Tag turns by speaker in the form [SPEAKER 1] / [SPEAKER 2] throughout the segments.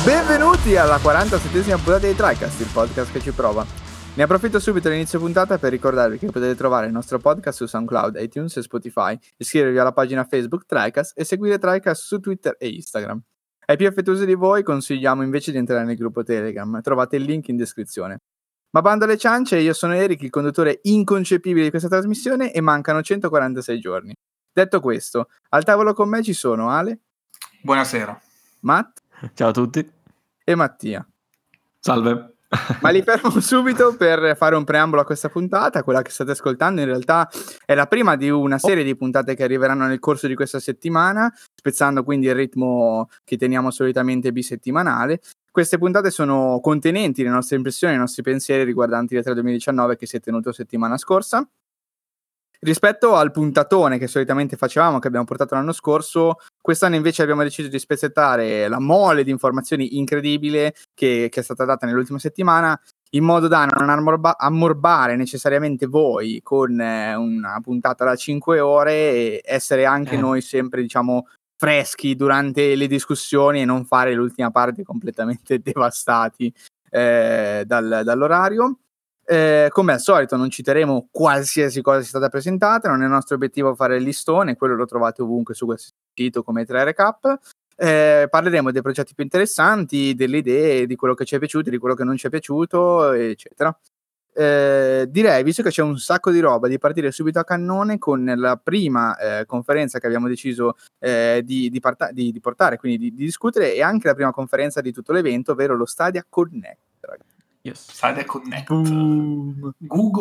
[SPEAKER 1] Benvenuti alla 47esima puntata di TriCast, il podcast che ci prova. Ne approfitto subito all'inizio puntata per ricordarvi che potete trovare il nostro podcast su SoundCloud, iTunes e Spotify, iscrivervi alla pagina Facebook TriCast e seguire TriCast su Twitter e Instagram. Ai più affettuosi di voi consigliamo invece di entrare nel gruppo Telegram, trovate il link in descrizione. Ma bando alle ciance, io sono Eric, il conduttore inconcepibile di questa trasmissione e mancano 146 giorni. Detto questo, al tavolo con me ci sono Ale.
[SPEAKER 2] Buonasera.
[SPEAKER 1] Matt.
[SPEAKER 3] Ciao a tutti.
[SPEAKER 1] E Mattia.
[SPEAKER 3] Salve.
[SPEAKER 1] Ma li fermo subito per fare un preambolo a questa puntata. Quella che state ascoltando in realtà è la prima di una serie di puntate che arriveranno nel corso di questa settimana, spezzando quindi il ritmo che teniamo solitamente bisettimanale. Queste puntate sono contenenti le nostre impressioni, i nostri pensieri riguardanti l'E3 2019 che si è tenuto settimana scorsa. Rispetto al puntatone che solitamente facevamo, che abbiamo portato l'anno scorso, quest'anno invece abbiamo deciso di spezzettare la mole di informazioni incredibile che è stata data nell'ultima settimana, in modo da non ammorbare necessariamente voi con una puntata da 5 ore e essere anche noi sempre, diciamo, freschi durante le discussioni e non fare l'ultima parte completamente devastati dall'orario. Come al solito non citeremo qualsiasi cosa sia stata presentata, non è nostro obiettivo fare il listone, quello lo trovate ovunque su questo sito come 3 Recap. Parleremo dei progetti più interessanti, delle idee, di quello che ci è piaciuto, di quello che non ci è piaciuto, eccetera. Direi, visto che c'è un sacco di roba, di partire subito a cannone con la prima conferenza che abbiamo deciso di portare, quindi di discutere, e anche la prima conferenza di tutto l'evento, ovvero lo Stadia Connect, ragazzi.
[SPEAKER 2] Yes. Stadia Connect.
[SPEAKER 1] Boom.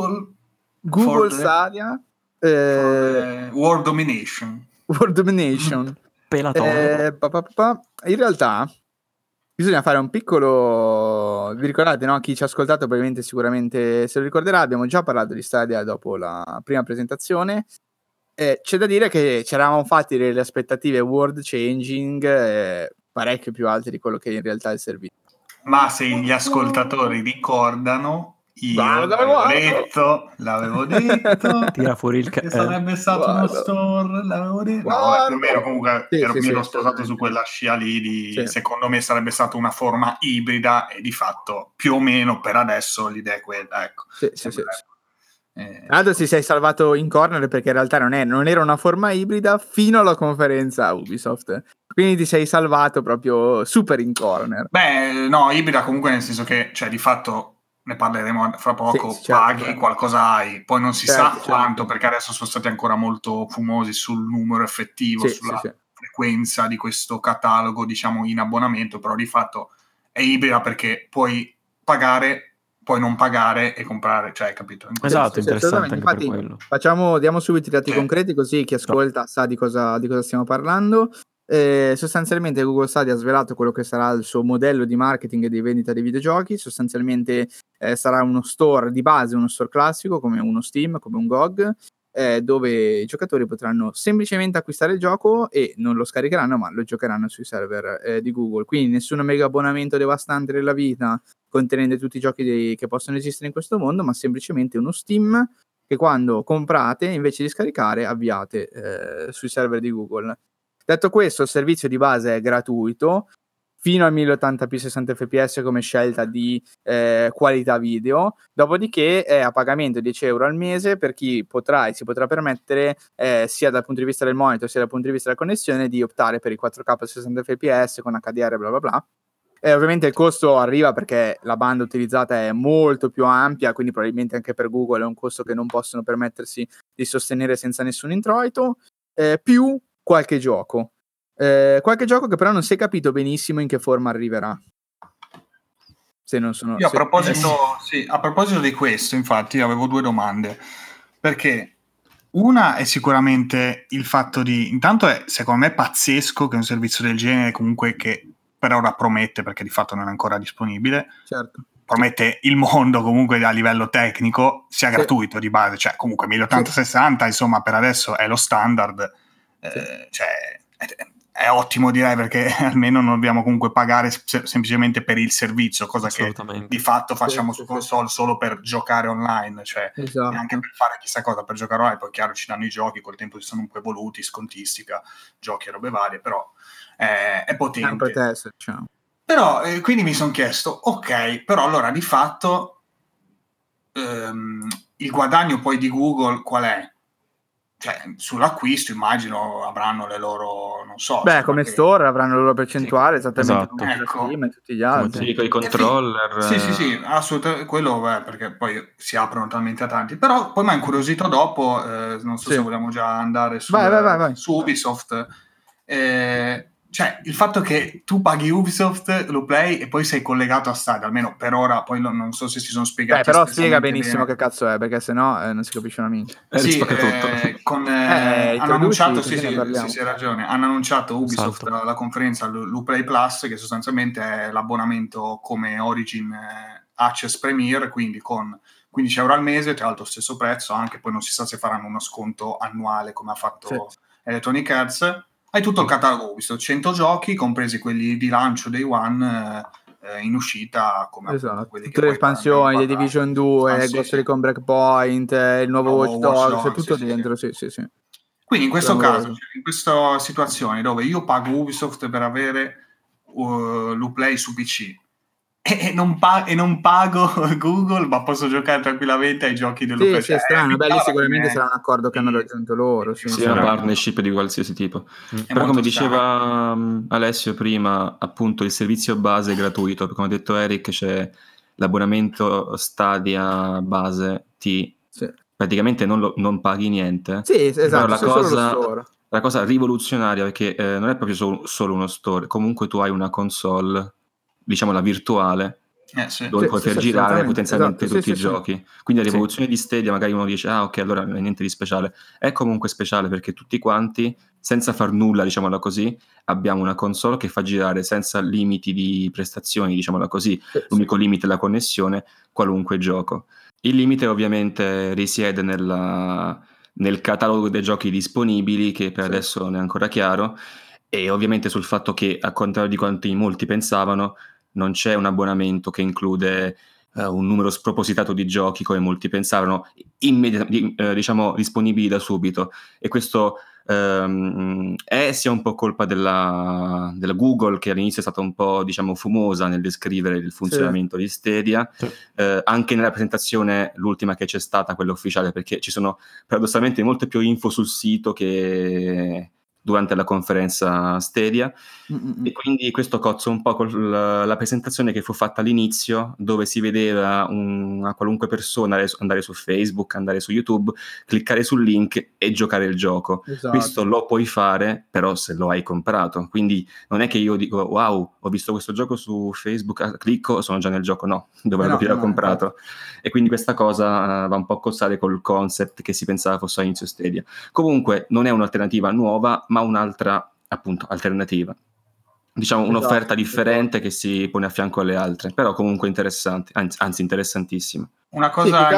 [SPEAKER 2] Google
[SPEAKER 1] Stadia
[SPEAKER 2] World Domination.
[SPEAKER 1] World Domination.
[SPEAKER 3] Pelatore.
[SPEAKER 1] In realtà bisogna fare un piccolo... Vi ricordate, no? Chi ci ha ascoltato probabilmente sicuramente se lo ricorderà. Abbiamo già parlato di Stadia dopo la prima presentazione. C'è da dire che ci eravamo fatti delle aspettative world changing parecchio più alte di quello che in realtà è il servizio.
[SPEAKER 2] Ma se gli ascoltatori ricordano, io l'avevo detto
[SPEAKER 3] Tira fuori il
[SPEAKER 2] che sarebbe stato uno store, l'avevo detto. No, vabbè, più o meno comunque mi ero sposato su quella scia lì secondo me sarebbe stata una forma ibrida e di fatto più o meno per adesso l'idea è quella, ecco.
[SPEAKER 1] Sì. Adesso ti sei salvato in corner perché in realtà non era una forma ibrida fino alla conferenza Ubisoft, quindi ti sei salvato proprio super in corner.
[SPEAKER 2] Beh, no, ibrida comunque nel senso che, cioè, di fatto ne parleremo fra poco, paghi, qualcosa hai, poi non si sa quanto, perché adesso sono stati ancora molto fumosi sul numero effettivo, sulla frequenza di questo catalogo, diciamo, in abbonamento, però di fatto è ibrida perché puoi pagare, puoi non pagare e comprare, cioè, capito?
[SPEAKER 3] Esatto, interessante anche per quello.
[SPEAKER 1] Diamo subito i dati concreti così chi ascolta sa di cosa stiamo parlando. Sostanzialmente Google Stadia ha svelato quello che sarà il suo modello di marketing e di vendita dei videogiochi. Sostanzialmente sarà uno store di base, uno store classico come uno Steam, come un GOG, dove i giocatori potranno semplicemente acquistare il gioco e non lo scaricheranno ma lo giocheranno sui server di Google, quindi nessun mega abbonamento devastante della vita contenendo tutti i giochi che possono esistere in questo mondo, ma semplicemente uno Steam che quando comprate invece di scaricare avviate sui server di Google. Detto questo, il servizio di base è gratuito fino a 1080p 60 fps come scelta di qualità video, dopodiché è a pagamento 10 euro al mese per chi si potrà permettere sia dal punto di vista del monitor sia dal punto di vista della connessione di optare per i 4K 60 fps con HDR bla bla bla. Ovviamente il costo arriva perché la banda utilizzata è molto più ampia, quindi probabilmente anche per Google è un costo che non possono permettersi di sostenere senza nessun introito, più qualche gioco. Qualche gioco che però non si è capito benissimo in che forma arriverà.
[SPEAKER 2] Io a proposito di questo, infatti, avevo due domande. Perché una è sicuramente il fatto intanto è secondo me pazzesco che un servizio del genere comunque che per ora promette, perché di fatto non è ancora disponibile, promette il mondo comunque a livello tecnico, sia gratuito di base, cioè comunque 1080-60 insomma per adesso è lo standard, cioè è ottimo direi perché almeno non dobbiamo comunque pagare semplicemente per il servizio, cosa che di fatto facciamo su console solo per giocare online, cioè neanche per fare chissà cosa, per giocare online, poi chiaro ci danno i giochi, col tempo si sono un po' evoluti, scontistica, giochi e robe varie, però è potente.
[SPEAKER 1] Pretesto, diciamo.
[SPEAKER 2] Però quindi mi sono chiesto, ok, però allora di fatto il guadagno poi di Google qual è? Cioè, sull'acquisto immagino avranno le loro, non so.
[SPEAKER 1] Beh, come store avranno la loro percentuale, esattamente
[SPEAKER 3] esatto.
[SPEAKER 1] come la
[SPEAKER 2] Ecco.
[SPEAKER 1] Steam e tutti gli altri.
[SPEAKER 3] Sì, con i controller.
[SPEAKER 2] Sì, assolutamente, quello perché poi si aprono talmente a tanti. Però poi mi ha incuriosito dopo, non so se vogliamo già andare
[SPEAKER 1] Vai.
[SPEAKER 2] su Ubisoft. Cioè, il fatto che tu paghi Ubisoft, lo play e poi sei collegato a Stadia, almeno per ora, poi non so se si sono spiegati.
[SPEAKER 1] Però spiega benissimo che cazzo è, perché sennò non si capisce una minchia.
[SPEAKER 2] Sì,
[SPEAKER 3] tutto.
[SPEAKER 2] hanno annunciato, sì,
[SPEAKER 1] parliamo.
[SPEAKER 2] hai ragione, hanno annunciato Ubisoft alla conferenza l'Uplay Plus, che sostanzialmente è l'abbonamento come Origin Access Premier, quindi con 15 euro al mese, tra l'altro stesso prezzo, anche poi non si sa se faranno uno sconto annuale come ha fatto Electronic Arts. Hai tutto il catalogo Ubisoft, 100 giochi, compresi quelli di lancio Day One, in uscita, come quelli
[SPEAKER 1] tutte le espansioni, The Division 2, Ghost Recon Breakpoint, il nuovo Watch Dogs, è tutto dentro, sì.
[SPEAKER 2] Quindi in questo caso, in questa situazione dove io pago Ubisoft per avere l'Uplay su PC e non pago Google, ma posso giocare tranquillamente ai giochi dell'Uplay.
[SPEAKER 1] Sì, è strano, lì sicuramente sarà un accordo che hanno raggiunto loro.
[SPEAKER 3] Sì, una partnership di qualsiasi tipo. Però come diceva Alessio prima, appunto il servizio base è gratuito, come ha detto Eric, c'è l'abbonamento Stadia base T, praticamente non paghi niente.
[SPEAKER 1] Sì, esatto,
[SPEAKER 3] però la cosa rivoluzionaria, perché non è proprio solo uno store, comunque tu hai una console, diciamo la virtuale, dove puoi far girare potenzialmente tutti i giochi. Quindi la rivoluzione di Stadia, magari uno dice ok, allora non è niente di speciale. È comunque speciale perché tutti quanti, senza far nulla, diciamola così, abbiamo una console che fa girare senza limiti di prestazioni, diciamola così. L'unico limite è la connessione, qualunque gioco. Il limite ovviamente risiede nel catalogo dei giochi disponibili, che per adesso non è ancora chiaro, e ovviamente sul fatto che, a contrario di quanto in molti pensavano, non c'è un abbonamento che include un numero spropositato di giochi, come molti pensavano, diciamo disponibili da subito. E questo è sia un po' colpa della Google, che all'inizio è stata un po', diciamo, fumosa nel descrivere il funzionamento di Stadia, anche nella presentazione, l'ultima che c'è stata, quella ufficiale, perché ci sono paradossalmente molte più info sul sito che durante la conferenza Stadia. E quindi questo cozza un po' con la presentazione che fu fatta all'inizio, dove si vedeva una qualunque persona andare su Facebook, andare su YouTube, cliccare sul link e giocare il gioco. Questo lo puoi fare però se lo hai comprato, quindi non è che io dico wow, ho visto questo gioco su Facebook, clicco, sono già nel gioco. No, dovevo averlo comprato. E quindi questa cosa va un po' a cozzare col concept che si pensava fosse all'inizio Stadia. Comunque non è un'alternativa nuova, ma un'altra, appunto, alternativa. Diciamo un'offerta differente che si pone a fianco alle altre, però comunque interessante, anzi interessantissima.
[SPEAKER 2] Una cosa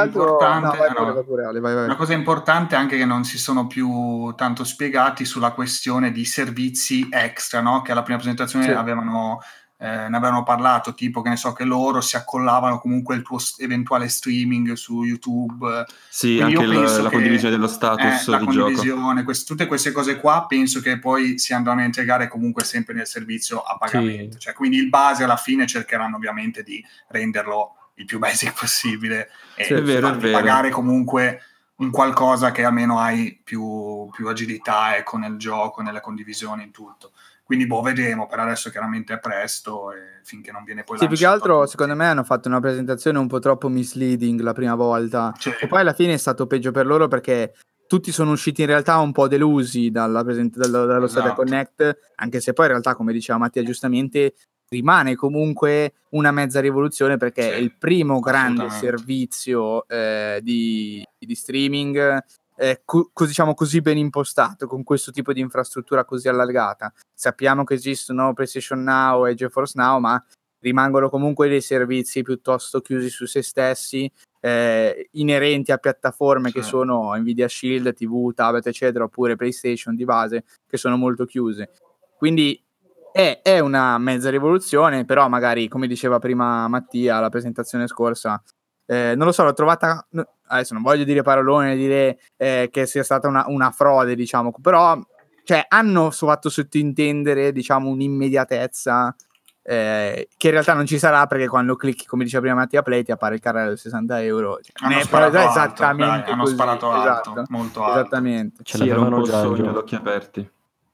[SPEAKER 2] importante anche che non si sono più tanto spiegati sulla questione di servizi extra, no? Che alla prima presentazione ne avevano parlato, tipo che ne so, che loro si accollavano comunque il tuo eventuale streaming su YouTube.
[SPEAKER 3] Sì, quindi anche la condivisione dello status
[SPEAKER 2] la
[SPEAKER 3] di
[SPEAKER 2] condivisione, tutte queste cose qua penso che poi si andranno a integrare comunque sempre nel servizio a pagamento. Cioè, quindi il base alla fine cercheranno ovviamente di renderlo il più basic possibile e pagare comunque un qualcosa che almeno hai più agilità, ecco, nel gioco, nella condivisione, in tutto. Quindi vedremo, per adesso chiaramente è presto e finché non viene poi lanciato.
[SPEAKER 1] Più che altro secondo me hanno fatto una presentazione un po' troppo misleading la prima volta e poi alla fine è stato peggio per loro, perché tutti sono usciti in realtà un po' delusi dallo Stadia Connect, anche se poi in realtà, come diceva Mattia giustamente, rimane comunque una mezza rivoluzione, perché è il primo grande servizio di streaming diciamo così ben impostato, con questo tipo di infrastruttura così allargata. Sappiamo che esistono PlayStation Now e GeForce Now, ma rimangono comunque dei servizi piuttosto chiusi su se stessi, inerenti a piattaforme che sono Nvidia Shield, TV, tablet eccetera, oppure PlayStation di base, che sono molto chiuse. Quindi è una mezza rivoluzione, però magari, come diceva prima Mattia alla presentazione scorsa, non lo so, l'ho trovata, adesso non voglio dire parolone, dire che sia stata una frode, diciamo, però cioè hanno fatto sottintendere, diciamo, un'immediatezza che in realtà non ci sarà, perché quando clicchi, come diceva prima Mattia Play, ti appare il carrello da 60 euro.
[SPEAKER 2] Hanno sparato alto,
[SPEAKER 1] esattamente
[SPEAKER 2] hanno
[SPEAKER 1] così.
[SPEAKER 2] sparato alto,
[SPEAKER 1] Esatto,
[SPEAKER 2] molto alto.
[SPEAKER 1] Esattamente.
[SPEAKER 3] Ce l'avevano un po' già sogno ad occhi aperti.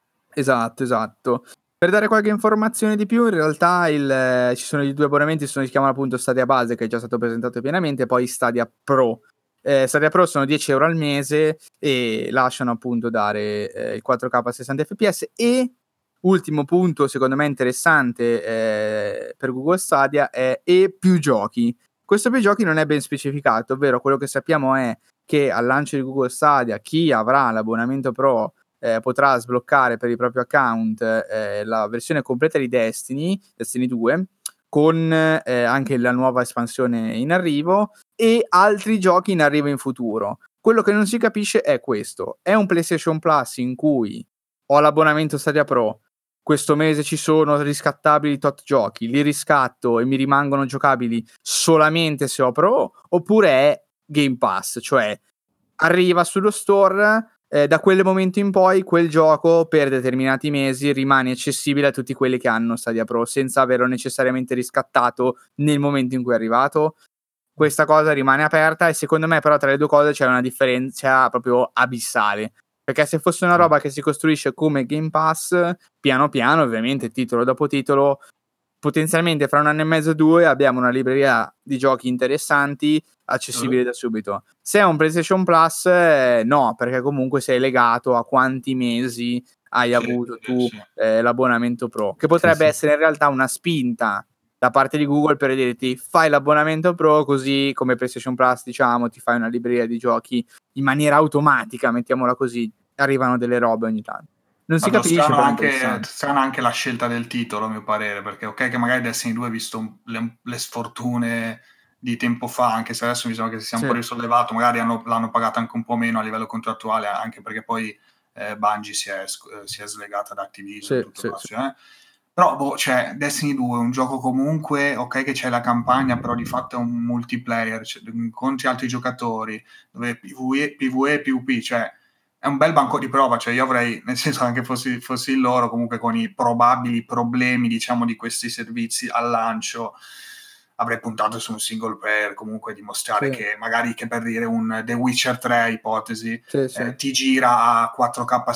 [SPEAKER 1] Esatto. Per dare qualche informazione di più, in realtà ci sono i 2 abbonamenti, si chiamano appunto Stadia Base, che è già stato presentato pienamente, e poi Stadia Pro. Stadia Pro sono 10 euro al mese e lasciano appunto dare il 4K a 60 fps. E ultimo punto, secondo me interessante per Google Stadia, è e più giochi. Questo più giochi non è ben specificato, ovvero quello che sappiamo è che al lancio di Google Stadia chi avrà l'abbonamento Pro potrà sbloccare per il proprio account la versione completa di Destiny 2, con anche la nuova espansione in arrivo e altri giochi in arrivo in futuro. Quello che non si capisce è questo: è un PlayStation Plus in cui ho l'abbonamento Stadia Pro, questo mese ci sono riscattabili tot giochi, li riscatto e mi rimangono giocabili solamente se ho Pro, oppure è Game Pass, cioè arriva sullo store, da quel momento in poi quel gioco per determinati mesi rimane accessibile a tutti quelli che hanno Stadia Pro senza averlo necessariamente riscattato nel momento in cui è arrivato. Questa cosa rimane aperta e secondo me però tra le 2 cose c'è una differenza proprio abissale, perché se fosse una roba che si costruisce come Game Pass, piano piano, ovviamente titolo dopo titolo, potenzialmente fra 1 anno e mezzo 2 abbiamo una libreria di giochi interessanti accessibile da subito. Se è un PlayStation Plus no, perché comunque sei legato a quanti mesi hai avuto tu l'abbonamento Pro, che potrebbe essere in realtà una spinta da parte di Google per dirti fai l'abbonamento Pro, così come PlayStation Plus diciamo ti fai una libreria di giochi in maniera automatica, mettiamola così, arrivano delle robe ogni tanto. Non si capisce,
[SPEAKER 2] strana anche la scelta del titolo, a mio parere, perché ok che magari Destiny 2 visto le sfortune di tempo fa, anche se adesso mi sembra che si sia un po' risollevato, magari l'hanno pagato anche un po' meno a livello contrattuale, anche perché poi Bungie si è slegata da Activision, tutto il resto. Però cioè, Destiny 2 è un gioco comunque, ok che c'è la campagna, però di fatto è un multiplayer, cioè, incontri altri giocatori, dove PvE, PvP, cioè è un bel banco di prova, cioè io avrei, nel senso anche fossi loro, comunque con i probabili problemi, diciamo, di questi servizi al lancio, avrei puntato su un single player, comunque dimostrare che magari, che per dire un The Witcher 3, ipotesi, ti gira a 4K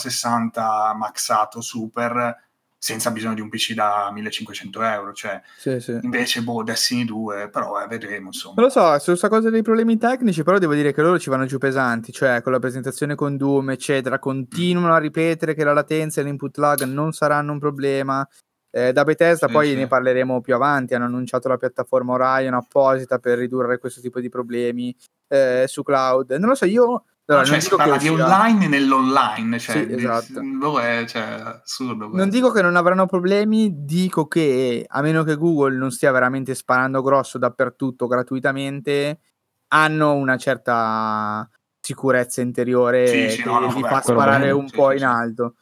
[SPEAKER 2] 60 maxato super, senza bisogno di un PC da 1500 euro, cioè invece Destiny 2, però vedremo insomma.
[SPEAKER 1] Non lo so, su questa cosa dei problemi tecnici però devo dire che loro ci vanno giù pesanti, cioè con la presentazione con Doom eccetera continuano a ripetere che la latenza e l'input lag non saranno un problema. Da Bethesda poi ne parleremo più avanti, hanno annunciato la piattaforma Orion apposita per ridurre questo tipo di problemi su cloud. Non lo so, io
[SPEAKER 2] allora, cioè, si parla di online nell'online, cioè,
[SPEAKER 1] esatto.
[SPEAKER 2] Assurdo.
[SPEAKER 1] Non dico che non avranno problemi, dico che a meno che Google non stia veramente sparando grosso dappertutto gratuitamente, hanno una certa sicurezza interiore che li fa sparare un po' in alto.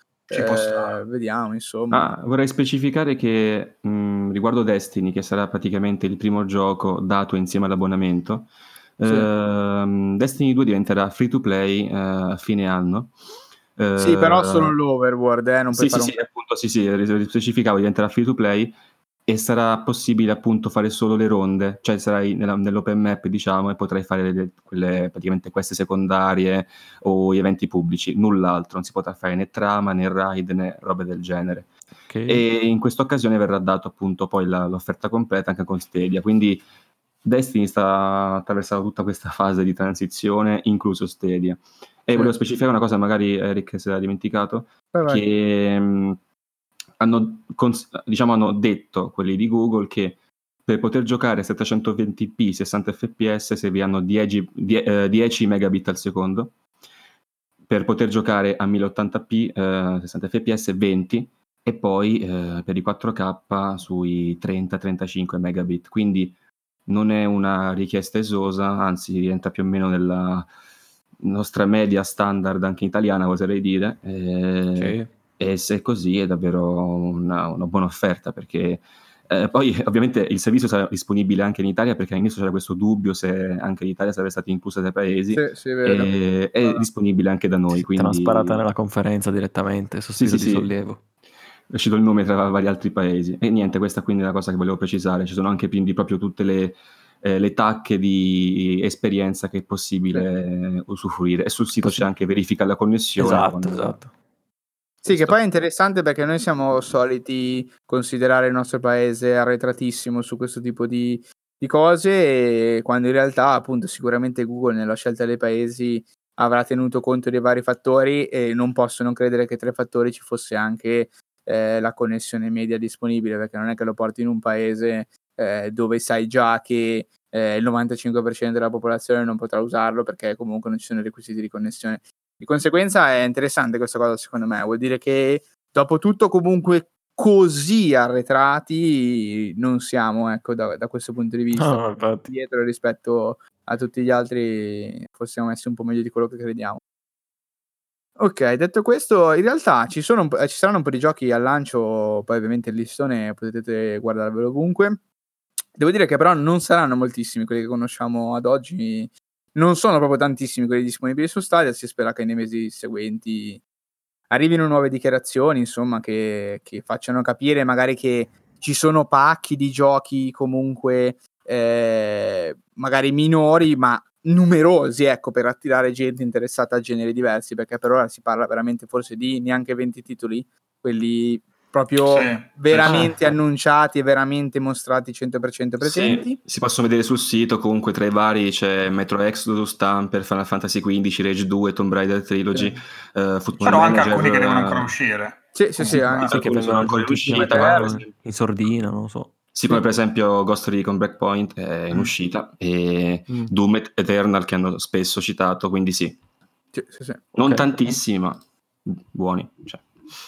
[SPEAKER 1] Vediamo insomma.
[SPEAKER 3] Vorrei specificare che riguardo Destiny, che sarà praticamente il primo gioco dato insieme all'abbonamento, Destiny 2 diventerà free to play a fine anno.
[SPEAKER 1] Sì, però solo l'overworld, non puoi fare
[SPEAKER 3] appunto, specificavo, diventerà free to play e sarà possibile appunto fare solo le ronde, cioè sarai nell'open map diciamo e potrai fare quelle praticamente queste secondarie o gli eventi pubblici, null'altro, non si potrà fare né trama né raid né robe del genere. E in questa occasione verrà dato appunto poi l'offerta completa anche con Stadia, quindi Destiny sta attraversando tutta questa fase di transizione, incluso Stadia. E volevo specificare una cosa, magari Eric si era dimenticato, che hanno detto quelli di Google che per poter giocare a 720p 60 fps serviranno 10 megabit al secondo, per poter giocare a 1080p 60 fps 20, e poi per i 4K sui 30-35 megabit, quindi non è una richiesta esosa, anzi rientra più o meno nella nostra media standard anche italiana, oserei dire, e se è così è davvero una buona offerta, perché poi ovviamente il servizio sarà disponibile anche in Italia, perché all'inizio c'era questo dubbio se anche l'Italia sarebbe stata inclusa dai paesi, è disponibile anche da noi, quindi
[SPEAKER 4] te l'hanno sparata nella conferenza direttamente, sospiro di sollievo.
[SPEAKER 3] è uscito il nome tra vari altri paesi. E niente, questa quindi è la cosa che volevo precisare. Ci sono anche quindi proprio tutte le tacche di esperienza che è possibile usufruire. E sul sito c'è anche verifica la connessione.
[SPEAKER 4] Esatto.
[SPEAKER 1] Sì, che poi è interessante perché noi siamo soliti considerare il nostro paese arretratissimo su questo tipo di cose, e quando in realtà appunto sicuramente Google nella scelta dei paesi avrà tenuto conto dei vari fattori, e non posso non credere che tra i fattori ci fosse anche la connessione media disponibile, perché non è che lo porti in un paese dove sai già che il 95% della popolazione non potrà usarlo perché comunque non ci sono requisiti di connessione. Di conseguenza è interessante questa cosa, secondo me, vuol dire che dopo tutto comunque così arretrati non siamo, ecco, da questo punto di vista, dietro rispetto a tutti gli altri, forse siamo messi un po' meglio di quello che crediamo. Ok, detto questo, in realtà ci saranno un po' di giochi al lancio, poi ovviamente il listone potete guardarvelo ovunque. Devo dire che però non saranno moltissimi quelli che conosciamo ad oggi, non sono proprio tantissimi quelli disponibili su Stadia, si spera che nei mesi seguenti arrivino nuove dichiarazioni, insomma, che facciano capire magari che ci sono pacchi di giochi comunque magari minori, ma numerosi, ecco, per attirare gente interessata a generi diversi, perché per ora si parla veramente forse di neanche 20 titoli, quelli proprio veramente annunciati e veramente mostrati 100% presenti.
[SPEAKER 3] Sì, si possono vedere sul sito, comunque tra i vari c'è Metro Exodus, Stamper, Final Fantasy XV, Rage 2, Tomb Raider Trilogy,
[SPEAKER 2] Football Però Manager, anche alcuni che devono ancora uscire.
[SPEAKER 1] Sì, anche
[SPEAKER 4] che vengono ancora in sordina, non lo so.
[SPEAKER 3] Sì, come per esempio Ghost Recon Breakpoint è in uscita, e Doom Eternal che hanno spesso citato, quindi sì. Non tantissimi, ma buoni. Cioè.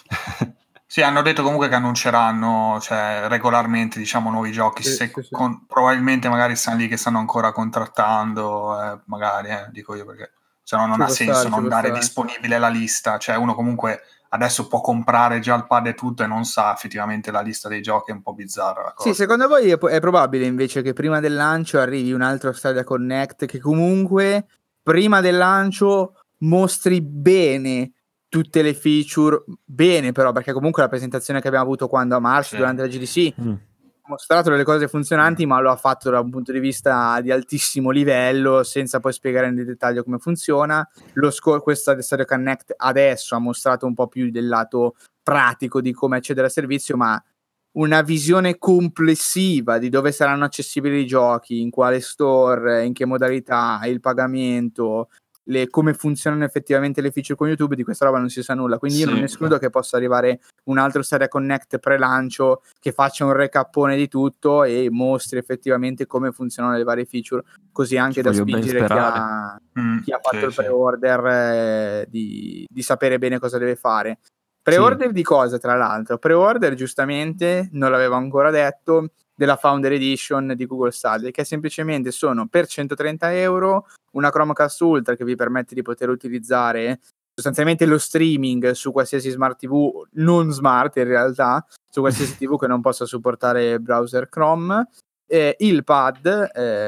[SPEAKER 2] Sì, hanno detto comunque che annunceranno, cioè, regolarmente, diciamo, nuovi giochi, probabilmente magari stanno lì che stanno ancora contrattando, magari, dico io, perché se no non ha senso non dare disponibile la lista, cioè uno comunque adesso può comprare già il pad e tutto e non sa effettivamente la lista dei giochi, è un po' bizzarra la cosa.
[SPEAKER 1] Sì, secondo voi è probabile invece che prima del lancio arrivi un altro Stadia Connect che comunque prima del lancio mostri bene tutte le feature, bene però, perché comunque la presentazione che abbiamo avuto quando a marzo durante la GDC ha mostrato delle cose funzionanti, ma lo ha fatto da un punto di vista di altissimo livello, senza poi spiegare nel dettaglio come funziona. Questa Stadia Connect adesso ha mostrato un po' più del lato pratico di come accedere al servizio, ma una visione complessiva di dove saranno accessibili i giochi, in quale store, in che modalità, il pagamento, come funzionano effettivamente le feature con YouTube, di questa roba non si sa nulla, quindi io non escludo che possa arrivare un altro Stadia Connect pre-lancio che faccia un recappone di tutto e mostri effettivamente come funzionano le varie feature, così anche da spingere chi ha fatto il pre-order di sapere bene cosa deve fare. Pre-order di cosa, tra l'altro? Pre-order, giustamente, non l'avevo ancora detto, della Founder Edition di Google Stadia, che semplicemente sono per 130 euro una Chromecast Ultra che vi permette di poter utilizzare sostanzialmente lo streaming su qualsiasi smart TV, non smart in realtà, su qualsiasi TV che non possa supportare browser Chrome, il pad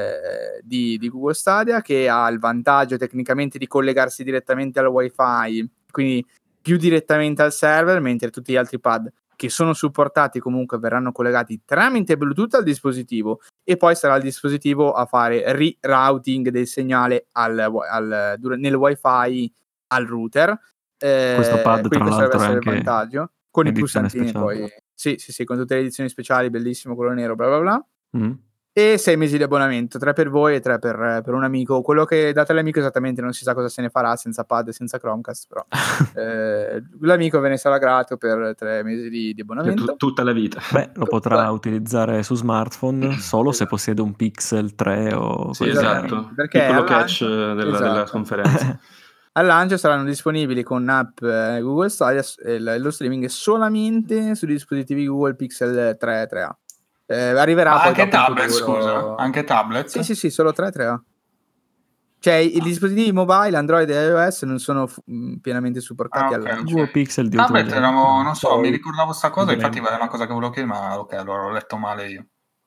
[SPEAKER 1] di Google Stadia, che ha il vantaggio tecnicamente di collegarsi direttamente al wifi, quindi più direttamente al server, mentre tutti gli altri pad che sono supportati comunque verranno collegati tramite Bluetooth al dispositivo, e poi sarà il dispositivo a fare rerouting del segnale nel wifi al router.
[SPEAKER 4] Questo pad tra l'altro è anche
[SPEAKER 1] il vantaggio con i pulsantini poi sì, con tutte le edizioni speciali, bellissimo, quello nero, bla bla bla. E 6 mesi di abbonamento, 3 per voi e 3 per un amico. Quello che date all'amico esattamente non si sa cosa se ne farà senza pad e senza Chromecast, però l'amico ve ne sarà grato per 3 mesi di abbonamento.
[SPEAKER 3] Tutta la vita.
[SPEAKER 4] Beh, lo potrà utilizzare su smartphone solo se possiede un Pixel 3 o
[SPEAKER 3] esatto, perché piccolo catch della conferenza.
[SPEAKER 1] Al lancio saranno disponibili con app Google Stadia lo streaming solamente sui dispositivi Google Pixel 3 3A. Arriverà poi
[SPEAKER 2] anche tablet, scusa, anche tablet?
[SPEAKER 1] Sì, solo 3A. Cioè i dispositivi mobile, Android e iOS non sono pienamente supportati al lancio.
[SPEAKER 4] Google Pixel di
[SPEAKER 2] tablet non so, mi ricordavo sta cosa, infatti è una cosa che volevo chiedere, ma ok, allora l'ho letto male io.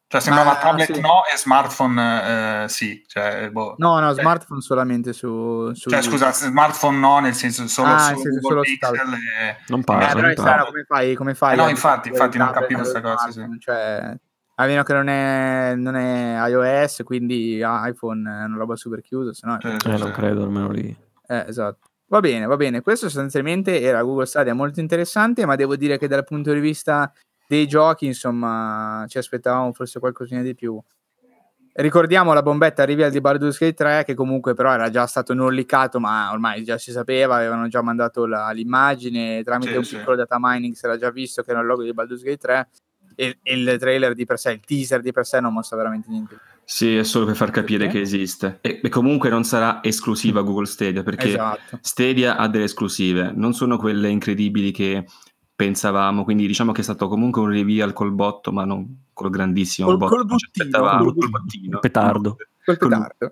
[SPEAKER 2] Cioè sembrava tablet sì. No e smartphone sì. Cioè,
[SPEAKER 1] No, smartphone solamente su
[SPEAKER 2] cioè scusa, smartphone no, nel senso solo su Google
[SPEAKER 1] solo
[SPEAKER 2] Pixel
[SPEAKER 4] non parla.
[SPEAKER 1] Però è strano come fai
[SPEAKER 2] no, infatti non capivo questa cosa, sì.
[SPEAKER 1] Cioè, a meno che non è iOS, quindi iPhone è una roba super chiusa, se no
[SPEAKER 4] non credo almeno lì.
[SPEAKER 1] Esatto. Va bene. Questo sostanzialmente era Google Stadia, molto interessante, ma devo dire che dal punto di vista dei giochi, insomma, ci aspettavamo forse qualcosina di più. Ricordiamo la bombetta reveal di Baldur's Gate 3, che comunque però era già stato non leakato, ma ormai già si sapeva, avevano già mandato l'immagine tramite un piccolo data mining, si era già visto che era il logo di Baldur's Gate 3, e il trailer di per sé, il teaser di per sé non mostra veramente niente.
[SPEAKER 3] Sì, è solo per far capire che esiste. E comunque non sarà esclusiva Google Stadia, perché Stadia ha delle esclusive, non sono quelle incredibili che pensavamo, quindi diciamo che è stato comunque un reveal col botto, ma non col grandissimo botto,
[SPEAKER 1] col
[SPEAKER 3] bottino.
[SPEAKER 4] Petardo.
[SPEAKER 1] Col petardo.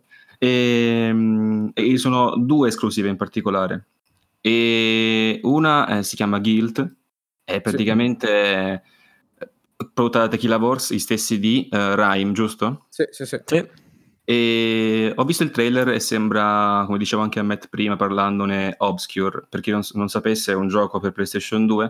[SPEAKER 3] E sono due esclusive in particolare. E una si chiama Guild, è praticamente prodotta da Tequila Wars, gli stessi di Rime, giusto?
[SPEAKER 1] Sì.
[SPEAKER 3] E ho visto il trailer e sembra, come dicevo anche a Matt prima parlandone, obscure. Per chi non sapesse, è un gioco per PlayStation 2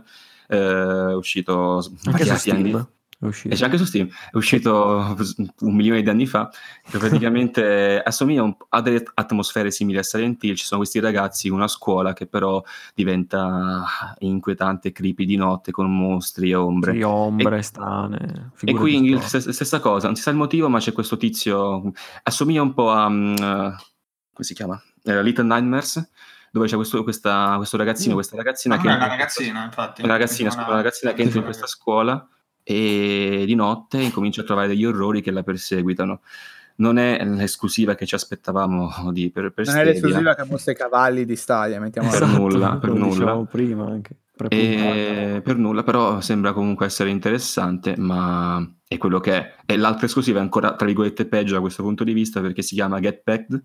[SPEAKER 3] uscito svariati anni fa. E c'è anche su Steam, è uscito 1 milione di anni fa, che praticamente assomiglia a delle atmosfere simili a Silent Hill. Ci sono questi ragazzi in una scuola che però diventa inquietante, creepy di notte con mostri e ombre.
[SPEAKER 4] Sì, ombre strane.
[SPEAKER 3] E qui in Guild stessa cosa, non si sa il motivo, ma c'è questo tizio, assomiglia un po' a come si chiama? Little Nightmares, dove c'è questo ragazzino, questa ragazzina che
[SPEAKER 2] è una ragazzina, infatti.
[SPEAKER 3] Una ragazzina che entra in questa scuola e di notte incomincia a trovare degli orrori che la perseguitano. Non è l'esclusiva che ci aspettavamo per
[SPEAKER 1] non
[SPEAKER 3] Stadia.
[SPEAKER 1] È l'esclusiva che mostra i cavalli di Stadia, mettiamo
[SPEAKER 3] per nulla.
[SPEAKER 4] Diciamo prima anche.
[SPEAKER 3] Per nulla, però sembra comunque essere interessante, ma è quello che è. E l'altra esclusiva è ancora, tra virgolette, peggio da questo punto di vista, perché si chiama Get Packed.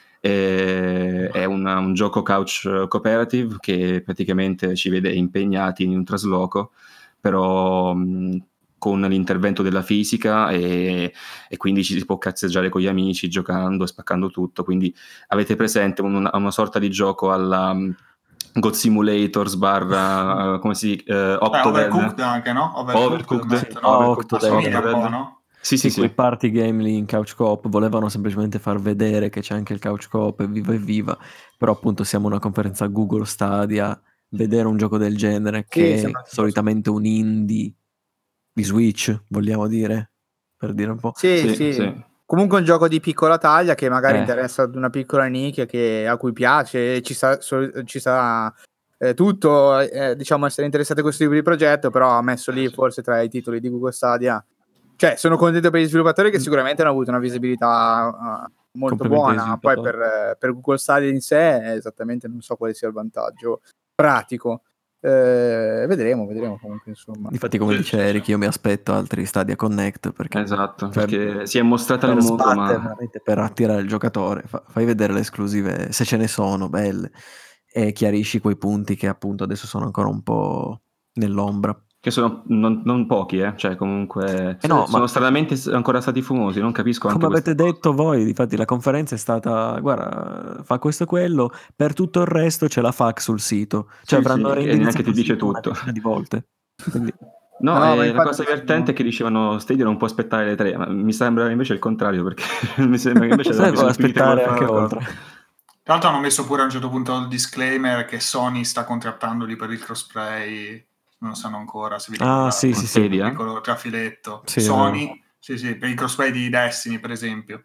[SPEAKER 3] È un gioco couch cooperative che praticamente ci vede impegnati in un trasloco, però con l'intervento della fisica e quindi ci si può cazzeggiare con gli amici giocando e spaccando tutto. Quindi avete presente una sorta di gioco alla God Simulator / come si
[SPEAKER 2] Overcooked anche, no?
[SPEAKER 3] Overcooked.
[SPEAKER 2] Octodad, no?
[SPEAKER 4] Sì. Quei party game lì in couch co-op volevano semplicemente far vedere che c'è anche il couch co-op, evviva, però appunto siamo una conferenza Google Stadia, vedere un gioco del genere che è solitamente un indie di Switch, vogliamo dire, per dire un po'.
[SPEAKER 1] Sì. Comunque un gioco di piccola taglia che magari interessa ad una piccola nicchia a cui piace, ci sa tutto, diciamo, essere interessati a questo tipo di progetto, però ha messo lì forse tra i titoli di Google Stadia. Cioè, sono contento per gli sviluppatori che sicuramente hanno avuto una visibilità molto buona. Poi per Google Stadia in sé esattamente non so quale sia il vantaggio pratico. Vedremo comunque, insomma.
[SPEAKER 4] Infatti, come dice Eric, io mi aspetto altri Stadia Connect perché
[SPEAKER 3] perché si è mostrata al mondo, ma
[SPEAKER 4] per attirare il giocatore, fai vedere le esclusive se ce ne sono belle e chiarisci quei punti che appunto adesso sono ancora un po' nell'ombra.
[SPEAKER 3] Che sono non pochi, cioè comunque sono stranamente ancora stati fumosi, non capisco
[SPEAKER 4] come
[SPEAKER 3] anche
[SPEAKER 4] avete detto voi. Difatti la conferenza è stata, guarda, fa questo e quello, per tutto il resto c'è la FAQ sul sito, cioè avranno
[SPEAKER 3] neanche ti dice tutto
[SPEAKER 4] una di volte. Quindi...
[SPEAKER 3] la cosa divertente è che dicevano Stadia non può aspettare le 3, ma mi sembra invece il contrario, perché mi sembra che invece
[SPEAKER 4] devono aspettare anche oltre.
[SPEAKER 2] Tra l'altro hanno messo pure a un certo punto il disclaimer che Sony sta contrattandoli per il crossplay. Non sanno ancora se vi ricordate
[SPEAKER 3] sì.
[SPEAKER 2] piccolo trafiletto. Sony, per il crossplay di Destiny, per esempio.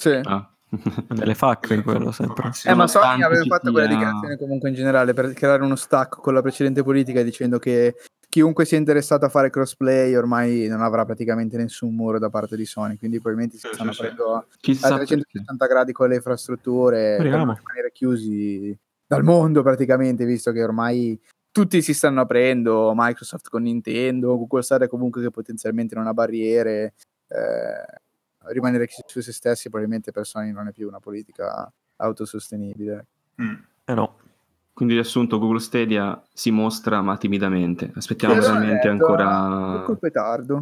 [SPEAKER 4] Nelle FAQ quello sempre.
[SPEAKER 1] Ma Sony aveva fatto quella dichiarazione comunque in generale per creare uno stacco con la precedente politica, dicendo che chiunque sia interessato a fare crossplay ormai non avrà praticamente nessun muro da parte di Sony, quindi probabilmente si stanno aprendo a 360 gradi con le infrastrutture per non rimanere chiusi dal mondo praticamente, visto che ormai tutti si stanno aprendo, Microsoft con Nintendo, Google Stadia comunque che potenzialmente non ha barriere, rimanere su se stessi probabilmente per Sony non è più una politica autosostenibile.
[SPEAKER 4] No.
[SPEAKER 3] Quindi riassunto, Google Stadia si mostra ma timidamente, aspettiamo veramente ancora
[SPEAKER 1] col petardo.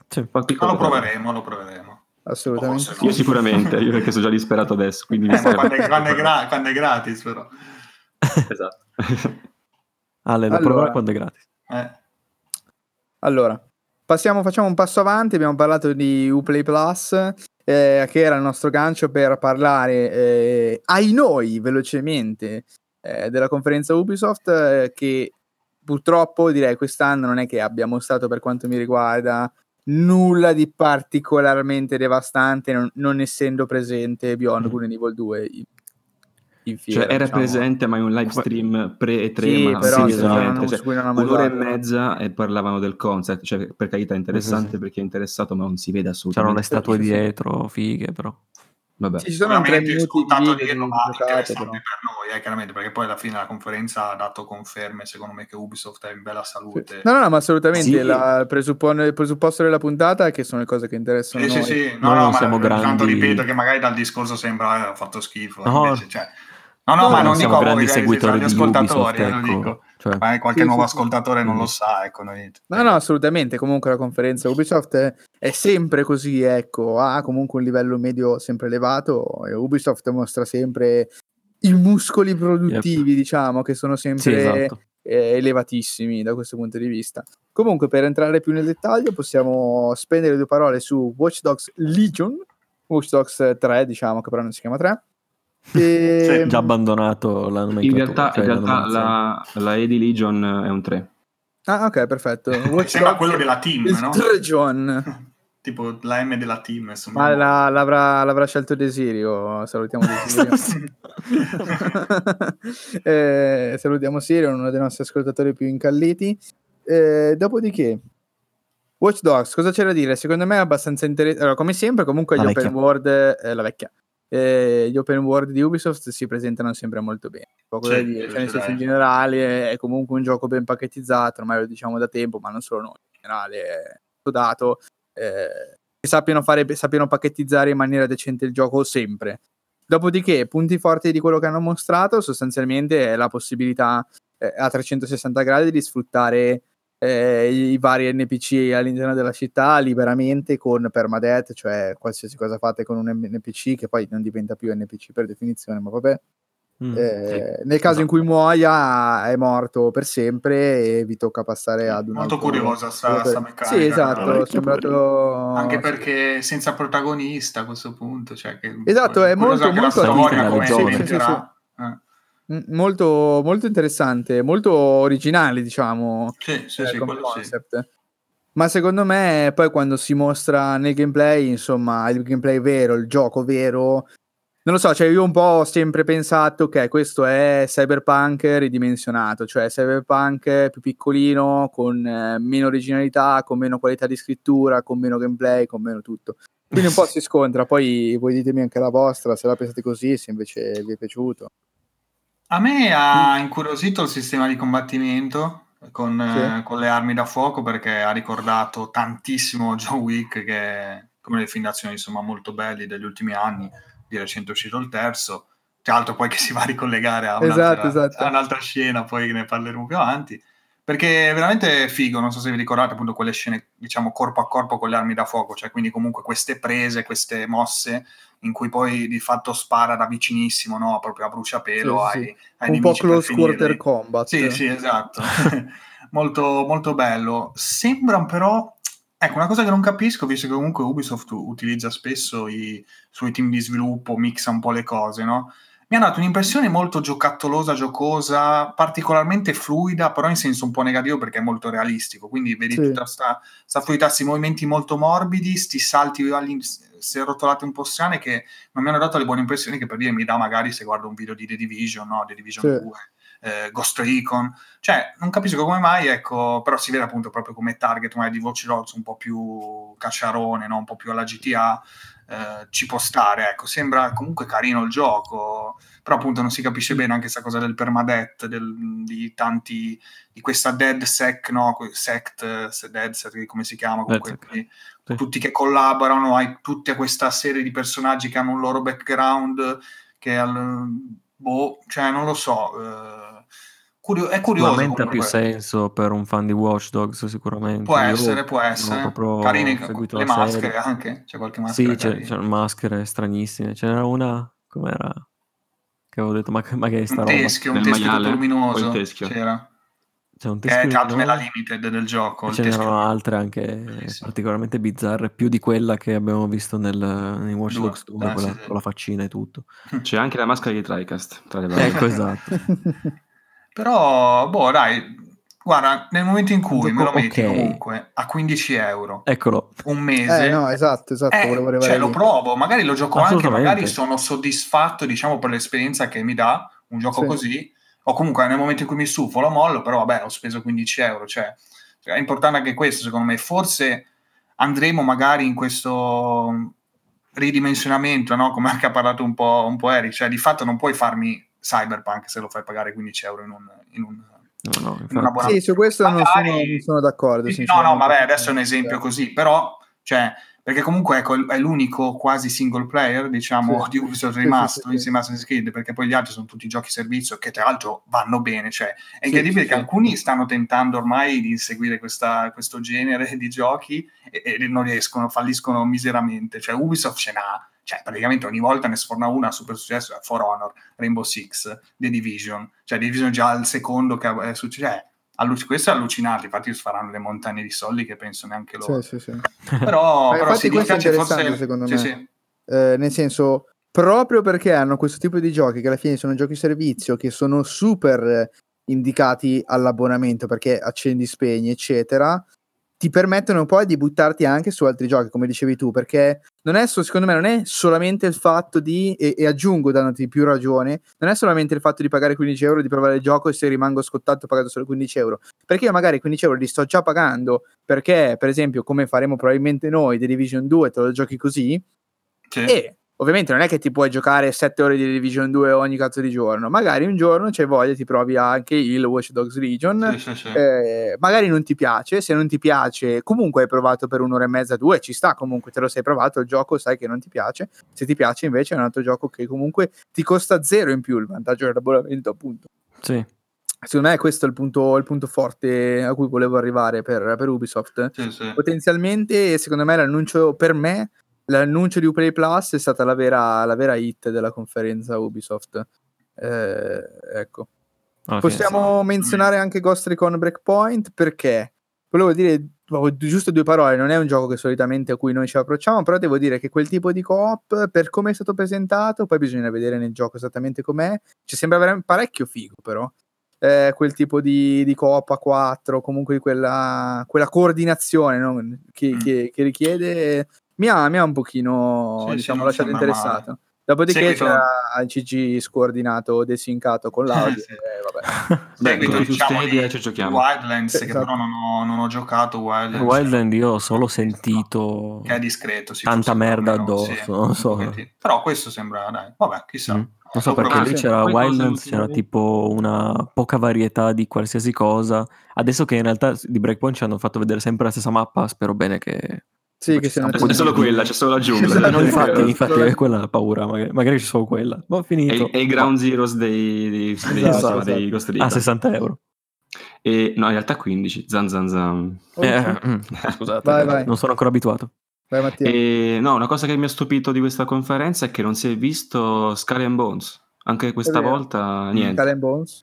[SPEAKER 4] Sì.
[SPEAKER 2] Lo proveremo.
[SPEAKER 1] Assolutamente.
[SPEAKER 3] Io sicuramente, io perché sono già disperato adesso, quindi
[SPEAKER 2] ma quando è gratis però.
[SPEAKER 3] Esatto.
[SPEAKER 4] Ale, lo proverò quando è gratis.
[SPEAKER 1] Allora, facciamo un passo avanti. Abbiamo parlato di Uplay Plus, che era il nostro gancio per parlare ai noi velocemente della conferenza Ubisoft, che purtroppo direi quest'anno non è che abbia mostrato, per quanto mi riguarda, nulla di particolarmente devastante, non essendo presente Beyond Good and Evil 2 in fiera,
[SPEAKER 3] cioè era
[SPEAKER 1] diciamo.
[SPEAKER 3] presente, ma in un live stream pre-E3,
[SPEAKER 1] sì,
[SPEAKER 3] ma
[SPEAKER 1] però
[SPEAKER 3] un'ora e mezza e parlavano del concept, cioè per carità interessante per chi è interessato, ma non si vede assolutamente.
[SPEAKER 4] C'erano le statue dietro, fighe però.
[SPEAKER 3] Vabbè.
[SPEAKER 1] Ci sono 3 minuti di video
[SPEAKER 2] dirlo, ma
[SPEAKER 1] giocate,
[SPEAKER 2] però. Per noi, chiaramente, perché poi alla fine la conferenza ha dato conferme, secondo me, che Ubisoft è in bella salute.
[SPEAKER 1] No, ma assolutamente, il presupposto della puntata è che sono le cose che interessano noi.
[SPEAKER 2] Sì.
[SPEAKER 4] Noi non
[SPEAKER 2] ma
[SPEAKER 4] siamo grandi.
[SPEAKER 2] Tanto ripeto che magari dal discorso sembra ho fatto schifo,
[SPEAKER 4] no.
[SPEAKER 2] invece, cioè... No, ma non dico a voi,
[SPEAKER 4] seguitori
[SPEAKER 2] agli ascoltatori,
[SPEAKER 4] Ubisoft,
[SPEAKER 2] lo dico.
[SPEAKER 4] Cioè,
[SPEAKER 2] magari qualche nuovo ascoltatore non lo sa, ecco.
[SPEAKER 1] No, assolutamente. Comunque la conferenza Ubisoft è sempre così, ecco, ha comunque un livello medio sempre elevato e Ubisoft mostra sempre i muscoli produttivi, diciamo, che sono sempre elevatissimi da questo punto di vista. Comunque, per entrare più nel dettaglio, possiamo spendere 2 parole su Watch Dogs Legion, Watch Dogs 3, diciamo, che però non si chiama 3.
[SPEAKER 4] Già abbandonato la nomenclatura.
[SPEAKER 3] In realtà la E di Legion è un 3.
[SPEAKER 1] Ah, ok, perfetto.
[SPEAKER 2] Sembra quello della team, no?
[SPEAKER 1] John.
[SPEAKER 2] Tipo la M della team.
[SPEAKER 1] Ma l'avrà scelto Desirio. Salutiamo Desirio. Salutiamo Sirio, uno dei nostri ascoltatori più incalliti. Dopodiché, Watch Dogs, cosa c'è da dire? Secondo me è abbastanza interessante. Allora, come sempre, comunque gli open world, la vecchia. Gli open world di Ubisoft si presentano sempre molto bene. Poco da dire, cioè, nel senso, in generale è comunque un gioco ben pacchettizzato, ormai lo diciamo da tempo, ma non solo noi, in generale è dato. Che sappiano pacchettizzare in maniera decente il gioco sempre. Dopodiché, punti forti di quello che hanno mostrato sostanzialmente è la possibilità a 360 gradi di sfruttare i vari NPC all'interno della città liberamente con permadeath, cioè qualsiasi cosa fate con un NPC che poi non diventa più NPC per definizione, ma vabbè. Nel caso in cui muoia è morto per sempre e vi tocca passare ad un
[SPEAKER 2] molto
[SPEAKER 1] altro...
[SPEAKER 2] curiosa sta meccanica.
[SPEAKER 1] Sì, esatto, è sembrato...
[SPEAKER 2] Anche perché senza protagonista a questo punto, cioè che
[SPEAKER 1] esatto, è molto molto molto interessante, molto originale, diciamo, come concept. Sì. Ma secondo me poi quando si mostra nel gameplay, insomma, il gameplay vero, il gioco vero, non lo so, cioè io un po' ho sempre pensato che questo è Cyberpunk ridimensionato, cioè Cyberpunk più piccolino, con meno originalità, con meno qualità di scrittura, con meno gameplay, con meno tutto. Quindi un po' si scontra, poi voi ditemi anche la vostra, se la pensate così, se invece vi è piaciuto.
[SPEAKER 2] A me ha incuriosito il sistema di combattimento con le armi da fuoco, perché ha ricordato tantissimo John Wick, che come le film d'azione insomma molto belli degli ultimi anni. Di recente è uscito il terzo, tra l'altro poi che si va a ricollegare a un'altra scena, poi ne parleremo più avanti, perché è veramente figo. Non so se vi ricordate appunto quelle scene, diciamo, corpo a corpo con le armi da fuoco, cioè quindi comunque queste prese, queste mosse in cui poi di fatto spara da vicinissimo, no? Proprio a bruciapelo ai
[SPEAKER 1] un
[SPEAKER 2] nemici,
[SPEAKER 1] po' close quarter combat.
[SPEAKER 2] Sì, esatto. molto, molto bello. Sembrano però, ecco, una cosa che non capisco, visto che comunque Ubisoft utilizza spesso i suoi team di sviluppo, mixa un po' le cose, no? Mi ha dato un'impressione molto giocattolosa, giocosa, particolarmente fluida, però in senso un po' negativo perché è molto realistico, quindi vedi tutta sta fluidità, questi movimenti molto morbidi, sti salti serrotolati un po' strane che non mi hanno dato le buone impressioni che per dire mi dà magari se guardo un video di The Division, no? The Division 2, Ghost Recon, cioè non capisco come mai, ecco, però si vede appunto proprio come target magari di Watch Dogs un po' più cacciarone, no? Un po' più alla GTA. Ci può stare, ecco, sembra comunque carino il gioco, però appunto non si capisce bene anche questa cosa del permadeath, di questa DeadSec, no? DeadSec, come si chiama, comunque, tutti che collaborano, hai tutta questa serie di personaggi che hanno un loro background che cioè non lo so, è curioso.
[SPEAKER 4] Sicuramente ha più senso per un fan di Watch Dogs, sicuramente.
[SPEAKER 2] Può essere. Carine le maschere anche. C'è qualche maschera.
[SPEAKER 4] Sì, c'è maschere stranissime. Ce n'era una, com'era? Che avevo detto, ma che è sta roba?
[SPEAKER 2] Un teschio tutto luminoso.
[SPEAKER 3] C'era.
[SPEAKER 4] C'è un
[SPEAKER 2] che è tra l'altro nella limited del gioco.
[SPEAKER 4] Ce n'erano altre anche particolarmente bizzarre, più di quella che abbiamo visto nei Watch Dogs 2, con la faccina e tutto.
[SPEAKER 3] C'è anche la maschera di TriCast, tra le varie.
[SPEAKER 4] Ecco, esatto.
[SPEAKER 2] Però, dai, guarda, nel momento in cui me lo metti comunque a 15 euro,
[SPEAKER 4] eccolo,
[SPEAKER 2] un mese,
[SPEAKER 1] no, esatto,
[SPEAKER 2] lo provo, magari lo gioco anche, magari sono soddisfatto, diciamo, per l'esperienza che mi dà un gioco così, o comunque nel momento in cui mi stufo lo mollo, però vabbè, ho speso 15 euro, cioè è importante anche questo, secondo me. Forse andremo magari in questo ridimensionamento, no? Come anche ha parlato un po' Eric, cioè di fatto non puoi farmi Cyberpunk se lo fai pagare 15 euro in una buona...
[SPEAKER 1] Sì, su questo non sono d'accordo.
[SPEAKER 2] No, vabbè, adesso è un esempio così, però, cioè, perché comunque ecco, è l'unico quasi single player, diciamo, di Ubisoft rimasto insieme a Assassin's Creed, perché poi gli altri sono tutti giochi servizio che tra l'altro vanno bene, cioè è incredibile che alcuni stanno tentando ormai di inseguire questo genere di giochi e non riescono, falliscono miseramente, cioè Ubisoft ce n'ha, cioè praticamente ogni volta ne sforna una a super successo, For Honor, Rainbow Six, The Division, cioè The Division già al secondo che è successo, questo è allucinante, infatti faranno le montagne di soldi che penso neanche loro.
[SPEAKER 1] Sì.
[SPEAKER 2] Però
[SPEAKER 1] infatti questo è interessante secondo me. Nel senso, proprio perché hanno questo tipo di giochi che alla fine sono giochi servizio, che sono super indicati all'abbonamento perché accendi, spegni, eccetera, ti permettono poi di buttarti anche su altri giochi, come dicevi tu, perché secondo me non è solamente il fatto di, e aggiungo dandoti più ragione, non è solamente il fatto di pagare 15 euro, di provare il gioco e se rimango scottato pagato solo 15 euro, perché io magari 15 euro li sto già pagando, perché per esempio come faremo probabilmente noi, The Division 2 te lo giochi così, e ovviamente non è che ti puoi giocare 7 ore di The Division 2 ogni cazzo di giorno, magari un giorno c'hai voglia, ti provi anche il Watch Dogs Legion, magari non ti piace, se non ti piace comunque hai provato per 1 ora e mezza, 2, ci sta, comunque te lo sei provato il gioco, sai che non ti piace, se ti piace invece è un altro gioco che comunque ti costa 0 in più, il vantaggio dell'abbonamento appunto.
[SPEAKER 4] Sì.
[SPEAKER 1] Secondo me questo è il punto forte a cui volevo arrivare per Ubisoft. Potenzialmente secondo me l'annuncio di Uplay Plus è stata la vera hit della conferenza Ubisoft. Ecco. Possiamo menzionare anche Ghost Recon Breakpoint, perché volevo dire giusto 2 parole, non è un gioco che solitamente a cui noi ci approcciamo, però devo dire che quel tipo di co-op, per come è stato presentato, poi bisogna vedere nel gioco esattamente com'è, ci sembra veramente parecchio figo però. Quel tipo di co-op a 4, comunque di quella coordinazione, no? che richiede, mi ha un pochino diciamo lasciato interessato male. Dopodiché c'era il CG scordinato, desincato con l'audio.
[SPEAKER 2] Seguito,
[SPEAKER 3] diciamo ci giochiamo.
[SPEAKER 2] Wildlands, che però non ho giocato.
[SPEAKER 4] Wildlands io ho solo sentito
[SPEAKER 2] che è discreto,
[SPEAKER 4] tanta merda addosso, non so.
[SPEAKER 2] Però questo sembra, dai, vabbè, chissà.
[SPEAKER 4] Non so perché lì c'era Wildlands, c'era tipo una poca varietà di qualsiasi cosa. Adesso che in realtà di Breakpoint ci hanno fatto vedere sempre la stessa mappa, spero bene che...
[SPEAKER 1] Sì, che
[SPEAKER 3] c'è solo quella, c'è solo la giungla.
[SPEAKER 4] No, infatti è quella la paura, magari c'è solo quella. Ma ho finito.
[SPEAKER 3] E i Ground Zeroes dei Ghost Recon.
[SPEAKER 4] A 60 euro.
[SPEAKER 3] No, in realtà 15. Zan.
[SPEAKER 4] Scusate, vai. Non sono ancora abituato.
[SPEAKER 1] Vai, Mattia.
[SPEAKER 3] No, una cosa che mi ha stupito di questa conferenza è che non si è visto Skull and Bones. Anche questa volta niente.
[SPEAKER 1] Skull and Bones?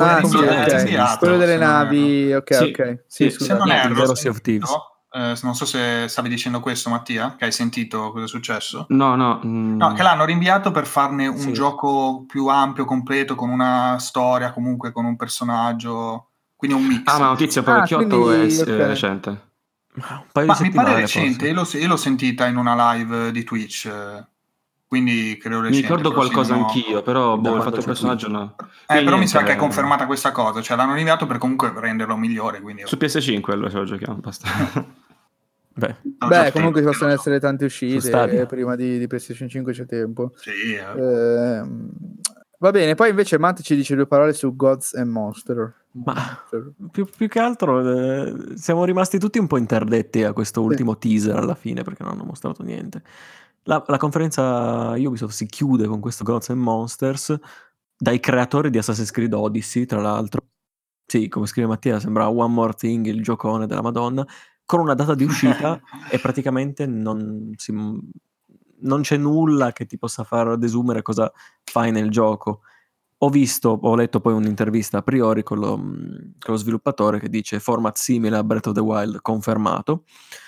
[SPEAKER 1] Quello delle navi, ok.
[SPEAKER 2] Sì, se non erro,
[SPEAKER 4] Sea of Thieves.
[SPEAKER 2] Non so se stavi dicendo questo, Mattia, che hai sentito cosa è successo.
[SPEAKER 3] No,
[SPEAKER 2] che l'hanno rinviato per farne un gioco più ampio, completo, con una storia, comunque con un personaggio, quindi un mix.
[SPEAKER 3] Ma notizia poi vecchiotto è recente.
[SPEAKER 2] Mi pare recente, io l'ho sentita in una live di Twitch, quindi credo recente.
[SPEAKER 3] Mi ricordo qualcosa anch'io, però il fatto del personaggio no.
[SPEAKER 2] Però mi sa che è confermata questa cosa, cioè l'hanno rinviato per comunque renderlo migliore. Quindi
[SPEAKER 3] su PS5 allora ce lo giochiamo, basta.
[SPEAKER 1] Beh, comunque possono essere tante uscite, prima di PlayStation 5 c'è tempo.
[SPEAKER 2] Sì.
[SPEAKER 1] Va bene, poi invece Matt ci dice 2 parole su Gods and Monsters.
[SPEAKER 4] Ma più che altro siamo rimasti tutti un po' interdetti a questo ultimo teaser alla fine, perché non hanno mostrato niente. La conferenza Ubisoft si chiude con questo Gods and Monsters, dai creatori di Assassin's Creed Odyssey, tra l'altro, sì, come scrive Mattia, sembra One More Thing, il giocone della Madonna, con una data di uscita e praticamente non c'è nulla che ti possa far desumere cosa fai nel gioco. Ho letto poi un'intervista a priori con lo sviluppatore che dice format simile a Breath of the Wild, confermato.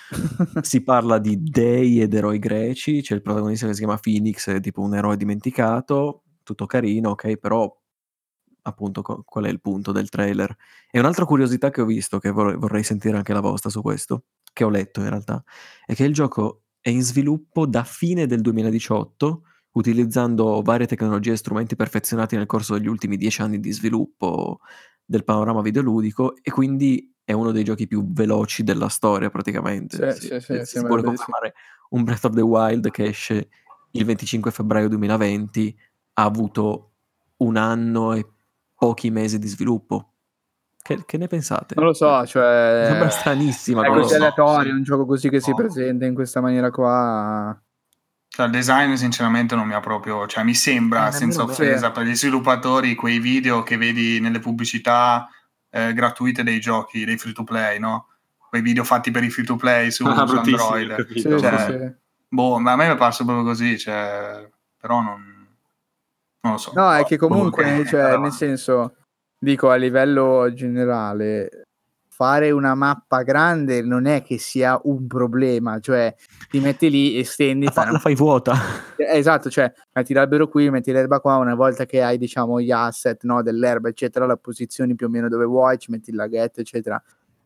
[SPEAKER 4] Si parla di dei ed eroi greci, c'è il protagonista che si chiama Phoenix, è tipo un eroe dimenticato, tutto carino, ok, però appunto qual è il punto del trailer? E un'altra curiosità che ho visto, che vorrei sentire anche la vostra su questo, che ho letto in realtà, è che il gioco è in sviluppo da fine del 2018, utilizzando varie tecnologie e strumenti perfezionati nel corso degli ultimi 10 anni di sviluppo del panorama videoludico, e quindi è uno dei giochi più veloci della storia praticamente.
[SPEAKER 1] Sì,
[SPEAKER 4] Si vuole confermare un Breath of the Wild che esce il 25 febbraio 2020, ha avuto un anno e pochi mesi di sviluppo. Che ne pensate?
[SPEAKER 1] Non lo so, cioè
[SPEAKER 4] sembra stranissima
[SPEAKER 1] è così aleatorio,
[SPEAKER 2] sì.
[SPEAKER 1] un gioco così che si presenta in questa maniera qua.
[SPEAKER 2] Cioè, il design sinceramente non mi ha proprio, cioè mi sembra senza offesa per gli sviluppatori quei video che vedi nelle pubblicità gratuite dei giochi, dei free to play, no? Quei video fatti per i free to play su Android.
[SPEAKER 1] Sì.
[SPEAKER 2] Boh, ma a me mi è parso proprio così, cioè, però non lo so.
[SPEAKER 1] No, è che comunque, cioè, nel senso, dico a livello generale, fare una mappa grande non è che sia un problema, cioè ti metti lì, estendi,
[SPEAKER 4] la fai vuota.
[SPEAKER 1] Esatto, cioè metti l'albero qui, metti l'erba qua, una volta che hai, diciamo, gli asset, no, dell'erba, eccetera, la posizioni più o meno dove vuoi, ci metti il laghetto, eccetera.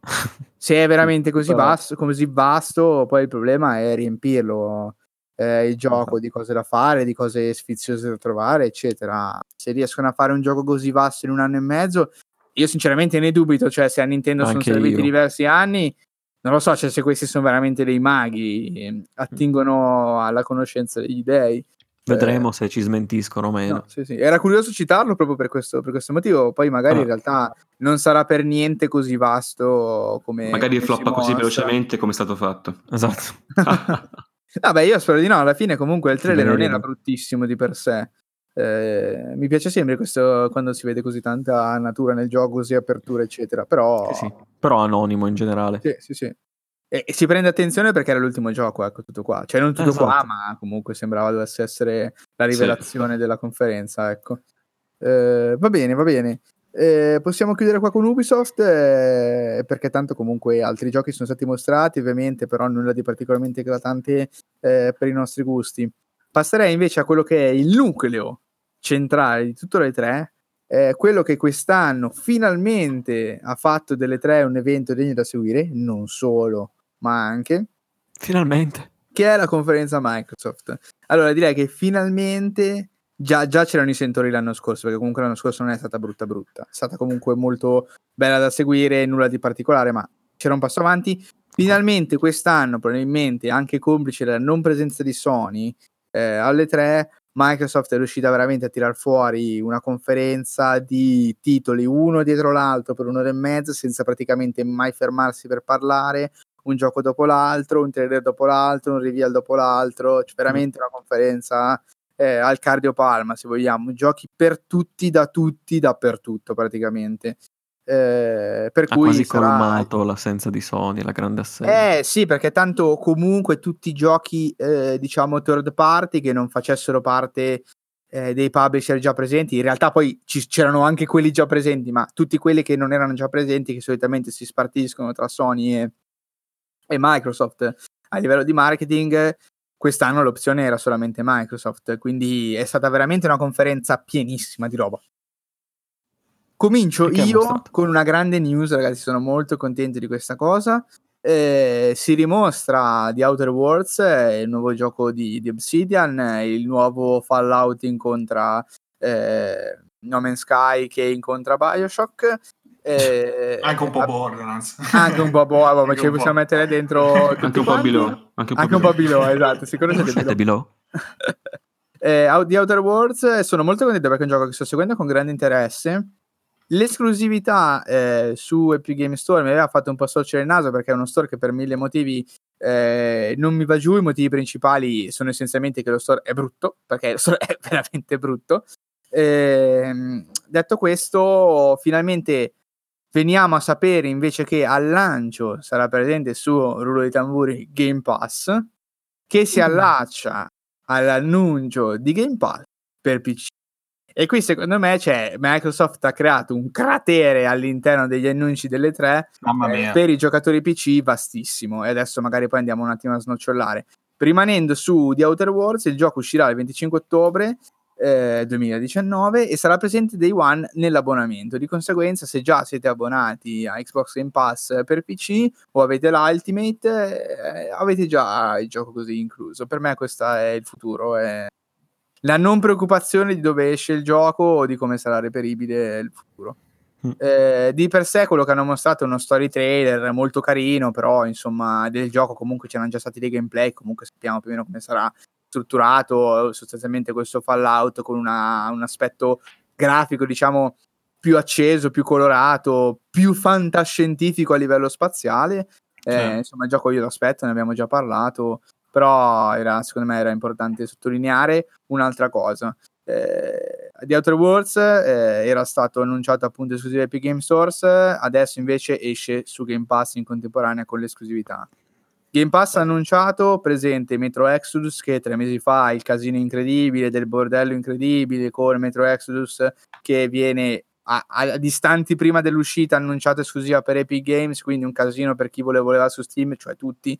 [SPEAKER 1] Se è veramente così vasto, poi il problema è riempirlo, il gioco di cose da fare, di cose sfiziose da trovare, eccetera. Se riescono a fare un gioco così vasto in un anno e mezzo, io sinceramente ne dubito, cioè se a Nintendo sono serviti diversi anni, non lo so, cioè se questi sono veramente dei maghi, attingono alla conoscenza degli dei.
[SPEAKER 4] Vedremo se ci smentiscono o meno.
[SPEAKER 1] No, sì. Era curioso citarlo proprio per questo motivo, poi magari in realtà non sarà per niente così vasto come
[SPEAKER 3] magari
[SPEAKER 1] come
[SPEAKER 3] floppa così velocemente come è stato fatto.
[SPEAKER 4] Esatto.
[SPEAKER 1] Vabbè, io spero di no, alla fine comunque il trailer non era bruttissimo di per sé. Mi piace sempre questo quando si vede così tanta natura nel gioco, così apertura eccetera, però
[SPEAKER 4] sì. Però anonimo in generale.
[SPEAKER 1] Sì. E si prende attenzione perché era l'ultimo gioco, ecco, tutto qua. Cioè non tutto qua, ma comunque sembrava dovesse essere la rivelazione della conferenza, ecco. Va bene. Possiamo chiudere qua con Ubisoft, perché tanto comunque altri giochi sono stati mostrati, ovviamente, però nulla di particolarmente eclatante per i nostri gusti. Passerei invece a quello che è il nucleo centrale di tutto le tre, quello che quest'anno finalmente ha fatto delle tre un evento degno da seguire, non solo, ma anche
[SPEAKER 4] finalmente,
[SPEAKER 1] che è la conferenza Microsoft. Allora direi che finalmente già c'erano i sentori l'anno scorso, perché comunque l'anno scorso non è stata brutta, è stata comunque molto bella da seguire, nulla di particolare, ma c'era un passo avanti. Finalmente quest'anno, probabilmente anche complice della non presenza di Sony alle tre, Microsoft è riuscita veramente a tirar fuori una conferenza di titoli uno dietro l'altro per un'ora e mezza senza praticamente mai fermarsi per parlare, un gioco dopo l'altro, un trailer dopo l'altro, un reveal dopo l'altro, cioè veramente una conferenza al cardiopalma, se vogliamo, giochi per tutti, da tutti, dappertutto praticamente. Per cui
[SPEAKER 4] quasi colmato l'assenza di Sony, la grande assenza.
[SPEAKER 1] Sì, perché tanto comunque tutti i giochi diciamo third party che non facessero parte dei publisher già presenti, in realtà poi c'erano anche quelli già presenti, ma tutti quelli che non erano già presenti, che solitamente si spartiscono tra Sony e Microsoft a livello di marketing, quest'anno l'opzione era solamente Microsoft, quindi è stata veramente una conferenza pienissima di roba. Comincio io con una grande news, ragazzi, sono molto contento di questa cosa. Si dimostra The Outer Worlds, il nuovo gioco di Obsidian, il nuovo Fallout incontra No Man's Sky che incontra Bioshock.
[SPEAKER 2] Anche un po' Borderlands.
[SPEAKER 1] Anche un po' ma ce li possiamo mettere dentro tutti
[SPEAKER 3] anche un po' Below.
[SPEAKER 1] Anche un po' Below, esatto. Si conoscete
[SPEAKER 4] Below?
[SPEAKER 1] The Outer Worlds, sono molto contento perché è un gioco che sto seguendo con grande interesse. L'esclusività su Epic Game Store mi aveva fatto un po' storcere il naso perché è uno store che per mille motivi non mi va giù. I motivi principali sono essenzialmente che lo store è brutto, perché lo store è veramente brutto. Detto questo, finalmente veniamo a sapere invece che al lancio sarà presente su rullo di tamburi Game Pass, che si allaccia all'annuncio di Game Pass per PC. E qui secondo me Microsoft ha creato un cratere all'interno degli annunci delle 3 per i giocatori PC vastissimo, e adesso magari poi andiamo un attimo a snocciolare. Rimanendo su The Outer Worlds, il gioco uscirà il 25 ottobre 2019 e sarà presente Day One nell'abbonamento. Di conseguenza, se già siete abbonati a Xbox Game Pass per PC o avete l'Ultimate, avete già il gioco così incluso. Per me questo è il futuro, la non preoccupazione di dove esce il gioco o di come sarà reperibile il futuro. Di per sé quello che hanno mostrato è uno story trailer molto carino, però insomma del gioco comunque c'erano già stati dei gameplay, comunque sappiamo più o meno come sarà strutturato, sostanzialmente questo Fallout con un aspetto grafico diciamo più acceso, più colorato, più fantascientifico a livello spaziale. Insomma il gioco io lo aspetto, ne abbiamo già parlato, però secondo me era importante sottolineare un'altra cosa. The Outer Worlds era stato annunciato appunto esclusivo Epic Games Source, adesso invece esce su Game Pass in contemporanea con l'esclusività. Game Pass ha annunciato presente Metro Exodus, che 3 mesi fa il casino incredibile del bordello incredibile con Metro Exodus, che viene a distanti prima dell'uscita annunciato esclusiva per Epic Games, quindi un casino per chi voleva su Steam, cioè tutti,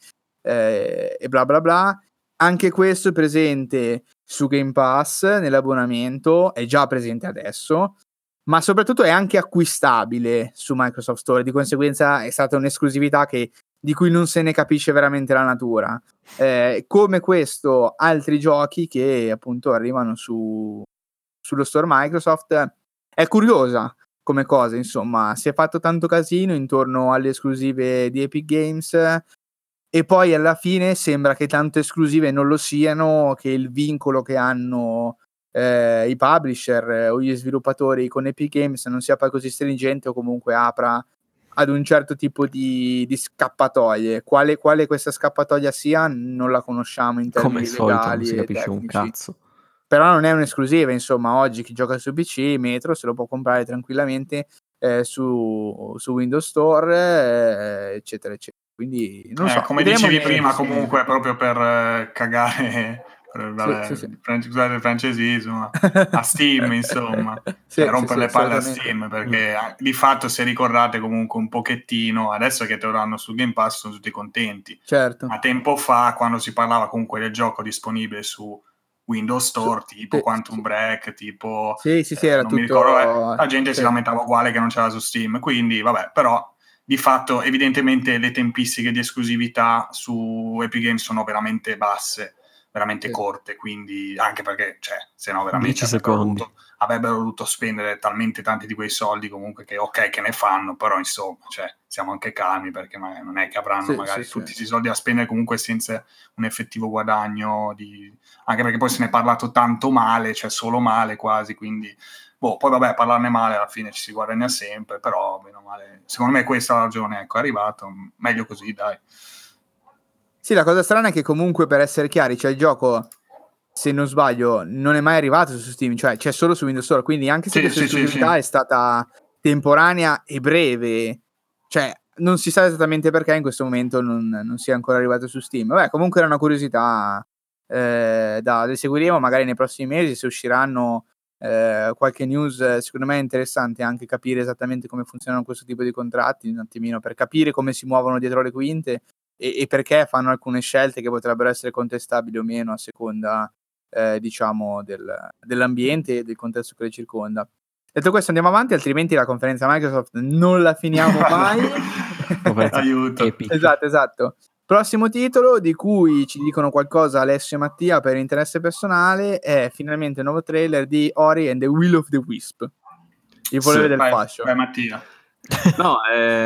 [SPEAKER 1] e bla bla bla. Anche questo è presente su Game Pass nell'abbonamento, è già presente adesso, ma soprattutto è anche acquistabile su Microsoft Store, di conseguenza è stata un'esclusività di cui non se ne capisce veramente la natura. Come questo, altri giochi che appunto arrivano sullo store Microsoft. È curiosa come cosa, insomma, si è fatto tanto casino intorno alle esclusive di Epic Games e poi alla fine sembra che tanto esclusive non lo siano, che il vincolo che hanno i publisher o gli sviluppatori con Epic Games non sia poi così stringente o comunque apra ad un certo tipo di scappatoie. Quale questa scappatoia sia non la conosciamo in termini
[SPEAKER 4] come
[SPEAKER 1] legali,
[SPEAKER 4] solito, non si capisce
[SPEAKER 1] tecnici.
[SPEAKER 4] Un cazzo.
[SPEAKER 1] Però non è un'esclusiva, insomma, oggi chi gioca su PC, Metro, se lo può comprare tranquillamente su Windows Store, eccetera, eccetera. Quindi, non so.
[SPEAKER 2] Come dicevi prima, comunque, proprio per cagare, scusate il francesismo, a Steam, insomma. Rompere le palle a Steam, perché di fatto, se ricordate comunque un pochettino, adesso che te lo danno su Game Pass sono tutti contenti.
[SPEAKER 1] Certo.
[SPEAKER 2] Ma tempo fa, quando si parlava comunque del gioco disponibile su Windows Store, tipo Quantum Break, tipo
[SPEAKER 1] era
[SPEAKER 2] non mi ricordo, la gente si lamentava uguale che non c'era su Steam, quindi vabbè, però di fatto evidentemente le tempistiche di esclusività su Epic Games sono veramente basse, veramente corte, quindi anche perché se no veramente
[SPEAKER 4] 10 secondi
[SPEAKER 2] avrebbero dovuto spendere talmente tanti di quei soldi comunque che ok che ne fanno, però insomma siamo anche calmi, perché non è che avranno magari tutti questi soldi a spendere comunque senza un effettivo guadagno anche perché poi se ne è parlato tanto male, solo male quasi, quindi poi vabbè, parlarne male alla fine ci si guadagna sempre, però meno male, secondo me questa è la ragione, è arrivato, meglio così, dai.
[SPEAKER 1] Sì, la cosa strana è che comunque, per essere chiari, il gioco, se non sbaglio, non è mai arrivato su Steam, cioè c'è solo su Windows Store, quindi anche se questa esclusività è stata temporanea e breve, non si sa esattamente perché in questo momento non sia ancora arrivato su Steam. Vabbè, comunque era una curiosità da seguiremo magari nei prossimi mesi, se usciranno qualche news. Secondo me è interessante anche capire esattamente come funzionano questo tipo di contratti, un attimino, per capire come si muovono dietro le quinte e perché fanno alcune scelte che potrebbero essere contestabili o meno a seconda diciamo dell'ambiente e del contesto che le circonda. Detto questo, andiamo avanti, altrimenti la conferenza Microsoft non la finiamo mai.
[SPEAKER 2] Aiuto.
[SPEAKER 1] Esatto. Prossimo titolo di cui ci dicono qualcosa Alessio e Mattia per interesse personale è finalmente il nuovo trailer di Ori and the Will of the Wisp. Il volere del fascio.
[SPEAKER 2] Vai Mattia.
[SPEAKER 3] No,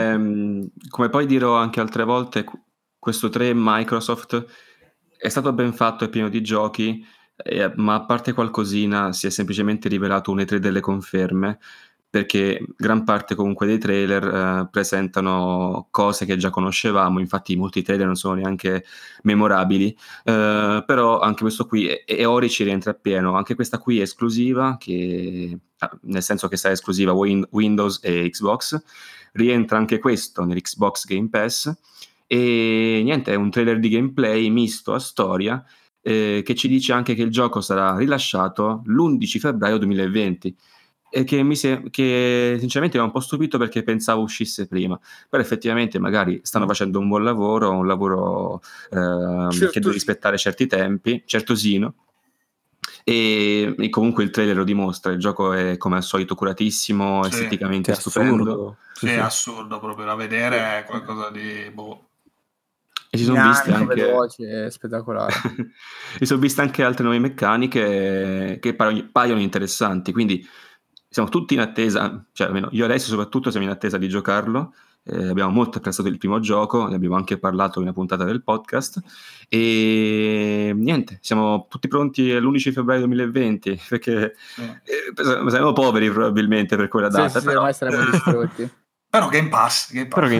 [SPEAKER 3] come poi dirò anche altre volte, questo 3 Microsoft è stato ben fatto e pieno di giochi, ma a parte qualcosina si è semplicemente rivelato un E3 delle conferme, perché gran parte comunque dei trailer presentano cose che già conoscevamo, infatti molti trailer non sono neanche memorabili, però anche questo qui e Ori ci rientra appieno. Anche questa qui è esclusiva, nel senso che sarà esclusiva Windows e Xbox, rientra anche questo nell'Xbox Game Pass, e niente, è un trailer di gameplay misto a storia, che ci dice anche che il gioco sarà rilasciato l'11 febbraio 2020, e che sinceramente mi ha un po' stupito perché pensavo uscisse prima, però effettivamente magari stanno facendo un buon lavoro, un lavoro che deve rispettare certi tempi, certosino, e comunque il trailer lo dimostra, il gioco è come al solito curatissimo, esteticamente stupendo.
[SPEAKER 2] Sì, è assurdo proprio da vedere, è qualcosa di
[SPEAKER 3] e si sono viste anche
[SPEAKER 1] veloce, spettacolare.
[SPEAKER 3] si sono viste anche altre nuove meccaniche che paiono interessanti, quindi siamo tutti in attesa, cioè almeno io adesso soprattutto siamo in attesa di giocarlo. Abbiamo molto apprezzato il primo gioco, ne abbiamo anche parlato in una puntata del podcast, e niente, siamo tutti pronti all'11 febbraio 2020 perché saremo poveri probabilmente per quella data.
[SPEAKER 1] Sì, ormai saremo distrutti.
[SPEAKER 2] Però Game Pass.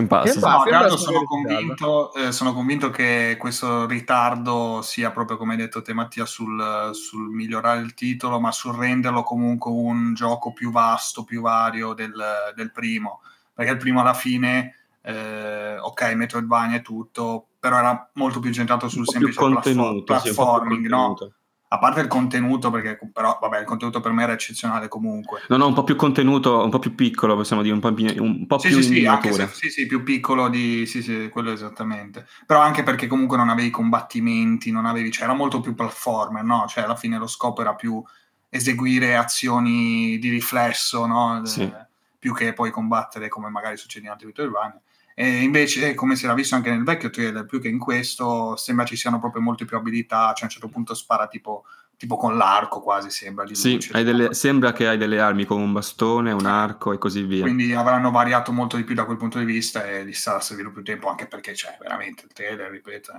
[SPEAKER 2] Sono convinto che questo ritardo sia proprio, come hai detto te Mattia, sul migliorare il titolo, ma sul renderlo comunque un gioco più vasto, più vario del primo, perché il primo alla fine ok, Metroidvania e tutto, però era molto più centrato sul semplice platforming, no? A parte il contenuto, perché però vabbè, il contenuto per me era eccezionale comunque.
[SPEAKER 3] No, un po' più contenuto, un po' più piccolo, possiamo dire, un po' più in miniatura.
[SPEAKER 2] Sì, più piccolo quello esattamente. Però anche perché comunque non avevi combattimenti, cioè era molto più platformer, no? Cioè alla fine lo scopo era più eseguire azioni di riflesso, no?
[SPEAKER 3] Sì.
[SPEAKER 2] Più che poi combattere come magari succede in altri Metroidvania. E invece, come si era visto anche nel vecchio trailer, più che in questo, sembra ci siano proprio molte più abilità, cioè a un certo punto spara tipo con l'arco quasi, sembra.
[SPEAKER 3] Sembra che hai delle armi come un bastone, un arco e così via.
[SPEAKER 2] Quindi avranno variato molto di più da quel punto di vista e gli sarà servito più tempo, anche perché veramente il trailer, ripeto,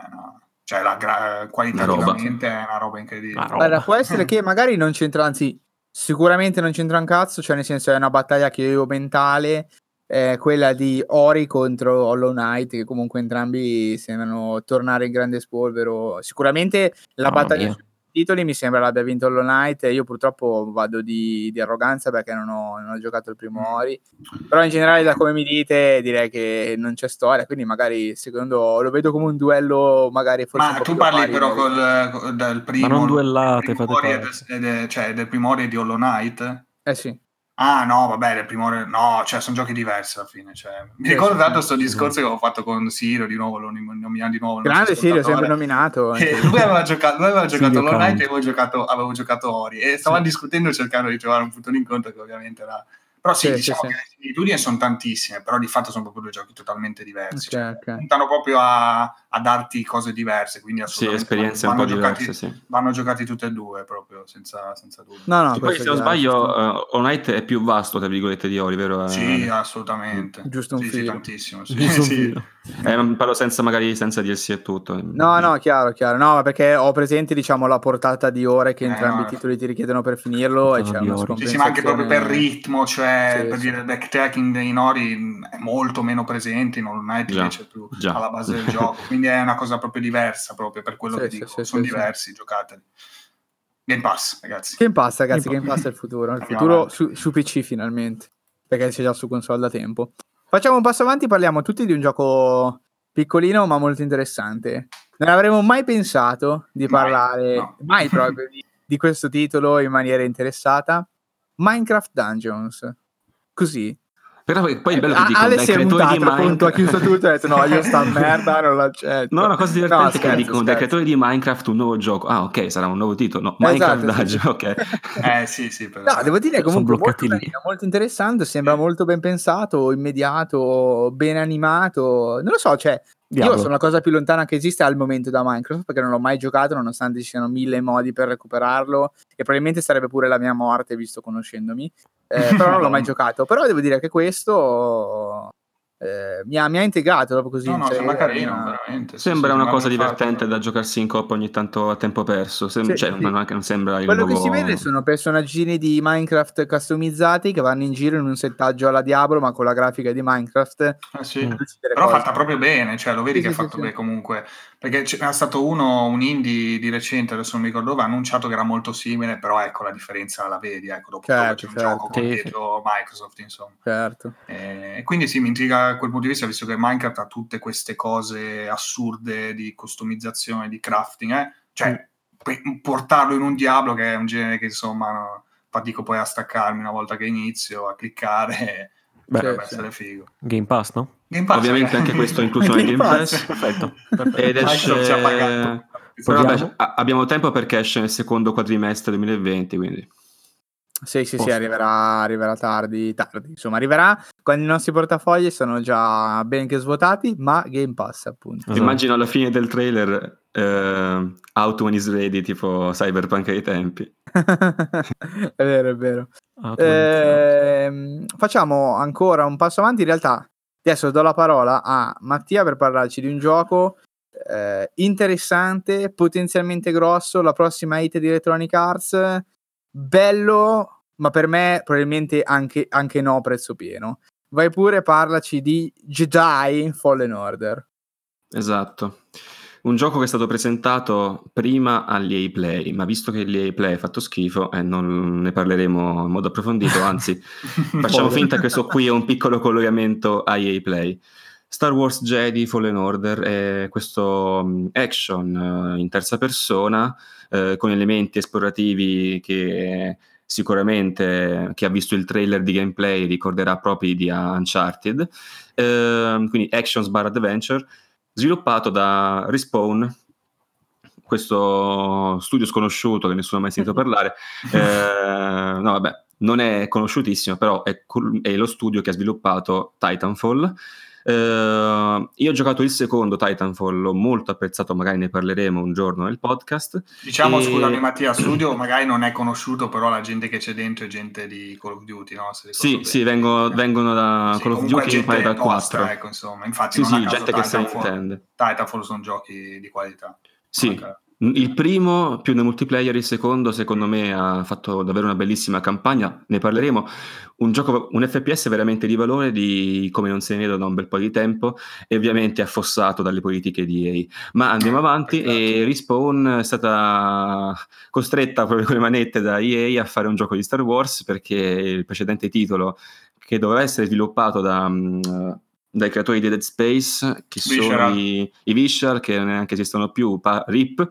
[SPEAKER 2] qualitativamente è una roba incredibile.
[SPEAKER 1] Allora, può essere che magari non c'entra, anzi sicuramente non c'entra un cazzo, cioè nel senso è una battaglia che io avevo mentale, quella di Ori contro Hollow Knight, che comunque entrambi sembrano tornare in grande spolvero. Sicuramente la battaglia sui titoli mi sembra l'abbia vinto Hollow Knight, e io purtroppo vado di arroganza perché non ho giocato il primo Ori, però in generale da come mi dite direi che non c'è storia, quindi magari secondo lo vedo come un duello magari forse.
[SPEAKER 2] Ma tu parli però del primo,
[SPEAKER 4] ma non duellate,
[SPEAKER 2] cioè del primo Ori di Hollow Knight?
[SPEAKER 1] Sì.
[SPEAKER 2] Ah no, vabbè, del primo no, cioè sono giochi diversi alla fine, cioè. Mi ricordo tanto questo discorso che avevo fatto con Siro, di nuovo lo nominiamo di nuovo.
[SPEAKER 1] Grande Siro, sempre nominato.
[SPEAKER 2] Lui aveva giocato Hollow Knight e avevo giocato Ori, e stavamo discutendo cercando di trovare un punto di incontro che ovviamente era. Però diciamo che le similitudini sono tantissime, però di fatto sono proprio due giochi totalmente diversi. Puntano proprio a darti cose diverse, quindi assolutamente
[SPEAKER 3] esperienze un po' diverse,
[SPEAKER 2] vanno giocati tutte e due proprio, senza dubbio.
[SPEAKER 1] No,
[SPEAKER 3] poi se non sbaglio Hollow Knight è più vasto, tra virgolette, di Ori, vero?
[SPEAKER 2] Sì, assolutamente.
[SPEAKER 1] Giusto un filo.
[SPEAKER 2] Tantissimo.
[SPEAKER 3] Parlo senza DLC e tutto.
[SPEAKER 1] No, chiaro. No, perché ho presente, diciamo, la portata di ore che entrambi i titoli ti richiedono per finirlo, e c'è una scompensazione.
[SPEAKER 2] Sì, ma anche proprio per ritmo, cioè per dire il backtracking in Ori è molto meno presente, in Hollow Knight invece è più alla base del gioco, quindi è una cosa proprio diversa, proprio per quello che dico, sono diversi, giocateli. Game Pass, ragazzi.
[SPEAKER 1] Game Pass è il futuro, su PC finalmente, perché c'è già su console da tempo. Facciamo un passo avanti, parliamo tutti di un gioco piccolino ma molto interessante. Non avremmo mai pensato di parlare mai proprio di questo titolo in maniera interessata. Minecraft Dungeons, così.
[SPEAKER 3] Però poi il bello che dicono,
[SPEAKER 1] dai creatori di Minecraft, ha chiuso tutto e ha detto no, io sta merda non l'accetto.
[SPEAKER 3] No, una cosa divertente è che dicono dai creatori di Minecraft un nuovo gioco. Ah, ok, sarà un nuovo titolo. No, Minecraft Dungeons, ok.
[SPEAKER 2] Sì, però.
[SPEAKER 1] No, devo dire comunque molto carino, molto interessante, sembra molto ben pensato, immediato, ben animato. Non lo so, cioè io sono la cosa più lontana che esiste al momento da Minecraft, perché non l'ho mai giocato, nonostante ci siano 1000 modi per recuperarlo, e probabilmente sarebbe pure la mia morte visto conoscendomi, però non l'ho mai giocato. Però devo dire che questo mi ha intrigato proprio così.
[SPEAKER 2] No, sembra carino, veramente.
[SPEAKER 3] Sembra una cosa divertente da giocarsi in coppia ogni tanto a tempo perso. Non sembra il
[SPEAKER 1] quello
[SPEAKER 3] nuovo...
[SPEAKER 1] che si vede sono personaggini di Minecraft customizzati che vanno in giro in un settaggio alla Diablo, ma con la grafica di Minecraft.
[SPEAKER 2] Però fatta proprio bene, cioè lo vedi che è fatto bene comunque. Perché c'era stato un indie di recente, adesso non mi ricordo dove, ha annunciato che era molto simile, però ecco la differenza la vedi, ecco, dopo c'è un gioco con dietro Microsoft, insomma.
[SPEAKER 1] Certo.
[SPEAKER 2] Quindi sì, mi intriga da quel punto di vista, visto che Minecraft ha tutte queste cose assurde di customizzazione, di crafting, cioè portarlo in un Diablo, che è un genere che insomma fatico poi a staccarmi una volta che inizio a cliccare. Potrebbe essere figo.
[SPEAKER 4] Game Pass, no?
[SPEAKER 2] Game Pass,
[SPEAKER 3] ovviamente anche questo è incluso nel Game Pass. Perfetto. Ed esce... Però vabbè, abbiamo tempo perché esce nel secondo quadrimestre 2020, quindi
[SPEAKER 1] sì, arriverà tardi, insomma arriverà quando i nostri portafogli sono già ben che svuotati, ma Game Pass appunto.
[SPEAKER 3] Esatto. Immagino alla fine del trailer Autumn is ready, tipo Cyberpunk ai tempi.
[SPEAKER 1] È vero. Facciamo ancora un passo avanti. In realtà adesso do la parola a Mattia per parlarci di un gioco interessante, potenzialmente grosso, la prossima hit di Electronic Arts, bello, ma per me probabilmente anche no, prezzo pieno. Vai pure, parlaci di Jedi Fallen Order.
[SPEAKER 3] Esatto. Un gioco che è stato presentato prima all'EA Play, ma visto che l'EA Play ha fatto schifo non ne parleremo in modo approfondito, anzi facciamo finta che questo qui è un piccolo collegamento a EA Play. Star Wars Jedi Fallen Order è questo action in terza persona con elementi esplorativi che sicuramente chi ha visto il trailer di gameplay ricorderà proprio di Uncharted, quindi action / adventure, sviluppato da Respawn, questo studio sconosciuto che nessuno ha mai sentito parlare. No, vabbè, non è conosciutissimo, però è lo studio che ha sviluppato Titanfall. Io ho giocato il secondo Titanfall, l'ho molto apprezzato, magari ne parleremo un giorno nel podcast.
[SPEAKER 2] Diciamo, scusami Mattia, studio magari non è conosciuto, però la gente che c'è dentro è gente di Call of Duty, no?
[SPEAKER 3] Sì, vengono da Call of Duty, un paio da 4.
[SPEAKER 2] Ecco, insomma. Infatti
[SPEAKER 3] sì, gente che se ne intende.
[SPEAKER 2] Titanfall sono giochi di qualità.
[SPEAKER 3] Sì, il primo più nel multiplayer, il secondo secondo me ha fatto davvero una bellissima campagna, ne parleremo. Un FPS veramente di valore, di come non se ne vedo da un bel po' di tempo, e ovviamente affossato dalle politiche di EA. Ma andiamo avanti, e Respawn è stata costretta proprio con le manette da EA a fare un gioco di Star Wars, perché il precedente titolo, che doveva essere sviluppato dai creatori di Dead Space, che sono i Visceral, che neanche esistono più, RIP.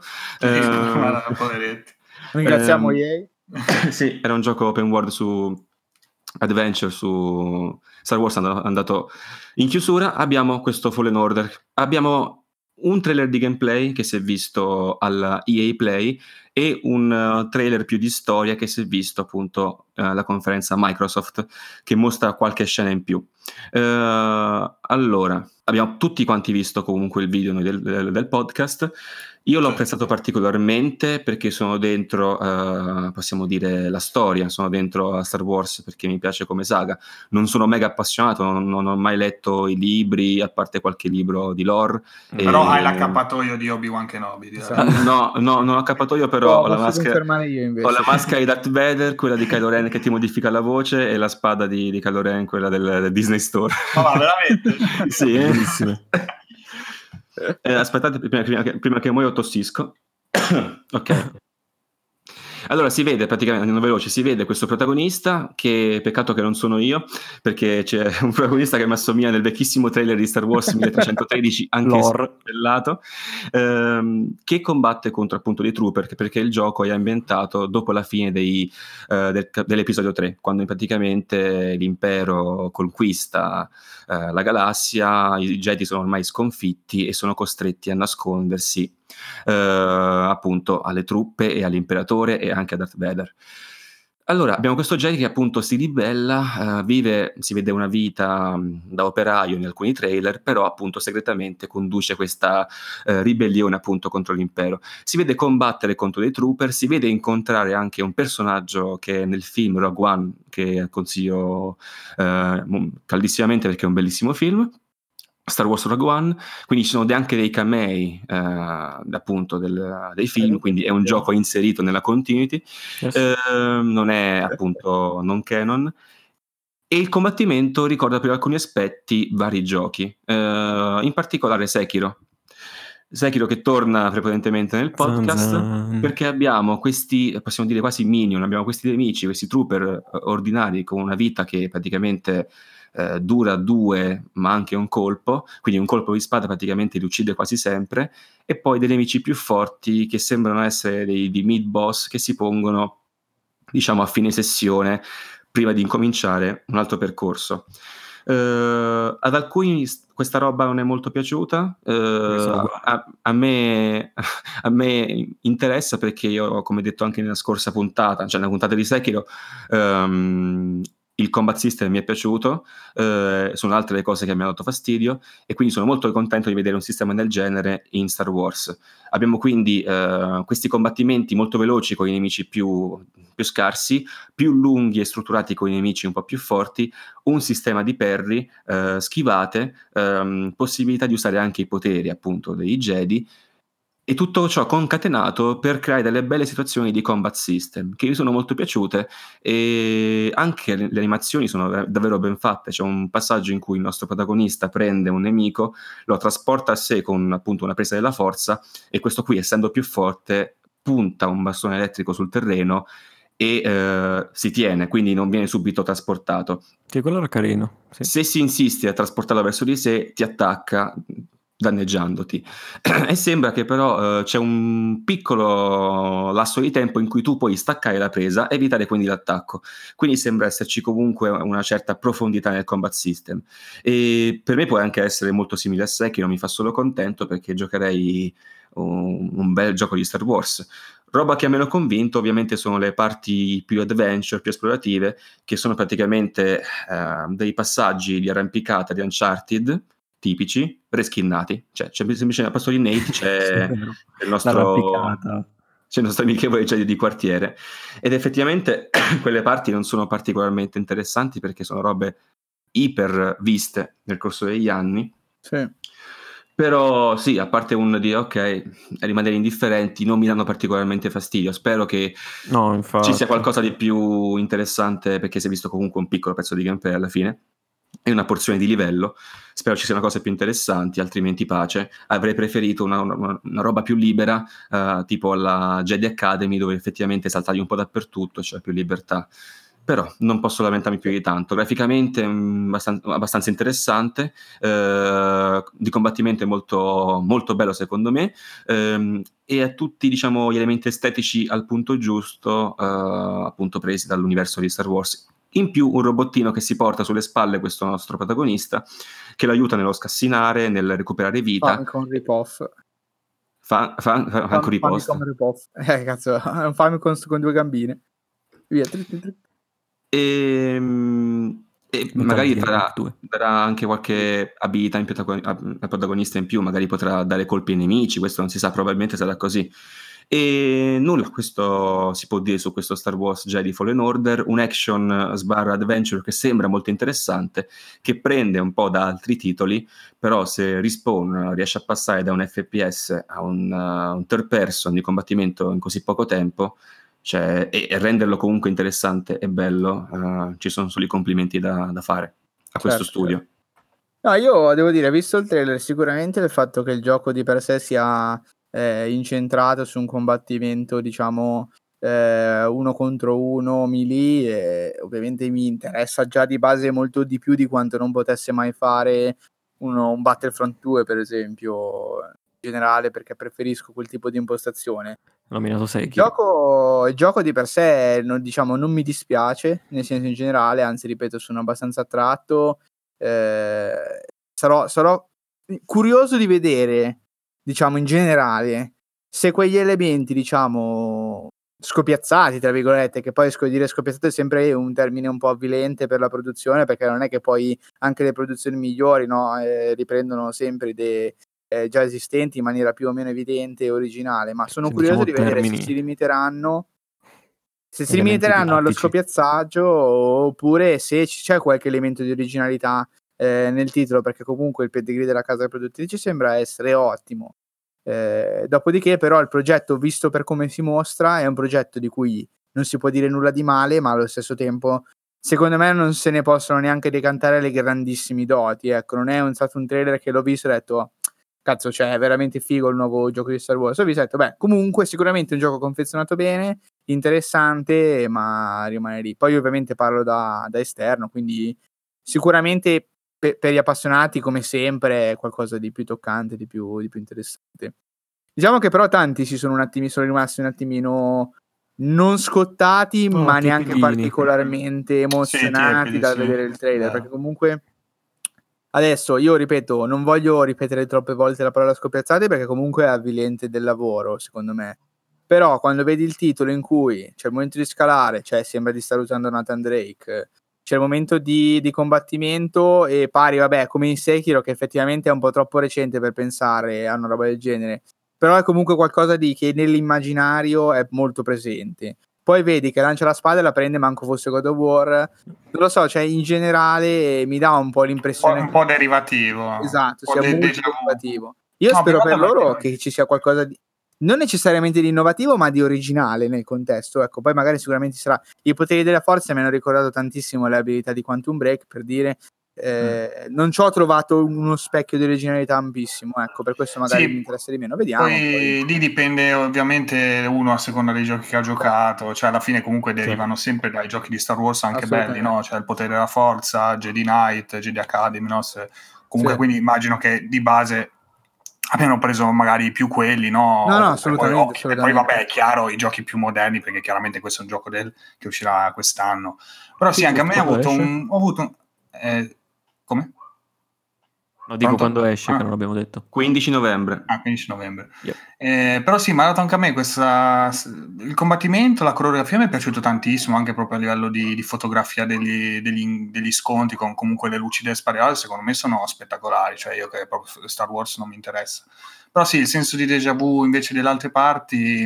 [SPEAKER 1] Ringraziamo EA.
[SPEAKER 3] Sì, era un gioco open world su adventure, su Star Wars, andato in chiusura. Abbiamo questo Fallen Order, abbiamo un trailer di gameplay che si è visto alla EA Play e un trailer più di storia che si è visto appunto alla conferenza Microsoft, che mostra qualche scena in più. Allora, abbiamo tutti quanti visto comunque il video del podcast. Io l'ho apprezzato particolarmente perché sono dentro, possiamo dire, la storia, sono dentro a Star Wars perché mi piace come saga. Non sono mega appassionato, non ho mai letto i libri, a parte qualche libro di lore.
[SPEAKER 2] Però hai l'accappatoio di Obi-Wan Kenobi.
[SPEAKER 3] No, non ho l'accappatoio, però ho la maschera di Darth Vader, quella di Kylo Ren che ti modifica la voce, e la spada di Kylo Ren, quella del Disney Store.
[SPEAKER 2] Ma veramente?
[SPEAKER 3] Sì, bellissimo. Aspettate, prima che muoio tossisco. Ok. Allora si vede praticamente, andando veloce, si vede questo protagonista, che peccato che non sono io, perché c'è un protagonista che mi assomiglia nel vecchissimo trailer di Star Wars 1313, anche spellato, che combatte contro appunto dei trooper, perché il gioco è ambientato dopo la fine dell'episodio 3, quando praticamente l'impero conquista la galassia, i Jedi sono ormai sconfitti e sono costretti a nascondersi appunto alle truppe e all'imperatore e anche a Darth Vader. Allora abbiamo questo Jedi che appunto si ribella, si vede una vita da operaio in alcuni trailer, però appunto segretamente conduce questa ribellione appunto contro l'impero. Si vede combattere contro dei trooper, si vede incontrare anche un personaggio che nel film Rogue One, che consiglio caldissimamente perché è un bellissimo film. Star Wars Rogue One, quindi ci sono anche dei camei appunto dei film, quindi è un gioco inserito nella continuity, non è appunto non canon, e il combattimento ricorda per alcuni aspetti vari giochi, in particolare Sekiro che torna prepotentemente nel podcast, perché abbiamo questi, possiamo dire quasi minion, abbiamo questi nemici, questi trooper ordinari con una vita che praticamente dura 2, ma anche un colpo, quindi un colpo di spada praticamente li uccide quasi sempre, e poi dei nemici più forti che sembrano essere dei mid boss che si pongono, diciamo, a fine sessione prima di incominciare un altro percorso. Ad alcuni questa roba non è molto piaciuta, a me interessa, perché io, come detto anche nella scorsa puntata, cioè nella puntata di Sekiro, il combat system mi è piaciuto, sono altre le cose che mi hanno dato fastidio, e quindi sono molto contento di vedere un sistema del genere in Star Wars. Abbiamo quindi questi combattimenti molto veloci con i nemici più scarsi, più lunghi e strutturati con i nemici un po' più forti, un sistema di parry, schivate, possibilità di usare anche i poteri appunto dei Jedi, e tutto ciò concatenato per creare delle belle situazioni di combat system che mi sono molto piaciute, e anche le animazioni sono davvero ben fatte. C'è un passaggio in cui il nostro protagonista prende un nemico, lo trasporta a sé con appunto una presa della forza, e questo qui, essendo più forte, punta un bastone elettrico sul terreno e si tiene, quindi non viene subito trasportato.
[SPEAKER 4] Che quello era carino. Sì.
[SPEAKER 3] Se si insiste a trasportarlo verso di sé, ti attacca danneggiandoti. E sembra che però c'è un piccolo lasso di tempo in cui tu puoi staccare la presa e evitare quindi l'attacco, quindi sembra esserci comunque una certa profondità nel combat system, e per me può anche essere molto simile a Sekiro, mi fa solo contento perché giocherei un bel gioco di Star Wars. Roba che ha meno convinto ovviamente sono le parti più adventure, più esplorative, che sono praticamente dei passaggi di arrampicata di Uncharted tipici, reskinnati, cioè c'è semplicemente al posto di Nate c'è il nostro amichevole Jedi di quartiere, ed effettivamente quelle parti non sono particolarmente interessanti perché sono robe iper viste nel corso degli anni.
[SPEAKER 1] Sì.
[SPEAKER 3] Però sì, a parte un dire ok, rimanere indifferenti, non mi danno particolarmente fastidio. Spero che ci sia qualcosa di più interessante, perché si è visto comunque un piccolo pezzo di gameplay alla fine e una porzione di livello. Spero ci siano cose più interessanti, altrimenti pace. Avrei preferito una roba più libera, tipo alla Jedi Academy, dove effettivamente saltavi un po' dappertutto, c'era più libertà. Però non posso lamentarmi più di tanto. Graficamente abbastanza interessante, di combattimento è molto, molto bello secondo me, e ha tutti, diciamo, gli elementi estetici al punto giusto, appunto presi dall'universo di Star Wars. In più un robottino che si porta sulle spalle questo nostro protagonista, che lo aiuta nello scassinare, nel recuperare vita.
[SPEAKER 1] Famicom Ripoff.
[SPEAKER 3] Famicom
[SPEAKER 1] Ripoff. Cazzo, è un Famicom con 2 gambine. Via.
[SPEAKER 3] E magari darà anche qualche abilità al protagonista in più, magari potrà dare colpi ai nemici, questo non si sa, probabilmente sarà così. E nulla, questo si può dire su questo Star Wars Jedi Fallen Order, un action / adventure che sembra molto interessante, che prende un po' da altri titoli, però se Respawn riesce a passare da un FPS a un third person di combattimento in così poco tempo, cioè, e renderlo comunque interessante e bello, ci sono solo i complimenti da fare a questo studio.
[SPEAKER 1] No, io devo dire, visto il trailer, sicuramente il fatto che il gioco di per sé sia incentrato su un combattimento, diciamo, 1 contro 1 melee, ovviamente mi interessa già di base molto di più di quanto non potesse mai fare un Battlefront 2, per esempio, in generale, perché preferisco quel tipo di impostazione.
[SPEAKER 4] Nominato
[SPEAKER 1] Il gioco di per sé non mi dispiace, nel senso, in generale, anzi ripeto, sono abbastanza attratto. Sarò curioso di vedere, diciamo, in generale, se quegli elementi, diciamo, scopiazzati, tra virgolette, che poi dire scopiazzato è sempre un termine un po' avvilente per la produzione, perché non è che poi anche le produzioni migliori, no, riprendono sempre idee già esistenti in maniera più o meno evidente e originale, ma sono curioso di vedere se si limiteranno allo scopiazzaggio, oppure se c'è qualche elemento di originalità nel titolo, perché comunque il pedigree della casa produttrice sembra essere ottimo. Dopodiché però il progetto, visto per come si mostra, è un progetto di cui non si può dire nulla di male, ma allo stesso tempo secondo me non se ne possono neanche decantare le grandissimi doti, ecco. Non è stato un trailer che l'ho visto e ho detto cazzo, cioè è veramente figo il nuovo gioco di Star Wars. Ho visto, beh, comunque sicuramente un gioco confezionato bene, interessante, ma rimane lì. Poi ovviamente parlo da esterno, quindi sicuramente per gli appassionati, come sempre, è qualcosa di più toccante, di più interessante. Diciamo che però tanti sono rimasti un attimino non scottati, ma neanche particolarmente emozionati dal vedere il trailer, perché comunque adesso io ripeto, non voglio ripetere troppe volte la parola scoppiazzate, perché comunque è avvilente del lavoro, secondo me. Però quando vedi il titolo in cui c'è il momento di scalare, cioè sembra di stare usando Nathan Drake, c'è il momento di combattimento e pari, vabbè, come in Sekiro, che effettivamente è un po' troppo recente per pensare a una roba del genere, però è comunque qualcosa che nell'immaginario è molto presente. Poi vedi che lancia la spada e la prende manco fosse God of War. Non lo so, cioè in generale mi dà un po' l'impressione
[SPEAKER 2] un po' derivativo.
[SPEAKER 1] Esatto, sia molto derivativo. Io spero per loro che ci sia qualcosa di non necessariamente di innovativo, ma di originale nel contesto. Ecco, poi magari sicuramente sarà. I poteri della forza mi hanno ricordato tantissimo le abilità di Quantum Break, per dire. Non ci ho trovato uno specchio di originalità ampissimo, ecco, per questo magari mi interessa di meno, vediamo.
[SPEAKER 2] Poi lì dipende ovviamente uno a seconda dei giochi che ha giocato, cioè alla fine comunque derivano sempre dai giochi di Star Wars anche belli, no? Cioè il potere della forza, Jedi Knight, Jedi Academy, no? Comunque quindi immagino che di base abbiano preso magari più quelli, no?
[SPEAKER 1] No, assolutamente.
[SPEAKER 2] E poi vabbè, è chiaro, i giochi più moderni, perché chiaramente questo è un gioco che uscirà quest'anno. Però sì, anche a me ho avuto un come?
[SPEAKER 4] No, dico quando esce, che non abbiamo detto.
[SPEAKER 3] 15 novembre.
[SPEAKER 2] 15 novembre. Yep. Però sì, mi ha dato anche a me il combattimento, la coreografia mi è piaciuto tantissimo, anche proprio a livello di fotografia degli scontri, con comunque le luci del spariale, secondo me sono spettacolari, cioè io che proprio Star Wars non mi interessa. Però sì, il senso di déjà vu invece delle altre parti,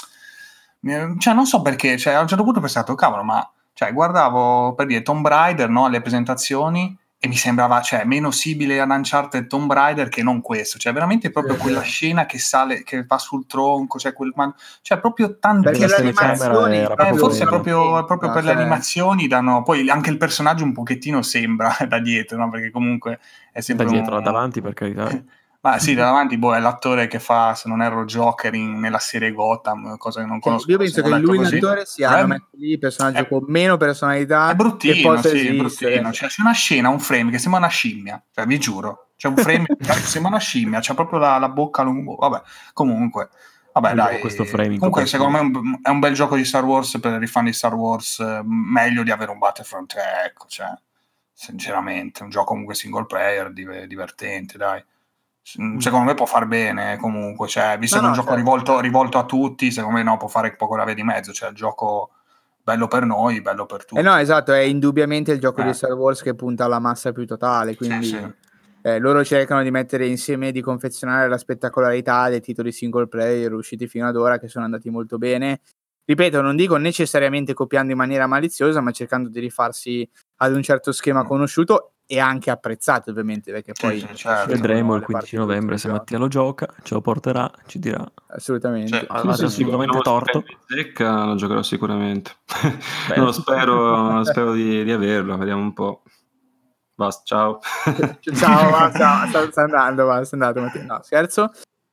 [SPEAKER 2] cioè non so perché, cioè a un certo punto ho pensato, cavolo, ma cioè, guardavo per dire Tomb Raider, no, alle presentazioni, e mi sembrava, cioè, meno simile ad Uncharted Tomb Raider che non questo, cioè veramente proprio quella scena che sale, che va sul tronco, cioè proprio tanto,
[SPEAKER 1] perché l'animazione
[SPEAKER 2] forse proprio per le animazioni danno, poi anche il personaggio un pochettino sembra da dietro, no? Perché comunque è sempre
[SPEAKER 4] da dietro, da davanti, per carità.
[SPEAKER 2] Ma sì, da davanti è l'attore che fa, se non erro, Joker nella serie Gotham, cosa che non conosco.
[SPEAKER 1] Io penso che lui l'attore hanno messo lì il personaggio con meno personalità,
[SPEAKER 2] è bruttino,
[SPEAKER 1] che possa
[SPEAKER 2] esistere. Bruttino. Cioè, c'è una scena, un frame che sembra una scimmia, cioè, vi giuro, c'è un frame che sembra una scimmia, c'ha proprio la bocca lunga, vabbè, comunque. Vabbè, dai,
[SPEAKER 4] questo frame
[SPEAKER 2] comunque secondo me è un bel gioco di Star Wars per i fan di Star Wars, meglio di avere un Battlefront, ecco, cioè, sinceramente, un gioco comunque single player, divertente, dai. Secondo me può far bene comunque, cioè, visto che è un gioco rivolto a tutti, secondo me può fare poco la via di mezzo, cioè il gioco bello per noi, bello per tutti.
[SPEAKER 1] No, esatto, è indubbiamente il gioco di Star Wars che punta alla massa più totale, quindi loro cercano di mettere insieme, di confezionare la spettacolarità dei titoli single player usciti fino ad ora, che sono andati molto bene. Ripeto, non dico necessariamente copiando in maniera maliziosa, ma cercando di rifarsi ad un certo schema conosciuto e anche apprezzato, ovviamente, perché poi
[SPEAKER 4] vedremo il 15 novembre se Mattia lo gioca, ce lo porterà, ci dirà.
[SPEAKER 1] Assolutamente.
[SPEAKER 4] Ha sicuramente torto.
[SPEAKER 3] Secca lo giocherò sicuramente. Non lo spero di averlo, vediamo un po'. Basta, ciao.
[SPEAKER 1] Ciao, sta andando Mattia. No, scherzo.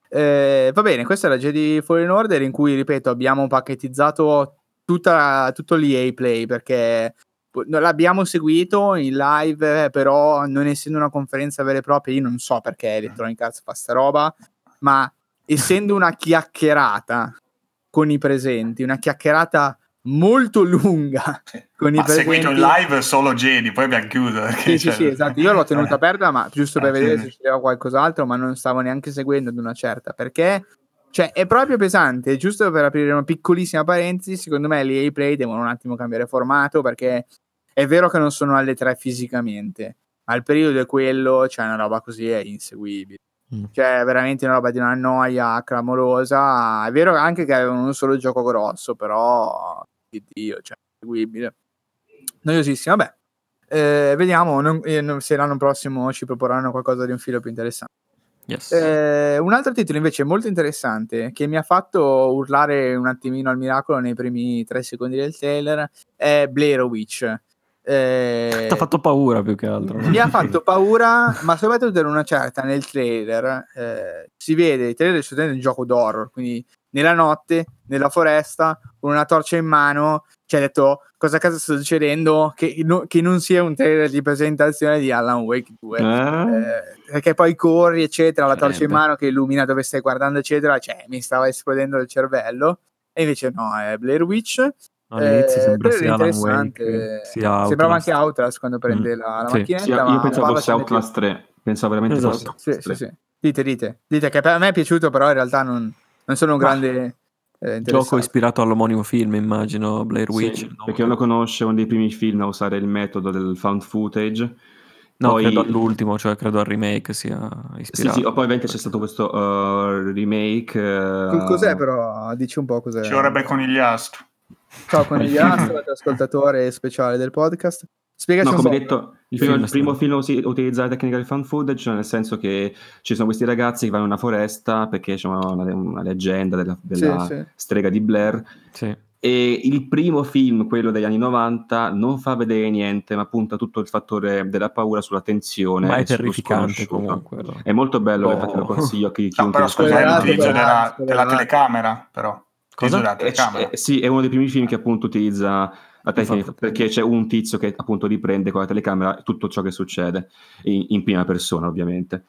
[SPEAKER 1] Va bene, questa è la Jedi Fallen Order, in cui, ripeto, abbiamo pacchettizzato tutto l'EA Play, perché l'abbiamo seguito in live, però non essendo una conferenza vera e propria, io non so perché Electronic Arts fa sta roba, ma essendo una chiacchierata con i presenti, una chiacchierata molto lunga con i presenti.
[SPEAKER 2] Seguito in live solo Jedi, poi abbiamo chiuso.
[SPEAKER 1] Sì, esatto. Io l'ho tenuta aperta, ma giusto per vedere se c'era qualcos'altro, ma non stavo neanche seguendo ad una certa, perché cioè è proprio pesante. Giusto per aprire una piccolissima parentesi, secondo me gli EA Play devono un attimo cambiare formato, perché è vero che non sono alle 3 fisicamente, ma il periodo è quello, cioè una roba così è inseguibile. Cioè veramente una roba di una noia clamorosa. È vero anche che avevano un solo gioco grosso, però Dio, cioè inseguibile, noiosissimo. Vabbè, Vediamo se l'anno prossimo ci proporranno qualcosa di un filo più interessante.
[SPEAKER 4] Yes.
[SPEAKER 1] Un altro titolo invece molto interessante che mi ha fatto urlare un attimino al miracolo nei primi 3 secondi del trailer è Blair Witch.
[SPEAKER 4] Ti ha fatto paura più che altro.
[SPEAKER 1] Mi ha fatto paura, ma soprattutto in una certa nel trailer si vede, il trailer è assolutamente un gioco d'horror, quindi nella notte, nella foresta, con una torcia in mano, ci ha detto cosa cazzo sta succedendo, che non sia un trailer di presentazione di Alan Wake 2, perché poi corri eccetera, la torcia in mano che illumina dove stai guardando eccetera, cioè mi stava esplodendo il cervello, e invece no, è Blair Witch.
[SPEAKER 4] All'inizio sembra sia Alan
[SPEAKER 1] interessante,
[SPEAKER 4] Wake, sia
[SPEAKER 1] sembrava
[SPEAKER 4] Outlast.
[SPEAKER 1] anche Outlast quando prende la
[SPEAKER 4] Sì.
[SPEAKER 1] macchinetta.
[SPEAKER 3] Sì, io pensavo fosse Outlast 3, pensavo veramente fosse
[SPEAKER 1] Outlast 3. Sì. Dite che per me è piaciuto, però in realtà non sono un grande
[SPEAKER 4] gioco ispirato all'omonimo film, immagino, Blair Witch.
[SPEAKER 3] Sì, per chi non lo conosce, uno dei primi film a usare il metodo del found footage.
[SPEAKER 4] No, credo all'ultimo, cioè credo al remake sia ispirato.
[SPEAKER 3] Sì, poi ovviamente c'è stato questo remake.
[SPEAKER 1] Cos'è però? Dici un po' cos'è.
[SPEAKER 2] Ci vorrebbe Conigliastro.
[SPEAKER 1] Ciao Conigliastro, ascoltatore speciale del podcast. Spiegaci un po'.
[SPEAKER 3] Come detto, il primo film utilizza la tecnica del found footage, nel senso che ci sono questi ragazzi che vanno in una foresta perché c'è una leggenda della strega di Blair.
[SPEAKER 4] Sì.
[SPEAKER 3] E il primo film, quello degli anni 90, non fa vedere niente, ma punta tutto il fattore della paura sulla tensione.
[SPEAKER 4] Ma è terrificante comunque.
[SPEAKER 3] È molto bello, infatti lo consiglio a chiunque.
[SPEAKER 2] No, però scusa, l'utilizzo della telecamera, però.
[SPEAKER 3] Cosa? Sì, è uno dei primi film che appunto utilizza la tecnica, perché c'è un tizio che appunto riprende con la telecamera tutto ciò che succede, in prima persona ovviamente.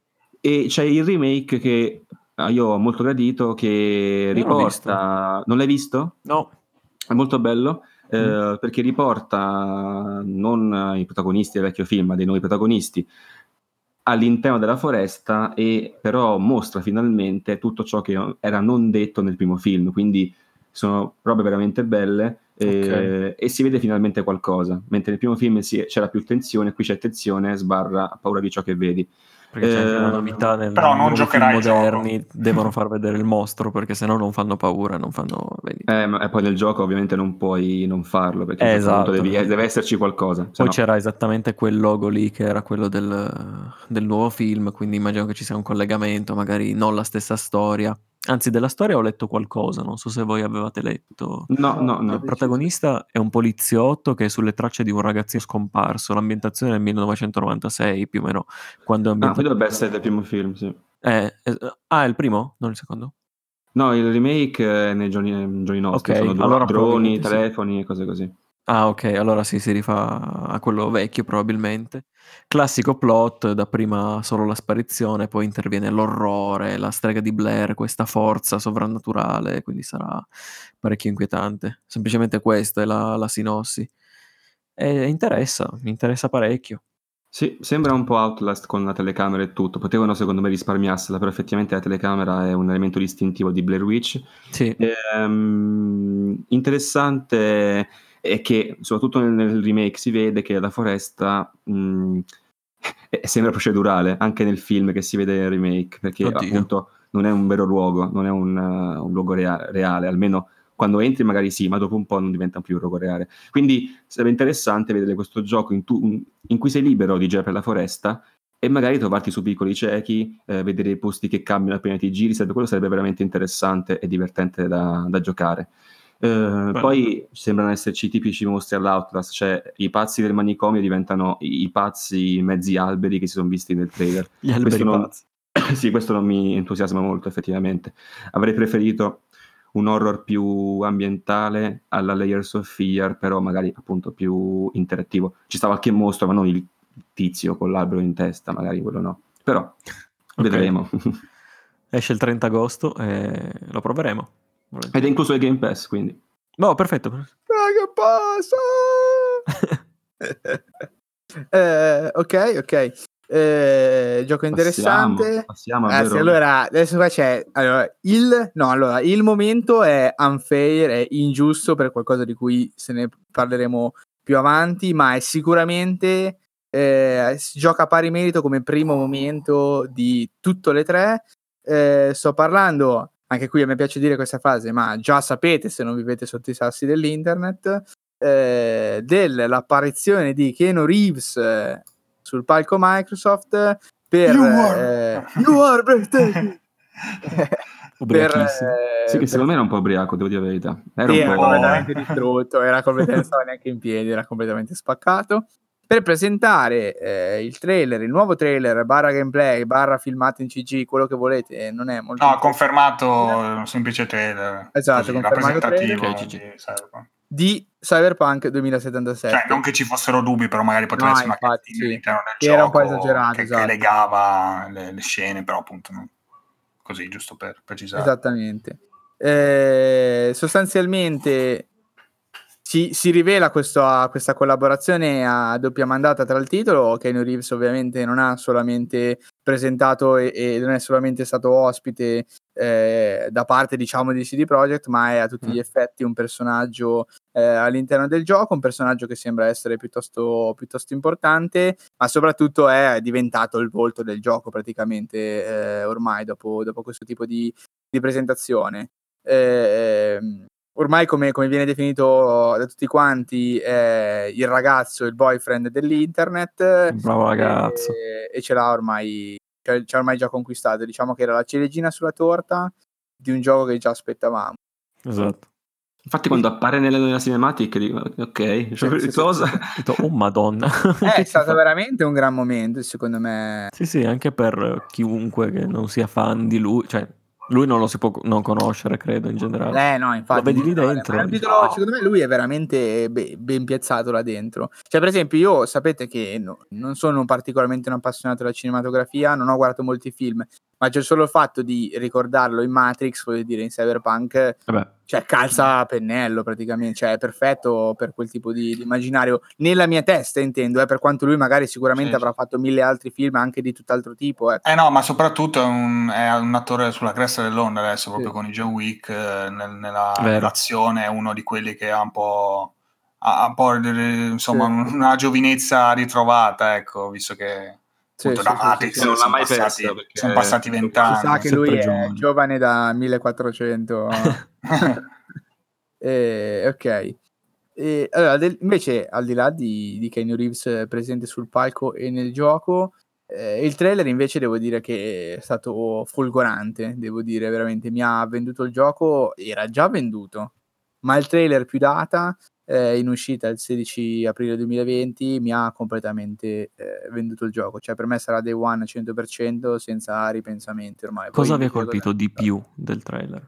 [SPEAKER 3] E c'è il remake che io ho molto gradito, che riporta... Non l'hai visto?
[SPEAKER 4] No.
[SPEAKER 3] È molto bello, perché riporta non i protagonisti del vecchio film, ma dei nuovi protagonisti all'interno della foresta, e però mostra finalmente tutto ciò che era non detto nel primo film, quindi sono robe veramente belle, e si vede finalmente qualcosa, mentre nel primo film c'era più tensione, qui c'è tensione / paura di ciò che vedi.
[SPEAKER 4] Perché c'è anche una novità
[SPEAKER 2] però non giocherai
[SPEAKER 4] film moderni, devono far vedere il mostro perché sennò non fanno paura, non fanno vendita.
[SPEAKER 3] E poi nel gioco ovviamente non puoi non farlo, perché
[SPEAKER 4] esatto,
[SPEAKER 3] deve esserci qualcosa.
[SPEAKER 4] Poi c'era esattamente quel logo lì che era quello del nuovo film, quindi immagino che ci sia un collegamento, magari non la stessa storia. Anzi, della storia ho letto qualcosa, non so se voi avevate letto.
[SPEAKER 3] No.
[SPEAKER 4] Il protagonista è un poliziotto che è sulle tracce di un ragazzino scomparso. L'ambientazione è nel 1996, più o meno, quando è ambientato.
[SPEAKER 3] Dovrebbe essere del primo film, sì.
[SPEAKER 4] È il primo? Non il secondo?
[SPEAKER 3] No, il remake è nei giorni nostri, sono
[SPEAKER 4] allora
[SPEAKER 3] droni, telefoni e cose così.
[SPEAKER 4] Ah, ok, allora sì, si rifà a quello vecchio probabilmente. Classico plot, dapprima solo la sparizione, poi interviene l'orrore, la strega di Blair, questa forza sovrannaturale, quindi sarà parecchio inquietante. Semplicemente questa è la sinossi. E mi interessa parecchio.
[SPEAKER 3] Sì, sembra un po' Outlast con la telecamera e tutto. Potevano secondo me risparmiarsela, però effettivamente la telecamera è un elemento distintivo di Blair Witch.
[SPEAKER 4] Sì.
[SPEAKER 3] Interessante è che soprattutto nel remake si vede che la foresta sembra procedurale, anche nel film che si vede nel remake, perché appunto non è un vero luogo, non è un luogo reale, almeno quando entri magari sì, ma dopo un po' non diventa più un luogo reale. Quindi sarebbe interessante vedere questo gioco in cui sei libero di girare per la foresta e magari trovarti su piccoli ciechi, vedere i posti che cambiano appena ti giri, quello sarebbe veramente interessante e divertente da giocare. Poi sembrano esserci tipici mostri all'Outlast, cioè i pazzi del manicomio diventano i pazzi mezzi alberi che si sono visti nel trailer.
[SPEAKER 4] Gli alberi pazzi.
[SPEAKER 3] Sì, questo non mi entusiasma molto effettivamente. Avrei preferito un horror più ambientale alla Layers of Fear, però magari appunto più interattivo. Ci sta qualche mostro, ma non il tizio con l'albero in testa, magari quello no. Però vedremo.
[SPEAKER 4] Esce il 30 agosto e lo proveremo.
[SPEAKER 3] Ed è incluso il Game Pass, quindi.
[SPEAKER 4] No, perfetto.
[SPEAKER 1] Che passa? Ok. Gioco interessante.
[SPEAKER 3] Passiamo
[SPEAKER 1] allora, adesso qua c'è il momento è unfair, è ingiusto per qualcosa di cui se ne parleremo più avanti, ma è sicuramente si gioca a pari merito come primo momento di tutte le tre. Sto parlando, anche qui a me piace dire questa frase, ma già sapete se non vivete sotto i sassi dell'internet, dell'apparizione di Keanu Reeves sul palco Microsoft per You are breathtaking.
[SPEAKER 3] Ubriachissimo. Sì, che secondo me era un po' ubriaco, devo dire la verità.
[SPEAKER 1] Era completamente distrutto, era completamente, non stava neanche in piedi, era completamente spaccato. Per presentare il trailer, il nuovo trailer, barra gameplay, barra filmato in CG, quello che volete, non è molto...
[SPEAKER 2] No, confermato un semplice trailer.
[SPEAKER 1] Esatto,
[SPEAKER 2] così, rappresentativo di
[SPEAKER 1] Cyberpunk 2077.
[SPEAKER 2] Cioè, non che ci fossero dubbi, però magari poteva essere una
[SPEAKER 1] cazzina
[SPEAKER 2] all'interno del
[SPEAKER 1] che
[SPEAKER 2] gioco,
[SPEAKER 1] era un po' esagerato,
[SPEAKER 2] che legava le scene, però appunto non... così, giusto per precisare.
[SPEAKER 1] Esattamente. Sostanzialmente si rivela questa collaborazione a doppia mandata tra il titolo. Keanu Reeves ovviamente non ha solamente presentato e non è solamente stato ospite da parte, diciamo, di CD Projekt, ma è a tutti gli effetti un personaggio all'interno del gioco, un personaggio che sembra essere piuttosto importante, ma soprattutto è diventato il volto del gioco praticamente ormai dopo questo tipo di presentazione. Ormai come viene definito da tutti quanti il ragazzo, il boyfriend dell'internet,
[SPEAKER 4] bravo ragazzo,
[SPEAKER 1] e ce l'ha ormai, c'è ormai già conquistato. Diciamo che era la ciliegina sulla torta di un gioco che già aspettavamo.
[SPEAKER 4] Esatto.
[SPEAKER 3] Infatti quando appare nella cinematic dico ok, cosa?
[SPEAKER 4] Oh madonna.
[SPEAKER 1] È stato veramente un gran momento, secondo me.
[SPEAKER 4] Sì, anche per chiunque che non sia fan di lui, cioè lui non lo si può non conoscere, credo, in generale.
[SPEAKER 1] No, infatti,
[SPEAKER 4] lo vedi lì dentro.
[SPEAKER 1] Ma è un titolo, secondo me lui è veramente ben piazzato là dentro. Cioè, per esempio, io sapete che non sono particolarmente un appassionato della cinematografia, non ho guardato molti film, ma c'è solo il fatto di ricordarlo in Matrix, voglio dire, in Cyberpunk, cioè calza a pennello praticamente, cioè è perfetto per quel tipo di immaginario, nella mia testa intendo, per quanto lui magari sicuramente avrà fatto 1000 altri film anche di tutt'altro tipo.
[SPEAKER 2] No, ma soprattutto è un attore sulla cresta dell'onda adesso, proprio con i John Wick, nell'azione è uno di quelli che ha un po' insomma una giovinezza ritrovata, ecco, visto che appunto da Matrix
[SPEAKER 3] non l'ha mai persa,
[SPEAKER 2] sono passati 20 anni.
[SPEAKER 1] Si sa che lui è giovane da 1400. Ok. Allora, invece, al di là di Keanu Reeves presente sul palco e nel gioco, il trailer invece devo dire che è stato folgorante, devo dire, veramente mi ha venduto il gioco, era già venduto, ma il trailer più data in uscita il 16 aprile 2020 mi ha completamente venduto il gioco, cioè per me sarà Day One 100% senza ripensamenti ormai.
[SPEAKER 4] Cosa vi ha colpito di più del trailer?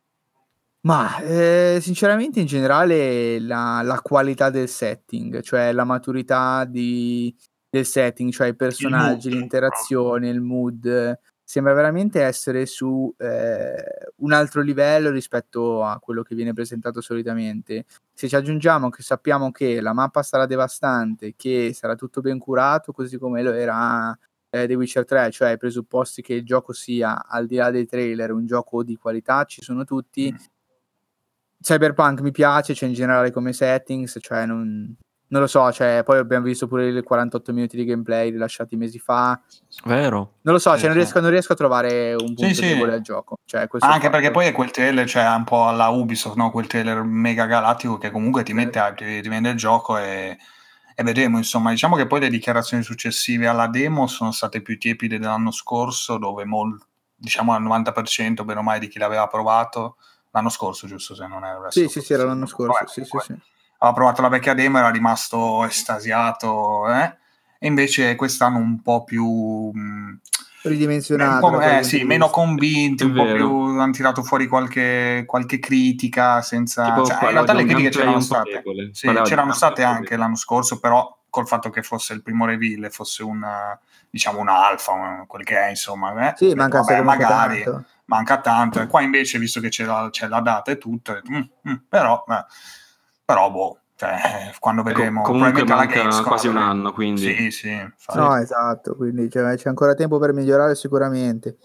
[SPEAKER 1] Ma sinceramente in generale la qualità del setting, cioè la maturità del setting, cioè i personaggi, l'interazione, il mood, sembra veramente essere su un altro livello rispetto a quello che viene presentato solitamente. Se ci aggiungiamo che sappiamo che la mappa sarà devastante, che sarà tutto ben curato, così come lo era The Witcher 3, cioè i presupposti che il gioco sia, al di là dei trailer, un gioco di qualità, ci sono tutti. Cyberpunk mi piace, cioè in generale come settings, cioè non lo so, cioè poi abbiamo visto pure i 48 minuti di gameplay rilasciati mesi fa.
[SPEAKER 4] Vero?
[SPEAKER 1] Non lo so, cioè non riesco a trovare un punto debole al gioco. Cioè,
[SPEAKER 2] anche perché poi è quel trailer, cioè un po' alla Ubisoft, no? Quel trailer mega galattico che comunque ti mette ti vende il gioco e vedremo, insomma. Diciamo che poi le dichiarazioni successive alla demo sono state più tiepide dell'anno scorso, dove diciamo al 90% bene o male di chi l'aveva provato l'anno scorso, giusto, se non è
[SPEAKER 1] sì, era l'anno scorso, sì.
[SPEAKER 2] Aveva provato la vecchia demo, era rimasto estasiato, e invece quest'anno un po' più
[SPEAKER 1] ridimensionato,
[SPEAKER 2] meno convinti, un po' più hanno tirato fuori qualche critica senza in realtà le critiche c'erano state c'erano state anche l'anno scorso, però col fatto che fosse il primo reveal e fosse una alfa, quel che è, insomma,
[SPEAKER 1] sì, magari
[SPEAKER 2] manca tanto, e qua invece, visto che c'è la data e tutto, però boh, cioè, quando vedremo
[SPEAKER 3] comunque manca quasi un anno, quindi
[SPEAKER 2] sì.
[SPEAKER 1] No, esatto, quindi c'è ancora tempo per migliorare sicuramente,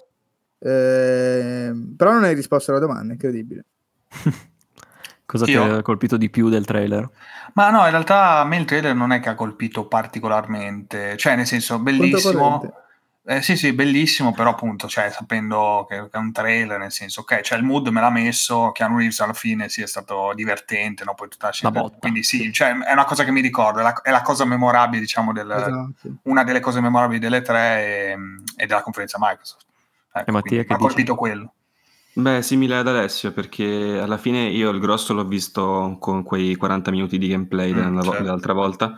[SPEAKER 1] però non hai risposto alla domanda, incredibile.
[SPEAKER 4] Cosa ti ha colpito di più del trailer?
[SPEAKER 2] Ma no, in realtà a me il trailer non è che ha colpito particolarmente, cioè nel senso bellissimo, Sì, bellissimo, però appunto, cioè, sapendo che è un trailer, nel senso, ok, cioè il mood me l'ha messo, Keanu Reeves alla fine è stato divertente, no? Poi tutta la scena, quindi sì, cioè, è una cosa che mi ricordo, è la cosa memorabile, diciamo,
[SPEAKER 1] esatto.
[SPEAKER 2] una delle cose memorabili delle 3 e della conferenza Microsoft. Ecco,
[SPEAKER 4] Mattia,
[SPEAKER 2] mi ha colpito quello.
[SPEAKER 3] Beh, simile ad Alessio, perché alla fine io il grosso l'ho visto con quei 40 minuti di gameplay dell'altra volta,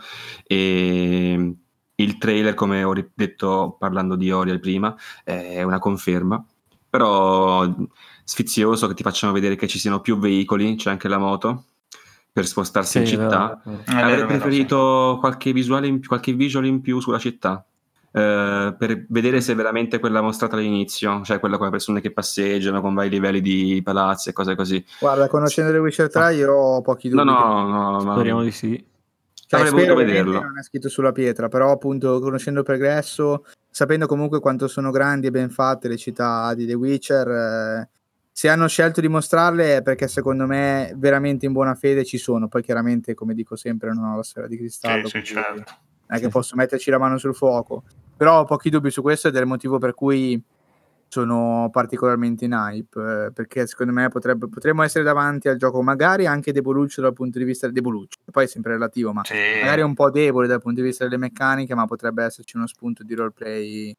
[SPEAKER 3] e il trailer, come ho detto parlando di Ori prima, è una conferma, però sfizioso che ti facciano vedere che ci siano più veicoli, c'è anche la moto per spostarsi in città. Avrei preferito qualche visuale qualche visual in più sulla città, per vedere se veramente quella mostrata all'inizio, cioè quella con le persone che passeggiano con vari livelli di palazzi e cose così.
[SPEAKER 1] Guarda, conoscendo The Witcher 3 io ho pochi dubbi.
[SPEAKER 3] No,
[SPEAKER 4] speriamo di sì.
[SPEAKER 1] Cioè,
[SPEAKER 3] avrei voluto vederlo.
[SPEAKER 1] Non è scritto sulla pietra, però appunto conoscendo il progresso, sapendo comunque quanto sono grandi e ben fatte le città di The Witcher, se hanno scelto di mostrarle è perché secondo me veramente in buona fede ci sono. Poi chiaramente, come dico sempre, non ho la sfera di cristallo,
[SPEAKER 2] sì, certo.
[SPEAKER 1] non è che posso metterci la mano sul fuoco, però ho pochi dubbi su questo ed è il motivo per cui sono particolarmente in hype, perché secondo me potremmo essere davanti al gioco magari anche deboluccio dal punto di vista deboluccio, poi è sempre relativo, ma magari un po' debole dal punto di vista delle meccaniche, ma potrebbe esserci uno spunto di roleplay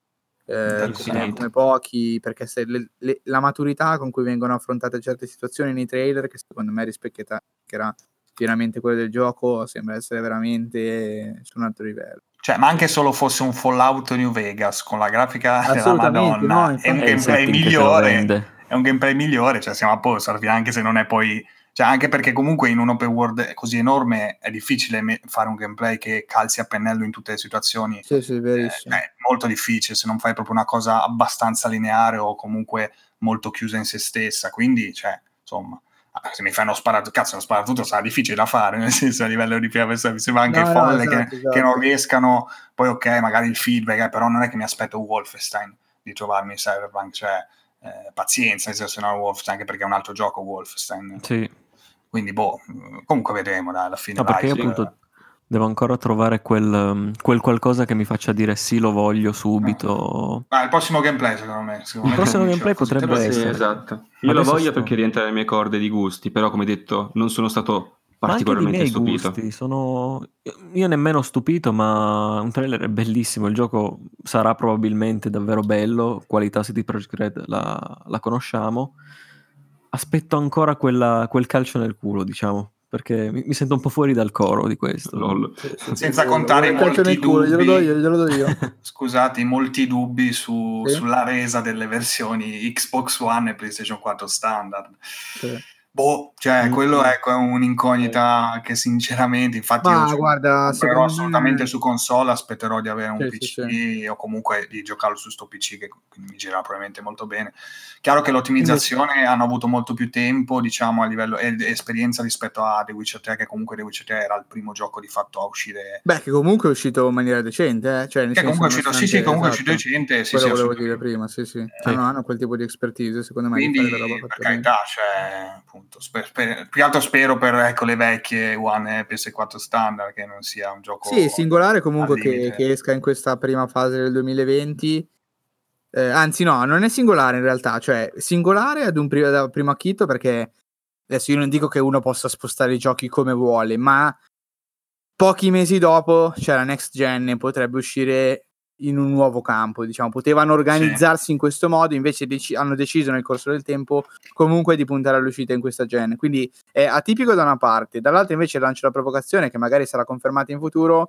[SPEAKER 1] come pochi, perché se la maturità con cui vengono affrontate certe situazioni nei trailer, che secondo me rispecchierà pienamente quello del gioco, sembra essere veramente su un altro livello.
[SPEAKER 2] Cioè, ma anche solo fosse un Fallout New Vegas con la grafica della Madonna,
[SPEAKER 1] no,
[SPEAKER 2] è un gameplay migliore. È un gameplay migliore, cioè siamo a posto, anche se non è poi. Cioè, anche perché comunque in un open world così enorme è difficile fare un gameplay che calzi a pennello in tutte le situazioni.
[SPEAKER 1] Sì, verissimo.
[SPEAKER 2] È molto difficile se non fai proprio una cosa abbastanza lineare o comunque molto chiusa in se stessa. Quindi, cioè, insomma, se mi fanno sparare, cazzo, sparare tutto sarà difficile da fare, nel senso, a livello di prima persona mi sembra anche folle
[SPEAKER 1] esatto.
[SPEAKER 2] che non riescano. Poi ok, magari il feedback, però non è che mi aspetto Wolfenstein di trovarmi in Cyberpunk, cioè pazienza, se no Wolfenstein, anche perché è un altro gioco Wolfenstein.
[SPEAKER 4] Sì.
[SPEAKER 2] Quindi comunque vedremo, dai, alla fine.
[SPEAKER 4] No, perché io appunto devo ancora trovare quel qualcosa che mi faccia dire sì, lo voglio subito.
[SPEAKER 2] Il prossimo gameplay, secondo me.
[SPEAKER 4] Il prossimo gameplay potrebbe essere.
[SPEAKER 3] Sì, esatto. Io lo voglio perché rientra nelle mie corde di gusti, però come detto non sono stato particolarmente stupito.
[SPEAKER 4] Io nemmeno stupito, ma un trailer è bellissimo. Il gioco sarà probabilmente davvero bello. Qualità CD Projekt Red la conosciamo. Aspetto ancora quel calcio nel culo, diciamo, perché mi sento un po' fuori dal coro di questo.
[SPEAKER 3] Lol.
[SPEAKER 2] Senza contare i molti dubbi.
[SPEAKER 1] Glielo do io.
[SPEAKER 2] Scusate, i molti dubbi sulla resa delle versioni Xbox One e PlayStation 4 standard.
[SPEAKER 1] Sì.
[SPEAKER 2] Cioè, quello è un'incognita che sinceramente, infatti io
[SPEAKER 1] guarda,
[SPEAKER 2] comprerò assolutamente su console, aspetterò di avere un PC
[SPEAKER 1] sì.
[SPEAKER 2] o comunque di giocarlo su sto PC che mi gira probabilmente molto bene. Chiaro che l'ottimizzazione hanno avuto molto più tempo, diciamo, a livello e esperienza rispetto a The Witcher 3, che comunque The Witcher 3 era il primo gioco di fatto a uscire.
[SPEAKER 1] Beh, che comunque è uscito in maniera decente, cioè nel senso
[SPEAKER 2] comunque è uscito, comunque è uscito decente,
[SPEAKER 1] quello volevo dire prima, sì. Hanno quel tipo di expertise, secondo me,
[SPEAKER 2] quindi,
[SPEAKER 1] di fare roba
[SPEAKER 2] per carità, cioè, appunto, più che altro spero per le vecchie One e PS4 standard che non sia un gioco
[SPEAKER 1] singolare comunque che esca in questa prima fase del 2020. Anzi no, non è singolare in realtà, cioè singolare ad un primo acchito, perché adesso io non dico che uno possa spostare i giochi come vuole, ma pochi mesi dopo c'è la next gen e potrebbe uscire in un nuovo campo, diciamo. Potevano organizzarsi in questo modo, invece hanno deciso nel corso del tempo comunque di puntare all'uscita in questa gen, quindi è atipico da una parte, dall'altra invece lancio la provocazione che magari sarà confermata in futuro.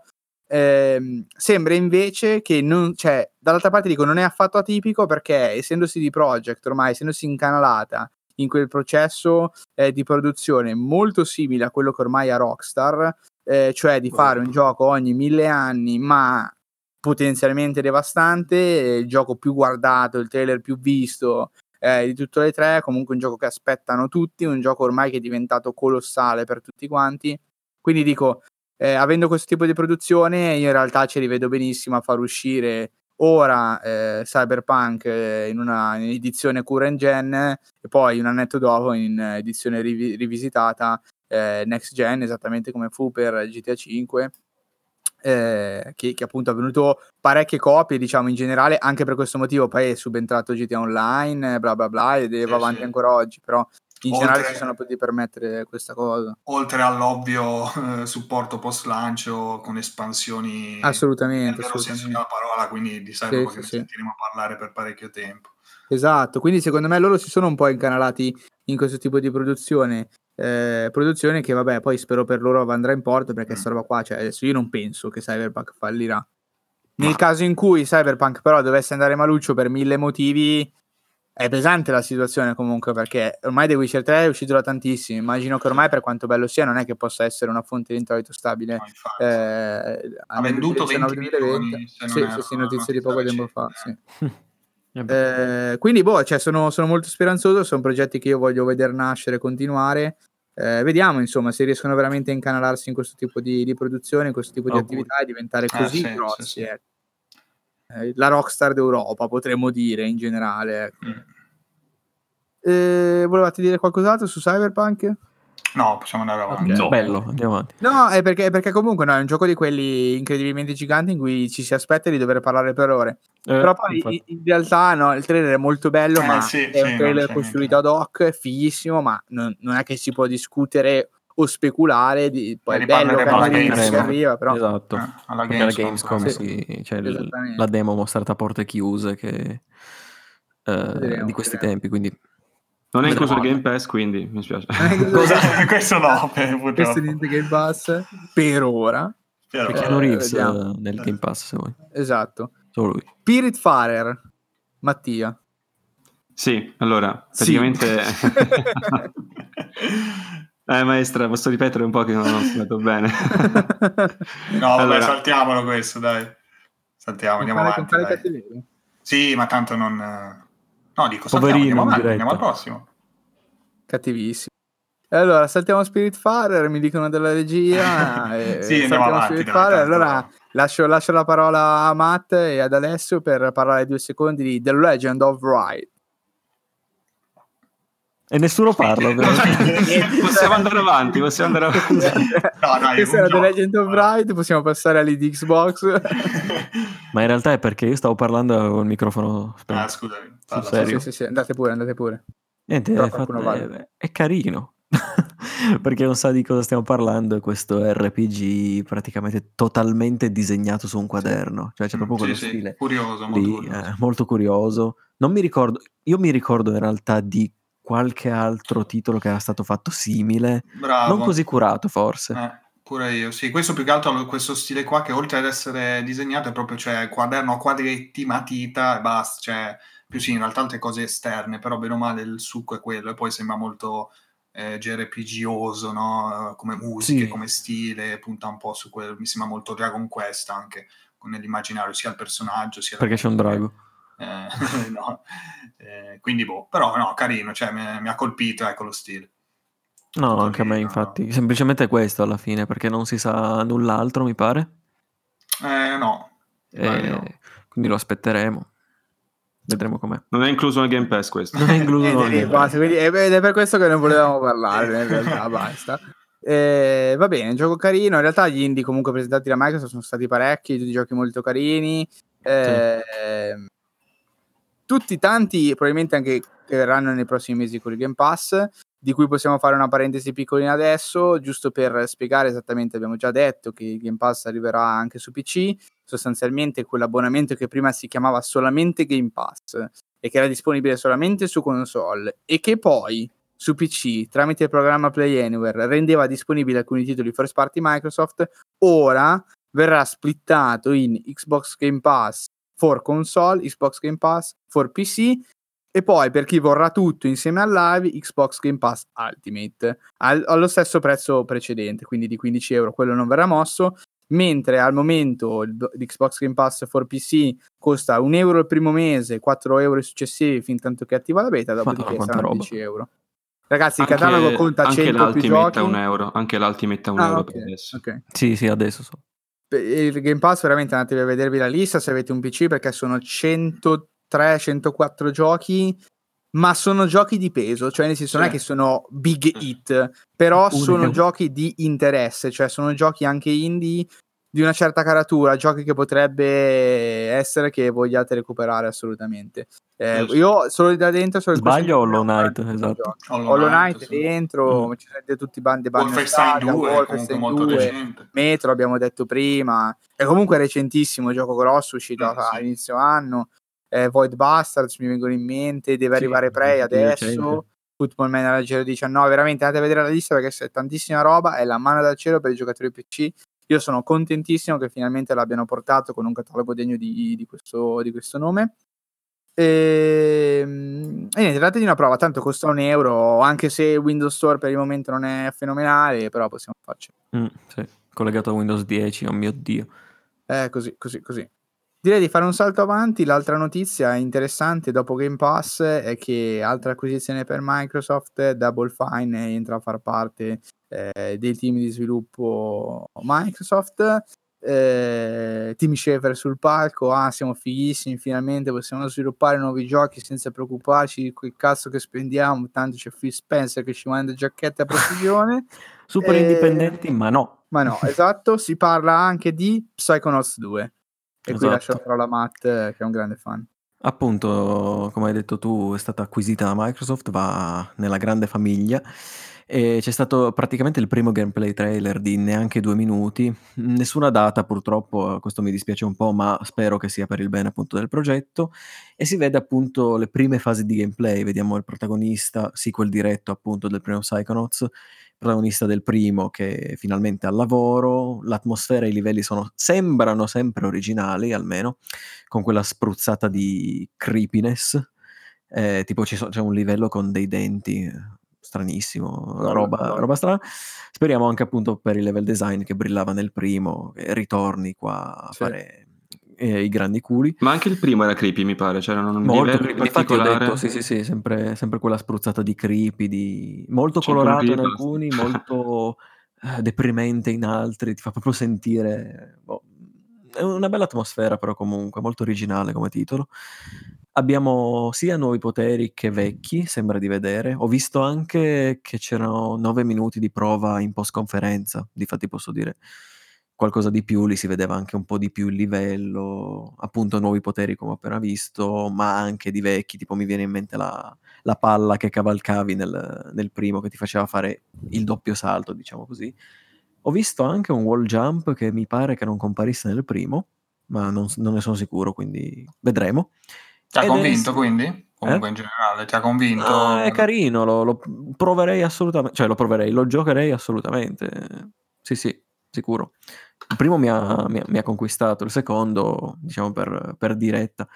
[SPEAKER 1] Sembra invece che non, cioè, dall'altra parte dico non è affatto atipico, perché essendosi di Projekt ormai, essendosi incanalata in quel processo di produzione molto simile a quello che ormai ha Rockstar, cioè di fare un gioco ogni 1000 anni ma potenzialmente devastante, il gioco più guardato, il trailer più visto di tutte le tre, comunque un gioco che aspettano tutti, un gioco ormai che è diventato colossale per tutti quanti, quindi dico avendo questo tipo di produzione io in realtà ci rivedo benissimo a far uscire ora Cyberpunk in edizione current gen e poi un annetto dopo in edizione rivisitata next gen, esattamente come fu per GTA 5, che appunto ha venuto parecchie copie, diciamo, in generale, anche per questo motivo poi è subentrato GTA Online, bla bla bla, ed va avanti ancora oggi, però in generale si sono potuti permettere questa cosa.
[SPEAKER 2] Oltre all'ovvio supporto post-lancio con espansioni,
[SPEAKER 1] assolutamente,
[SPEAKER 2] la parola, quindi di Cyberpunk ne sentiremo parlare per parecchio tempo.
[SPEAKER 1] Esatto, quindi secondo me loro si sono un po' incanalati in questo tipo di produzione che vabbè, poi spero per loro andrà in porto, perché sta roba qua, cioè adesso io non penso che Cyberpunk fallirà. Nel caso in cui Cyberpunk però dovesse andare maluccio per 1000 motivi, è pesante la situazione comunque, perché ormai The Witcher 3 è uscito da tantissimo, immagino che ormai, per quanto bello sia, non è che possa essere una fonte di introito stabile.
[SPEAKER 2] Ha venduto 20 milioni,
[SPEAKER 1] sì, notizie di poco tempo fa, sì. Quindi cioè sono molto speranzoso, sono progetti che io voglio vedere nascere e continuare. Vediamo insomma se riescono veramente a incanalarsi in questo tipo di produzione, in questo tipo di attività, e diventare così grossi. La Rockstar d'Europa, potremmo dire, in generale. Volevate dire qualcos'altro su Cyberpunk?
[SPEAKER 2] No, possiamo andare avanti.
[SPEAKER 4] No. Bello, andiamo avanti.
[SPEAKER 1] No, è perché comunque è un gioco di quelli incredibilmente giganti in cui ci si aspetta di dover parlare per ore. Però poi in realtà no, il trailer è molto bello, ma è un trailer costruito ad hoc, è fighissimo, ma non è che si può discutere o speculare di poi è bello che arriva, però
[SPEAKER 4] esatto, alla Gamescom cioè la demo mostrata a porte chiuse che di questi tempi, quindi
[SPEAKER 3] non è incluso il Game Pass, quindi mi spiace.
[SPEAKER 2] Questo no,
[SPEAKER 1] questo niente Game Pass per ora.
[SPEAKER 4] C'è Keanu Reeves nel Game Pass, se vuoi.
[SPEAKER 1] Esatto.
[SPEAKER 4] Solo lui.
[SPEAKER 1] Spiritfarer, Mattia.
[SPEAKER 3] Sì, allora, praticamente... maestra, posso ripetere un po' che non ho spiegato bene?
[SPEAKER 2] No, vabbè, saltiamolo questo, dai. Saltiamo, andiamo avanti. Sì, ma tanto non... No, dico,
[SPEAKER 4] poverino,
[SPEAKER 2] andiamo al prossimo.
[SPEAKER 1] Cattivissimo. Allora, saltiamo Spiritfarer, mi dicono della regia.
[SPEAKER 2] Sì, andiamo avanti.
[SPEAKER 1] Allora, lascio la parola a Matt e ad Alessio per parlare 2 secondi di The Legend of Wright.
[SPEAKER 4] E nessuno parla.
[SPEAKER 3] Possiamo andare avanti.
[SPEAKER 1] No, dai, questa era The Legend of Wright, possiamo passare all'id Xbox.
[SPEAKER 4] Ma in realtà è perché io stavo parlando con il microfono spento.
[SPEAKER 2] Scusami.
[SPEAKER 1] Sì, andate pure.
[SPEAKER 4] Niente, è carino. Perché non sa di cosa stiamo parlando, e questo RPG praticamente totalmente disegnato su un quaderno, cioè c'è proprio quello stile
[SPEAKER 2] curioso,
[SPEAKER 4] molto curioso. Io mi ricordo in realtà di qualche altro titolo che era stato fatto simile, non così curato forse.
[SPEAKER 2] Pure io, sì, questo più che altro questo stile qua, che oltre ad essere disegnato è proprio, cioè, quaderno a quadretti, matita e basta, cioè più sì, in realtà altre cose esterne, però bene o male il succo è quello, e poi sembra molto JRPG-oso, no? Come musiche, come stile, punta un po' su quello, mi sembra molto Dragon Quest anche, nell'immaginario, sia il personaggio, sia...
[SPEAKER 4] Perché c'è un drago.
[SPEAKER 2] No. Quindi però no, carino, cioè mi ha colpito, ecco, lo stile.
[SPEAKER 4] No, anche a me infatti, semplicemente questo alla fine, perché non si sa null'altro, mi pare.
[SPEAKER 2] No.
[SPEAKER 4] Quindi lo aspetteremo. Vedremo com'è.
[SPEAKER 3] Non è incluso nel Game Pass questo.
[SPEAKER 4] Non è incluso nel Game Pass.
[SPEAKER 1] Ed è per questo che non volevamo parlare, in realtà, basta. Va bene, gioco carino. In realtà gli indie comunque presentati da Microsoft sono stati parecchi, tutti giochi molto carini. Tutti tanti, probabilmente anche che verranno nei prossimi mesi con il Game Pass, di cui possiamo fare una parentesi piccolina adesso, giusto per spiegare esattamente. Abbiamo già detto che il Game Pass arriverà anche su PC, sostanzialmente quell'abbonamento che prima si chiamava solamente Game Pass e che era disponibile solamente su console, e che poi su PC tramite il programma Play Anywhere rendeva disponibili alcuni titoli first party Microsoft, ora verrà splittato in Xbox Game Pass for console, Xbox Game Pass for PC, e poi per chi vorrà tutto insieme al live, Xbox Game Pass Ultimate allo stesso prezzo precedente, quindi di 15 euro. Quello non verrà mosso, mentre al momento l'Xbox Game Pass for PC costa 1 euro il primo mese, 4 euro i successivi fin tanto che attiva la beta, dopodiché saranno 10 euro. Ragazzi, il catalogo conta 100 più giochi.
[SPEAKER 3] Anche l'Ultimate a 1 euro per adesso.
[SPEAKER 1] Okay.
[SPEAKER 4] Sì, adesso so.
[SPEAKER 1] Il Game Pass, veramente andatevi a vedervi la lista se avete un PC, perché sono 103-104 giochi, ma sono giochi di peso, cioè nel senso non è che sono big hit, però sono giochi di interesse, cioè sono giochi anche indie di una certa caratura, giochi che potrebbe essere che vogliate recuperare assolutamente. Io solo da dentro
[SPEAKER 4] sbaglio Hollow Knight, esatto.
[SPEAKER 1] Hollow Knight dentro, ci sono tutti i bandi
[SPEAKER 2] Wolfenstein 2,
[SPEAKER 1] Wolfenstein 2, Metro abbiamo detto prima, è comunque recentissimo, gioco grosso, uscito a inizio anno. Void Bastards mi vengono in mente, deve arrivare Prey adesso, Football Manager 19, veramente andate a vedere la lista perché c'è tantissima roba, è la mano dal cielo per i giocatori PC. Io sono contentissimo che finalmente l'abbiano portato con un catalogo degno di questo nome. E niente, date di una prova, tanto costa €1, anche se Windows Store per il momento non è fenomenale, però possiamo farci.
[SPEAKER 4] Sì, collegato a Windows 10, oh mio Dio.
[SPEAKER 1] Così. Direi di fare un salto avanti. L'altra notizia interessante dopo Game Pass è che altra acquisizione per Microsoft, Double Fine entra a far parte dei team di sviluppo Microsoft. Tim Schafer sul palco, siamo fighissimi, finalmente possiamo sviluppare nuovi giochi senza preoccuparci di quel cazzo che spendiamo, tanto c'è Phil Spencer che ci manda giacchette a precisione.
[SPEAKER 4] Super indipendenti, ma no,
[SPEAKER 1] esatto. Si parla anche di Psychonauts 2 e qui lascio la parola a Matt che è un grande fan.
[SPEAKER 4] Appunto, come hai detto tu, è stata acquisita da Microsoft, va nella grande famiglia e c'è stato praticamente il primo gameplay trailer di neanche 2 minuti, nessuna data purtroppo, questo mi dispiace un po', ma spero che sia per il bene appunto del progetto, e si vede appunto le prime fasi di gameplay, vediamo il protagonista, sequel diretto appunto del primo Psychonauts, protagonista del primo che finalmente è al lavoro, l'atmosfera e i livelli sembrano sempre originali almeno, con quella spruzzata di creepiness, tipo c'è un livello con dei denti, stranissimo, roba strana. Speriamo anche appunto per il level design che brillava nel primo, che ritorni qua a fare i grandi culi.
[SPEAKER 3] Ma anche il primo era creepy, mi pare, c'era un
[SPEAKER 4] molto
[SPEAKER 3] livello
[SPEAKER 4] creepy. Infatti ho detto,
[SPEAKER 3] particolare.
[SPEAKER 4] sì, sempre quella spruzzata di creepy, molto colorato in alcuni, molto deprimente in altri, ti fa proprio sentire è una bella atmosfera, però comunque molto originale come titolo. Abbiamo sia nuovi poteri che vecchi, sembra di vedere. Ho visto anche che c'erano 9 minuti di prova in post conferenza, difatti posso dire qualcosa di più, lì si vedeva anche un po' di più il livello, appunto nuovi poteri come ho appena visto, ma anche di vecchi, tipo mi viene in mente la palla che cavalcavi nel primo, che ti faceva fare il doppio salto, diciamo così. Ho visto anche un wall jump che mi pare che non comparisse nel primo, ma non ne sono sicuro, quindi vedremo.
[SPEAKER 2] Ti ha convinto quindi? Comunque in generale ti ha convinto?
[SPEAKER 4] È carino, lo proverei assolutamente, cioè lo giocherei assolutamente, sì, sicuro. Il primo mi ha conquistato, il secondo diciamo per diretta,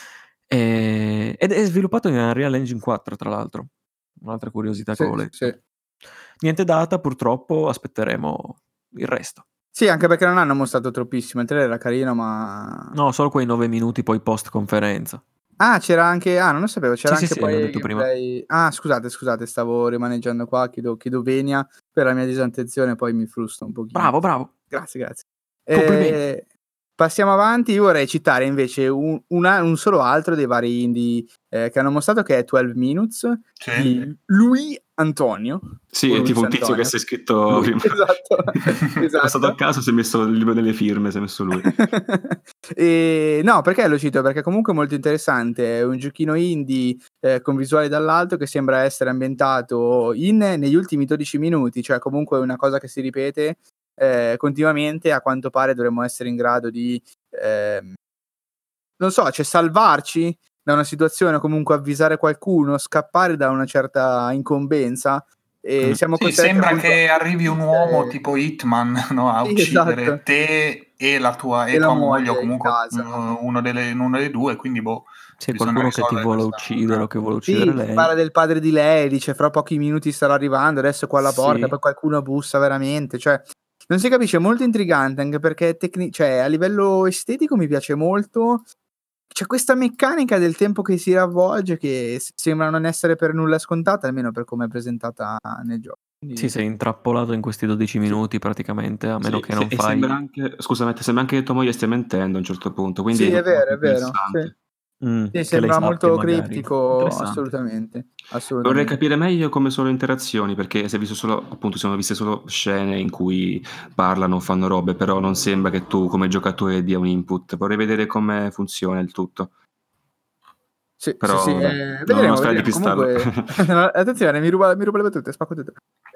[SPEAKER 4] ed è sviluppato in Unreal Engine 4 tra l'altro, un'altra curiosità che ho letto.
[SPEAKER 1] Sì.
[SPEAKER 4] Niente data, purtroppo aspetteremo il resto.
[SPEAKER 1] Sì, anche perché non hanno mostrato troppissimo, il trailer era carino ma...
[SPEAKER 4] No, solo quei 9 minuti poi post conferenza.
[SPEAKER 1] C'era anche... non lo sapevo, c'era anche poi
[SPEAKER 4] detto
[SPEAKER 1] gameplay... Scusate, stavo rimaneggiando qua, chiedo venia per la mia disattenzione, poi mi frusta un pochino.
[SPEAKER 4] Bravo.
[SPEAKER 1] Grazie.
[SPEAKER 4] Complimenti.
[SPEAKER 1] Passiamo avanti, io vorrei citare invece un solo altro dei vari indie che hanno mostrato, che è 12 Minutes di Luis Antonio.
[SPEAKER 3] Sì, è tipo un tizio che si è scritto prima.
[SPEAKER 1] Esatto.
[SPEAKER 3] È stato a caso, si è messo il libro delle firme, si è messo lui.
[SPEAKER 1] No, perché lo cito? Perché comunque è molto interessante, è un giochino indie con visuale dall'alto che sembra essere ambientato negli ultimi 12 minuti, cioè comunque è una cosa che si ripete continuamente. A quanto pare dovremmo essere in grado di non so, salvarci da una situazione, comunque avvisare qualcuno, scappare da una certa incombenza e siamo costretti
[SPEAKER 2] sembra che arrivi un uomo tipo Hitman, no, a uccidere te e la tua moglie o comunque uno delle due, quindi
[SPEAKER 4] c'è qualcuno che ti vuole uccidere o che vuole uccidere lei.
[SPEAKER 1] Parla del padre di lei, dice fra pochi minuti starà arrivando, adesso qua alla porta, poi qualcuno bussa veramente, cioè non si capisce, molto intrigante, anche perché a livello estetico mi piace molto. C'è questa meccanica del tempo che si ravvolge che sembra non essere per nulla scontata, almeno per come è presentata nel gioco. Quindi...
[SPEAKER 4] Sì, sei intrappolato in questi 12 minuti praticamente, a meno che non fai...
[SPEAKER 3] Sembra anche, scusami, sembra anche che tua moglie stia mentendo a un certo punto, quindi
[SPEAKER 1] sì, è vero. Sì, sembra molto criptico, assolutamente.
[SPEAKER 3] Vorrei capire meglio come sono le interazioni, perché si sono viste solo scene in cui parlano, fanno robe, però non sembra che tu come giocatore dia un input. Vorrei vedere come funziona il tutto.
[SPEAKER 1] Sì,
[SPEAKER 3] però
[SPEAKER 1] sì, vedremo. Comunque, attenzione, mi ruba le battute, spacco tutto.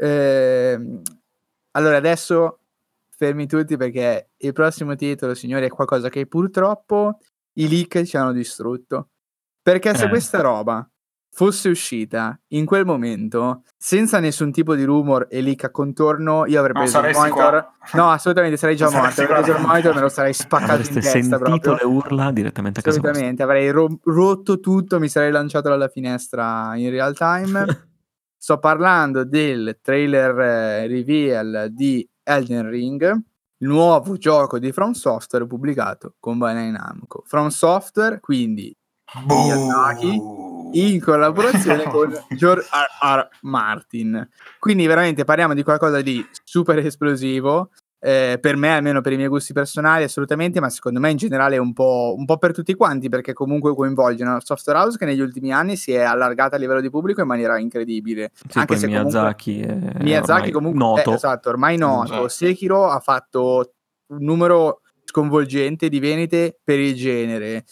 [SPEAKER 1] Allora, adesso fermi tutti, perché il prossimo titolo, signori, è qualcosa che purtroppo i leak ci hanno distrutto. Perché se questa roba fosse uscita in quel momento, senza nessun tipo di rumor e leak a contorno, io avrei preso il monitor. No, assolutamente, sarei già morto. Avrei preso il monitor e me lo sarei spaccato in testa.
[SPEAKER 4] Avreste sentito
[SPEAKER 1] proprio
[SPEAKER 4] le urla direttamente a casa vostra.
[SPEAKER 1] Assolutamente, avrei rotto tutto, mi sarei lanciato dalla finestra in real time. Sto parlando del trailer reveal di Elden Ring, il nuovo gioco di From Software pubblicato con Bandai Namco. From Software, quindi Miyazaki, in collaborazione con George R.R. Martin. Quindi veramente parliamo di qualcosa di super esplosivo. Per me, almeno per i miei gusti personali, assolutamente, ma secondo me in generale è un po' per tutti quanti, perché comunque coinvolge una software house che negli ultimi anni si è allargata a livello di pubblico in maniera incredibile.
[SPEAKER 4] Sì,
[SPEAKER 1] anche se
[SPEAKER 4] Miyazaki
[SPEAKER 1] Miyazaki comunque
[SPEAKER 4] noto.
[SPEAKER 1] Esatto, ormai noto. Sekiro ha fatto un numero sconvolgente di vendite per il genere.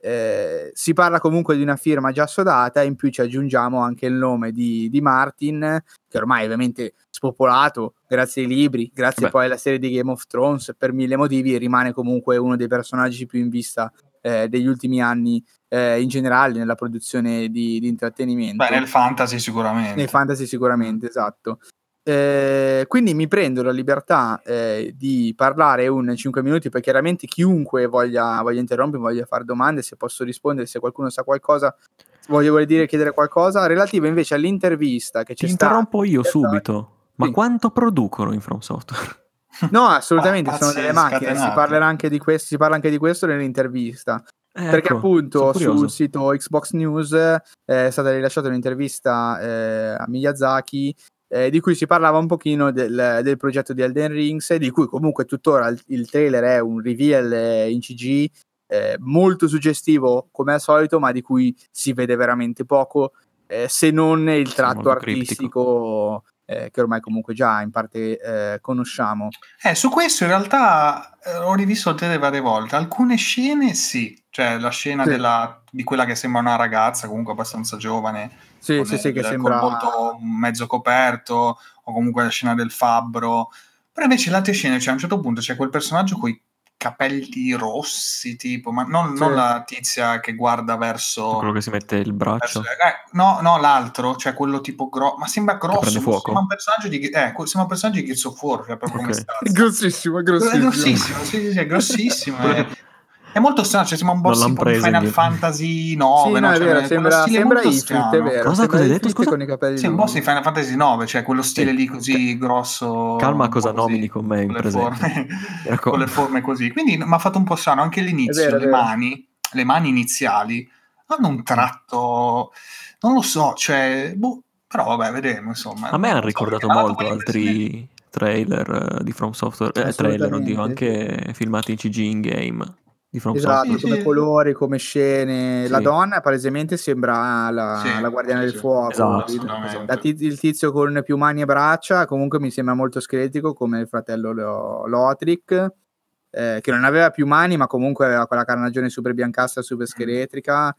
[SPEAKER 1] Si parla comunque di una firma già assodata, in più ci aggiungiamo anche il nome di Martin, che ormai ovviamente spopolato grazie ai libri, grazie poi alla serie di Game of Thrones, per mille motivi rimane comunque uno dei personaggi più in vista degli ultimi anni, in generale nella produzione di intrattenimento.
[SPEAKER 2] Nel fantasy sicuramente.
[SPEAKER 1] Esatto. Quindi mi prendo la libertà di parlare 5 minuti, perché chiaramente chiunque voglia interrompermi, voglia fare domande, se posso rispondere, se qualcuno sa qualcosa, vuole chiedere qualcosa relativo invece all'intervista che c'è stata.
[SPEAKER 4] Ti interrompo io subito, ma quanto producono in From Software?
[SPEAKER 1] No, assolutamente, sono delle macchine, si parla anche di questo nell'intervista. Perché appunto sul sito Xbox News è stata rilasciata un'intervista a Miyazaki, di cui si parlava un pochino del progetto di Elden Rings, di cui comunque tuttora il trailer è un reveal in CG molto suggestivo come al solito, ma di cui si vede veramente poco, se non il tratto artistico che ormai comunque già in parte conosciamo.
[SPEAKER 2] Su questo in realtà ho rivisto il trailer varie volte. Alcune scene sì, cioè la scena di quella che sembra una ragazza comunque abbastanza giovane,
[SPEAKER 1] che sembra
[SPEAKER 2] col volto mezzo coperto, o comunque la scena del fabbro. Però invece le altre scene, cioè a un certo punto c'è quel personaggio con i capelli rossi, tipo, ma non la tizia che guarda verso
[SPEAKER 4] quello che si mette il braccio.
[SPEAKER 2] No, l'altro, cioè quello tipo ma sembra grosso,
[SPEAKER 4] prende fuoco.
[SPEAKER 2] Sembra un personaggio di Gears of War, cioè proprio come stazza.
[SPEAKER 1] Grossissimo,
[SPEAKER 2] sì, è grossissimo. È molto strano, cioè sembra un boss tipo di Final Fantasy 9.
[SPEAKER 1] Sì, no, è vero, sembra Ifrit, è vero.
[SPEAKER 4] Cosa hai detto, scusa?
[SPEAKER 1] Con i capelli
[SPEAKER 2] sì, un boss di Final Fantasy 9, cioè quello stile lì così grosso.
[SPEAKER 4] Calma cosa nomini con me in presente.
[SPEAKER 2] Con le forme così. Quindi mi ha fatto un po' strano, anche all'inizio, le mani iniziali hanno un tratto, non lo so, cioè, però vabbè, vedremo, insomma.
[SPEAKER 4] A me hanno ricordato molto altri trailer di From Software, anche filmati in CG in game di From Software.
[SPEAKER 1] Come colori, come scene. La donna palesemente sembra la guardiana del fuoco.
[SPEAKER 4] Esatto.
[SPEAKER 1] Il tizio con più mani e braccia comunque mi sembra molto scheletrico, come il fratello Lothric, che non aveva più mani ma comunque aveva quella carnagione super biancastra, super scheletrica.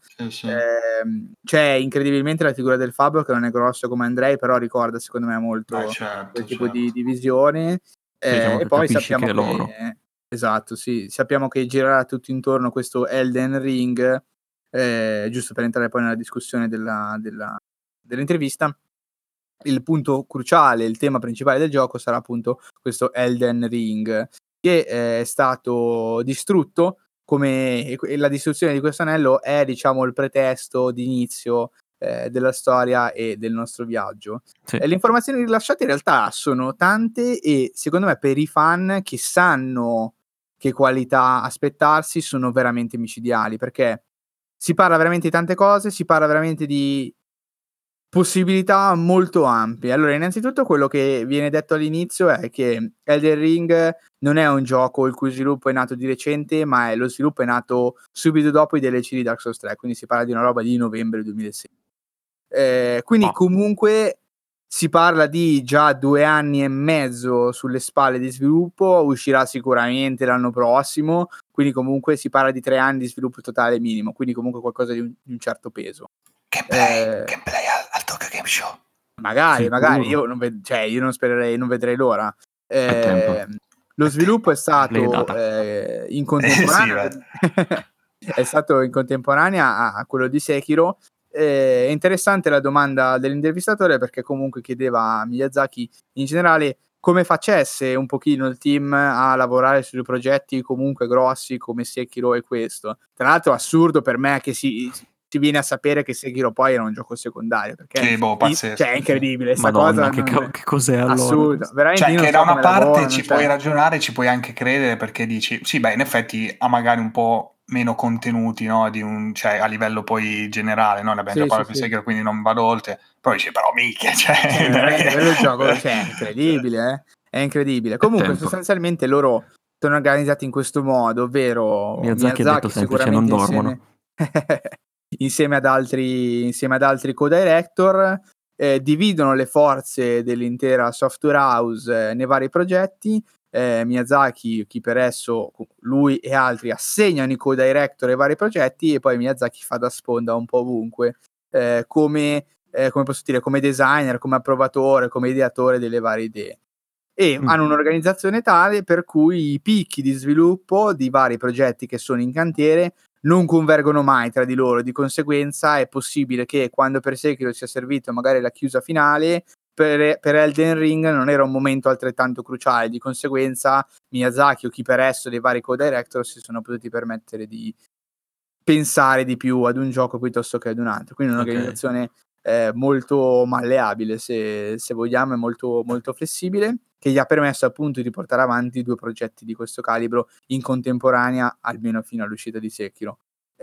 [SPEAKER 1] C'è incredibilmente la figura del fabbro, che non è grosso come Andrei, però ricorda secondo me molto quel tipo di visione.
[SPEAKER 4] Diciamo
[SPEAKER 1] e poi
[SPEAKER 4] sappiamo che è loro.
[SPEAKER 1] Esatto, sì, sappiamo che girerà tutto intorno questo Elden Ring, giusto per entrare poi nella discussione dell'intervista. Il punto cruciale, il tema principale del gioco sarà appunto questo Elden Ring, che è stato distrutto, come la distruzione di questo anello è, diciamo, il pretesto d'inizio della storia e del nostro viaggio. Le informazioni rilasciate in realtà sono tante e secondo me per i fan che sanno che qualità aspettarsi sono veramente micidiali, perché si parla veramente di tante cose, si parla veramente di possibilità molto ampie. Allora, innanzitutto quello che viene detto all'inizio è che Elden Ring non è un gioco il cui sviluppo è nato di recente, ma lo sviluppo è nato subito dopo i DLC di Dark Souls 3, quindi si parla di una roba di novembre 2006. Quindi comunque si parla di già 2 anni e mezzo sulle spalle di sviluppo, uscirà sicuramente l'anno prossimo, quindi comunque si parla di 3 anni di sviluppo totale minimo, quindi comunque qualcosa di un certo peso.
[SPEAKER 2] Gameplay al Tokyo Game Show.
[SPEAKER 1] Magari, io non spererei, non vedrei l'ora. Lo sviluppo è stato in contemporanea è stato in contemporanea a quello di Sekiro. È interessante la domanda dell'intervistatore, perché comunque chiedeva a Miyazaki in generale come facesse un pochino il team a lavorare sui progetti comunque grossi come Sekiro e questo. Tra l'altro assurdo per me che si viene a sapere che Sekiro poi era un gioco secondario, perché
[SPEAKER 2] pazzesco,
[SPEAKER 1] è incredibile sta
[SPEAKER 4] Madonna,
[SPEAKER 1] cosa,
[SPEAKER 4] che cos'è allora?
[SPEAKER 1] Assurdo, veramente.
[SPEAKER 2] Cioè, che da una parte ci puoi ragionare, ci puoi anche credere, perché dici sì, beh, in effetti ha magari un po' meno contenuti, no, cioè a livello poi generale, no, ne abbiamo già parlato di Sekiro, quindi non vado oltre, però dici però minchia,
[SPEAKER 1] cioè veramente bello il gioco, cioè è incredibile. Comunque sostanzialmente loro sono organizzati in questo modo, ovvero
[SPEAKER 4] Miyazaki ha detto semplice, non dormono.
[SPEAKER 1] insieme ad altri co-director, dividono le forze dell'intera software house nei vari progetti. Miyazaki, chi per esso, lui e altri assegnano i co-director ai vari progetti, e poi Miyazaki fa da sponda un po' ovunque, come posso dire, come designer, come approvatore, come ideatore delle varie idee. E hanno un'organizzazione tale per cui i picchi di sviluppo di vari progetti che sono in cantiere non convergono mai tra di loro. Di conseguenza è possibile che quando per Sekiro sia servito magari la chiusa finale, per Elden Ring non era un momento altrettanto cruciale. Di conseguenza Miyazaki o chi per esso dei vari co-director si sono potuti permettere di pensare di più ad un gioco piuttosto che ad un altro. Quindi un'organizzazione molto malleabile, se vogliamo, è molto, molto flessibile, che gli ha permesso appunto di portare avanti 2 progetti di questo calibro in contemporanea, almeno fino all'uscita di Sekiro.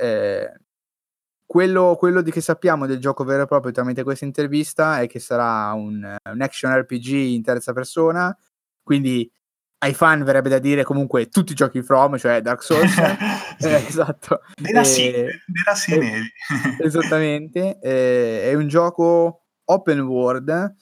[SPEAKER 1] Quello di che sappiamo del gioco vero e proprio tramite questa intervista è che sarà un action RPG in terza persona, quindi ai fan verrebbe da dire comunque tutti i giochi From, cioè Dark Souls. Esatto. Esattamente. È un gioco open world,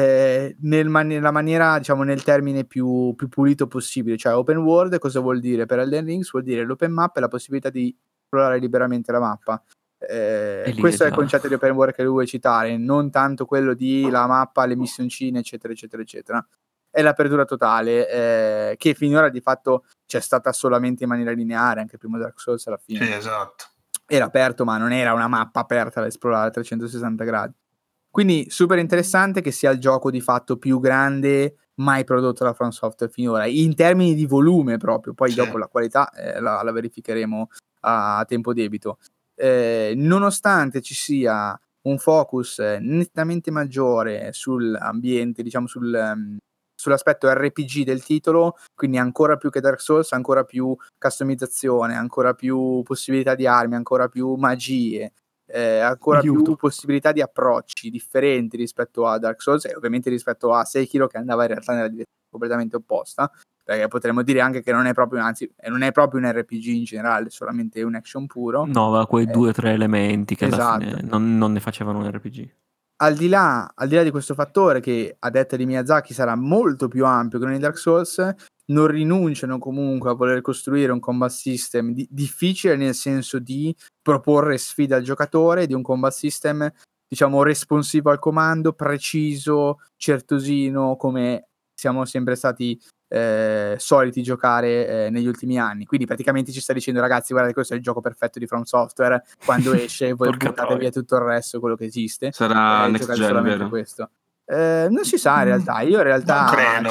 [SPEAKER 1] nella maniera, diciamo, nel termine più pulito possibile. Cioè open world cosa vuol dire per Elden Ring? Vuol dire l'open map e la possibilità di esplorare liberamente la mappa. Questo è il concetto di open world che lui vuole citare, non tanto quello di la mappa, le missioncine, eccetera, eccetera, eccetera. È l'apertura totale, che finora di fatto c'è stata solamente in maniera lineare, anche il primo Dark Souls alla fine.
[SPEAKER 2] Sì, esatto.
[SPEAKER 1] Era aperto, ma non era una mappa aperta da esplorare a 360 gradi. Quindi super interessante che sia il gioco di fatto più grande mai prodotto da From Software finora, in termini di volume proprio. Poi dopo la qualità la verificheremo a tempo debito. Nonostante ci sia un focus nettamente maggiore sull'ambiente, diciamo sull'aspetto RPG del titolo, quindi ancora più che Dark Souls, ancora più customizzazione, ancora più possibilità di armi, ancora più magie, ancora più possibilità di approcci differenti rispetto a Dark Souls e ovviamente rispetto a Sekiro, che andava in realtà nella direzione completamente opposta, perché potremmo dire anche che non è proprio, anzi non è proprio un RPG in generale, è solamente un action puro.
[SPEAKER 4] No, aveva quei 2 o 3 elementi che alla fine non ne facevano un RPG.
[SPEAKER 1] Al di là di questo fattore, che a detta di Miyazaki sarà molto più ampio che nei Dark Souls, non rinunciano comunque a voler costruire un combat system difficile, nel senso di proporre sfida al giocatore, di un combat system, diciamo, responsivo al comando, preciso, certosino, come siamo sempre stati soliti giocare negli ultimi anni. Quindi praticamente ci sta dicendo: ragazzi, guardate, questo è il gioco perfetto di From Software, quando esce voi buttate via tutto il resto, quello che esiste,
[SPEAKER 3] sarà next gen, vero?
[SPEAKER 1] questo. Non si sa in realtà. Io in realtà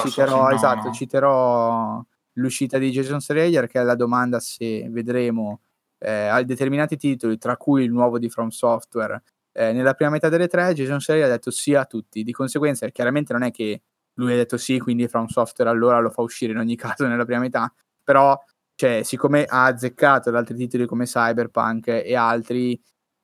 [SPEAKER 1] citerò l'uscita di Jason Schreier, che è la domanda se vedremo determinati titoli, tra cui il nuovo di From Software, nella prima metà delle 3. Jason Schreier ha detto sì a tutti, di conseguenza chiaramente non è che lui ha detto sì, quindi From Software allora lo fa uscire in ogni caso nella prima metà, però, cioè, siccome ha azzeccato da altri titoli come Cyberpunk e altri,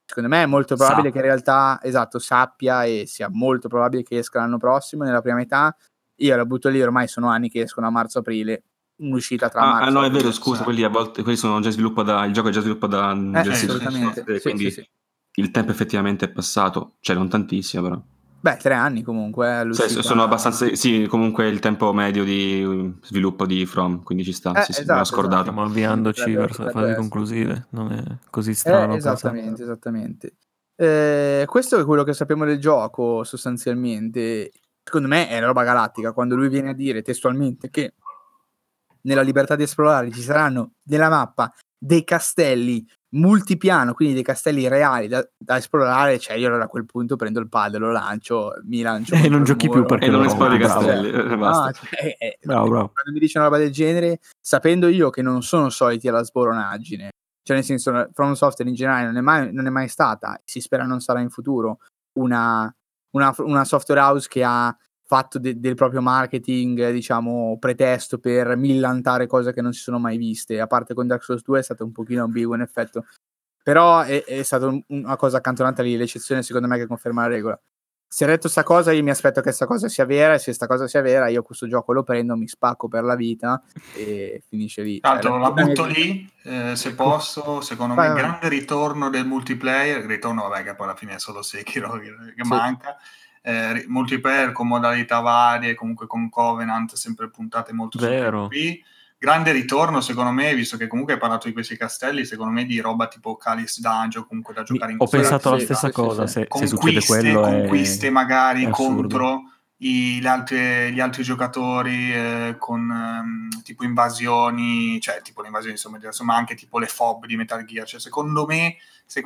[SPEAKER 1] secondo me è molto probabile che in realtà, esatto, sappia e sia molto probabile che esca l'anno prossimo, nella prima metà. Io la butto lì, ormai sono anni che escono a marzo-aprile, un'uscita tra marzo
[SPEAKER 3] no,
[SPEAKER 1] e
[SPEAKER 3] è vero,
[SPEAKER 1] aprile.
[SPEAKER 3] scusa, quelli a volte quelli sono già il gioco è già sviluppato da
[SPEAKER 1] assolutamente,
[SPEAKER 3] quindi
[SPEAKER 1] sì.
[SPEAKER 3] il tempo effettivamente è passato, cioè non tantissimo però.
[SPEAKER 1] Beh, 3 anni comunque all'uscita.
[SPEAKER 3] Sono abbastanza, sì, comunque il tempo medio di sviluppo di From, quindi ci sta, sì,
[SPEAKER 1] Esatto,
[SPEAKER 3] me l'ho scordato.
[SPEAKER 4] Stiamo avviandoci verso le fasi
[SPEAKER 1] essere.
[SPEAKER 4] conclusive, non è così strano pensare.
[SPEAKER 1] Esattamente. Questo è quello che sappiamo del gioco sostanzialmente. Secondo me è roba galattica, quando lui viene a dire testualmente che nella libertà di esplorare ci saranno nella mappa dei castelli multipiano, quindi dei castelli reali da esplorare, cioè io allora a quel punto prendo il pad, lo lancio, mi lancio
[SPEAKER 4] E
[SPEAKER 1] contro
[SPEAKER 4] non
[SPEAKER 1] il
[SPEAKER 4] giochi
[SPEAKER 1] muro,
[SPEAKER 4] più perché
[SPEAKER 3] E non
[SPEAKER 4] lo
[SPEAKER 3] esplori i
[SPEAKER 4] rompi, bravo.
[SPEAKER 3] castelli, basta.
[SPEAKER 4] Bravo.
[SPEAKER 1] Quando mi dice una roba del genere, sapendo io che non sono soliti alla sboronaggine, cioè nel senso, From Software in generale non è mai stata, si spera non sarà in futuro, una software house che ha fatto del proprio marketing, diciamo, pretesto per millantare cose che non si sono mai viste. A parte con Dark Souls 2 è stato un pochino ambiguo in effetto, però è stata una cosa accantonata lì, l'eccezione secondo me che conferma la regola. Se ha detto sta cosa, io mi aspetto che sta cosa sia vera, e se sta cosa sia vera io questo gioco lo prendo, mi spacco per la vita e finisce lì.
[SPEAKER 2] Tanto la butto lì, se posso, secondo me
[SPEAKER 1] vai.
[SPEAKER 2] grande ritorno del multiplayer, ritorno vabbè che poi alla fine è solo Sekiro che manca, multiplayer con modalità varie, comunque con Covenant sempre puntate molto sul PvP, grande ritorno secondo me, visto che comunque hai parlato di questi castelli, secondo me di roba tipo Calis Dungeon, comunque da giocare in
[SPEAKER 4] ho pensato la stessa cosa, se succede quello
[SPEAKER 2] conquiste magari
[SPEAKER 4] è
[SPEAKER 2] contro gli altri giocatori con tipo invasioni, cioè tipo le invasioni insomma anche tipo le FOB di Metal Gear, cioè secondo me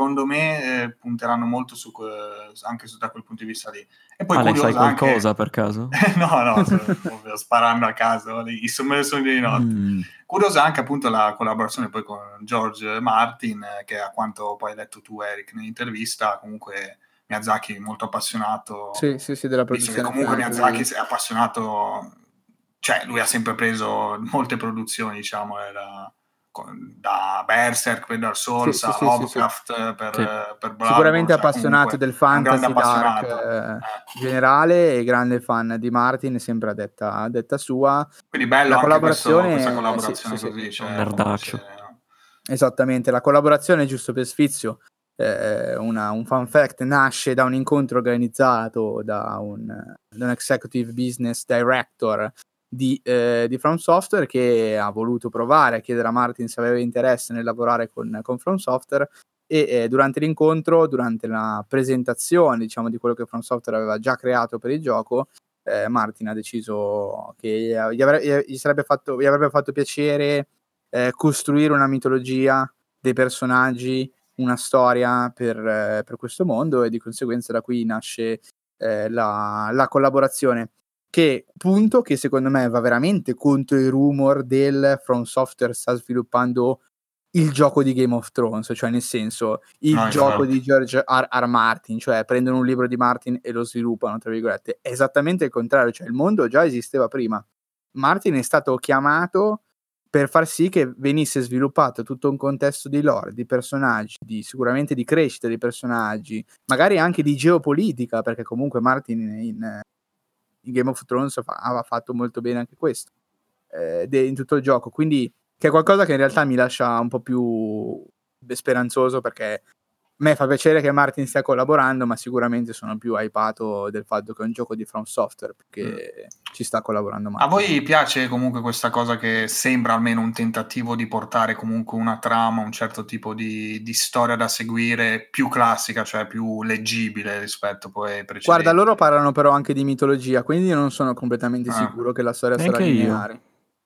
[SPEAKER 2] punteranno molto anche da quel punto di vista lì. E poi
[SPEAKER 4] Alex, hai qualcosa
[SPEAKER 2] anche...
[SPEAKER 4] per caso?
[SPEAKER 2] no, sto sparando a caso i sommersi di notte. Curiosa anche appunto la collaborazione poi con George Martin, che a quanto poi hai detto tu Eric nell'intervista, comunque Miyazaki molto appassionato,
[SPEAKER 1] sì, della
[SPEAKER 2] visto che
[SPEAKER 1] produzione
[SPEAKER 2] comunque
[SPEAKER 1] fantasy.
[SPEAKER 2] Miyazaki è appassionato, cioè lui ha sempre preso molte produzioni, diciamo, da Berserk per Dark Souls a Lovecraft per Bloodborne,
[SPEAKER 1] sicuramente appassionato del fantasy
[SPEAKER 2] dark
[SPEAKER 1] generale e grande fan di Martin, sempre a detta sua.
[SPEAKER 2] Quindi bello
[SPEAKER 1] la
[SPEAKER 2] anche
[SPEAKER 1] collaborazione,
[SPEAKER 2] questa collaborazione così, cioè,
[SPEAKER 4] nerdaccio.
[SPEAKER 1] Esattamente, la collaborazione, giusto per sfizio, un fun fact, nasce da un incontro organizzato da un executive business director di From Software, che ha voluto provare a chiedere a Martin se aveva interesse nel lavorare con From Software, e durante l'incontro, durante la presentazione, diciamo, di quello che From Software aveva già creato per il gioco, Martin ha deciso che gli avrebbe fatto piacere costruire una mitologia, dei personaggi, una storia per questo mondo, e di conseguenza da qui nasce la collaborazione, che secondo me va veramente contro i rumor del From Software sta sviluppando il gioco di Game of Thrones, cioè nel senso il gioco di George R. Martin, cioè prendono un libro di Martin e lo sviluppano, tra virgolette. È esattamente il contrario, cioè il mondo già esisteva prima. Martin è stato chiamato per far sì che venisse sviluppato tutto un contesto di lore, di personaggi, sicuramente di crescita dei personaggi, magari anche di geopolitica, perché comunque Martin in Game of Thrones aveva fatto molto bene anche questo, in tutto il gioco, quindi che è qualcosa che in realtà mi lascia un po' più speranzoso, perché a me fa piacere che Martin stia collaborando, ma sicuramente sono più hypato del fatto che è un gioco di From Software, perché ci sta collaborando Martin.
[SPEAKER 2] A voi piace comunque questa cosa che sembra almeno un tentativo di portare comunque una trama, un certo tipo di storia da seguire più classica, cioè più leggibile rispetto poi ai precedenti?
[SPEAKER 1] Guarda, loro parlano però anche di mitologia, quindi io non sono completamente sicuro che la storia sarà lineare.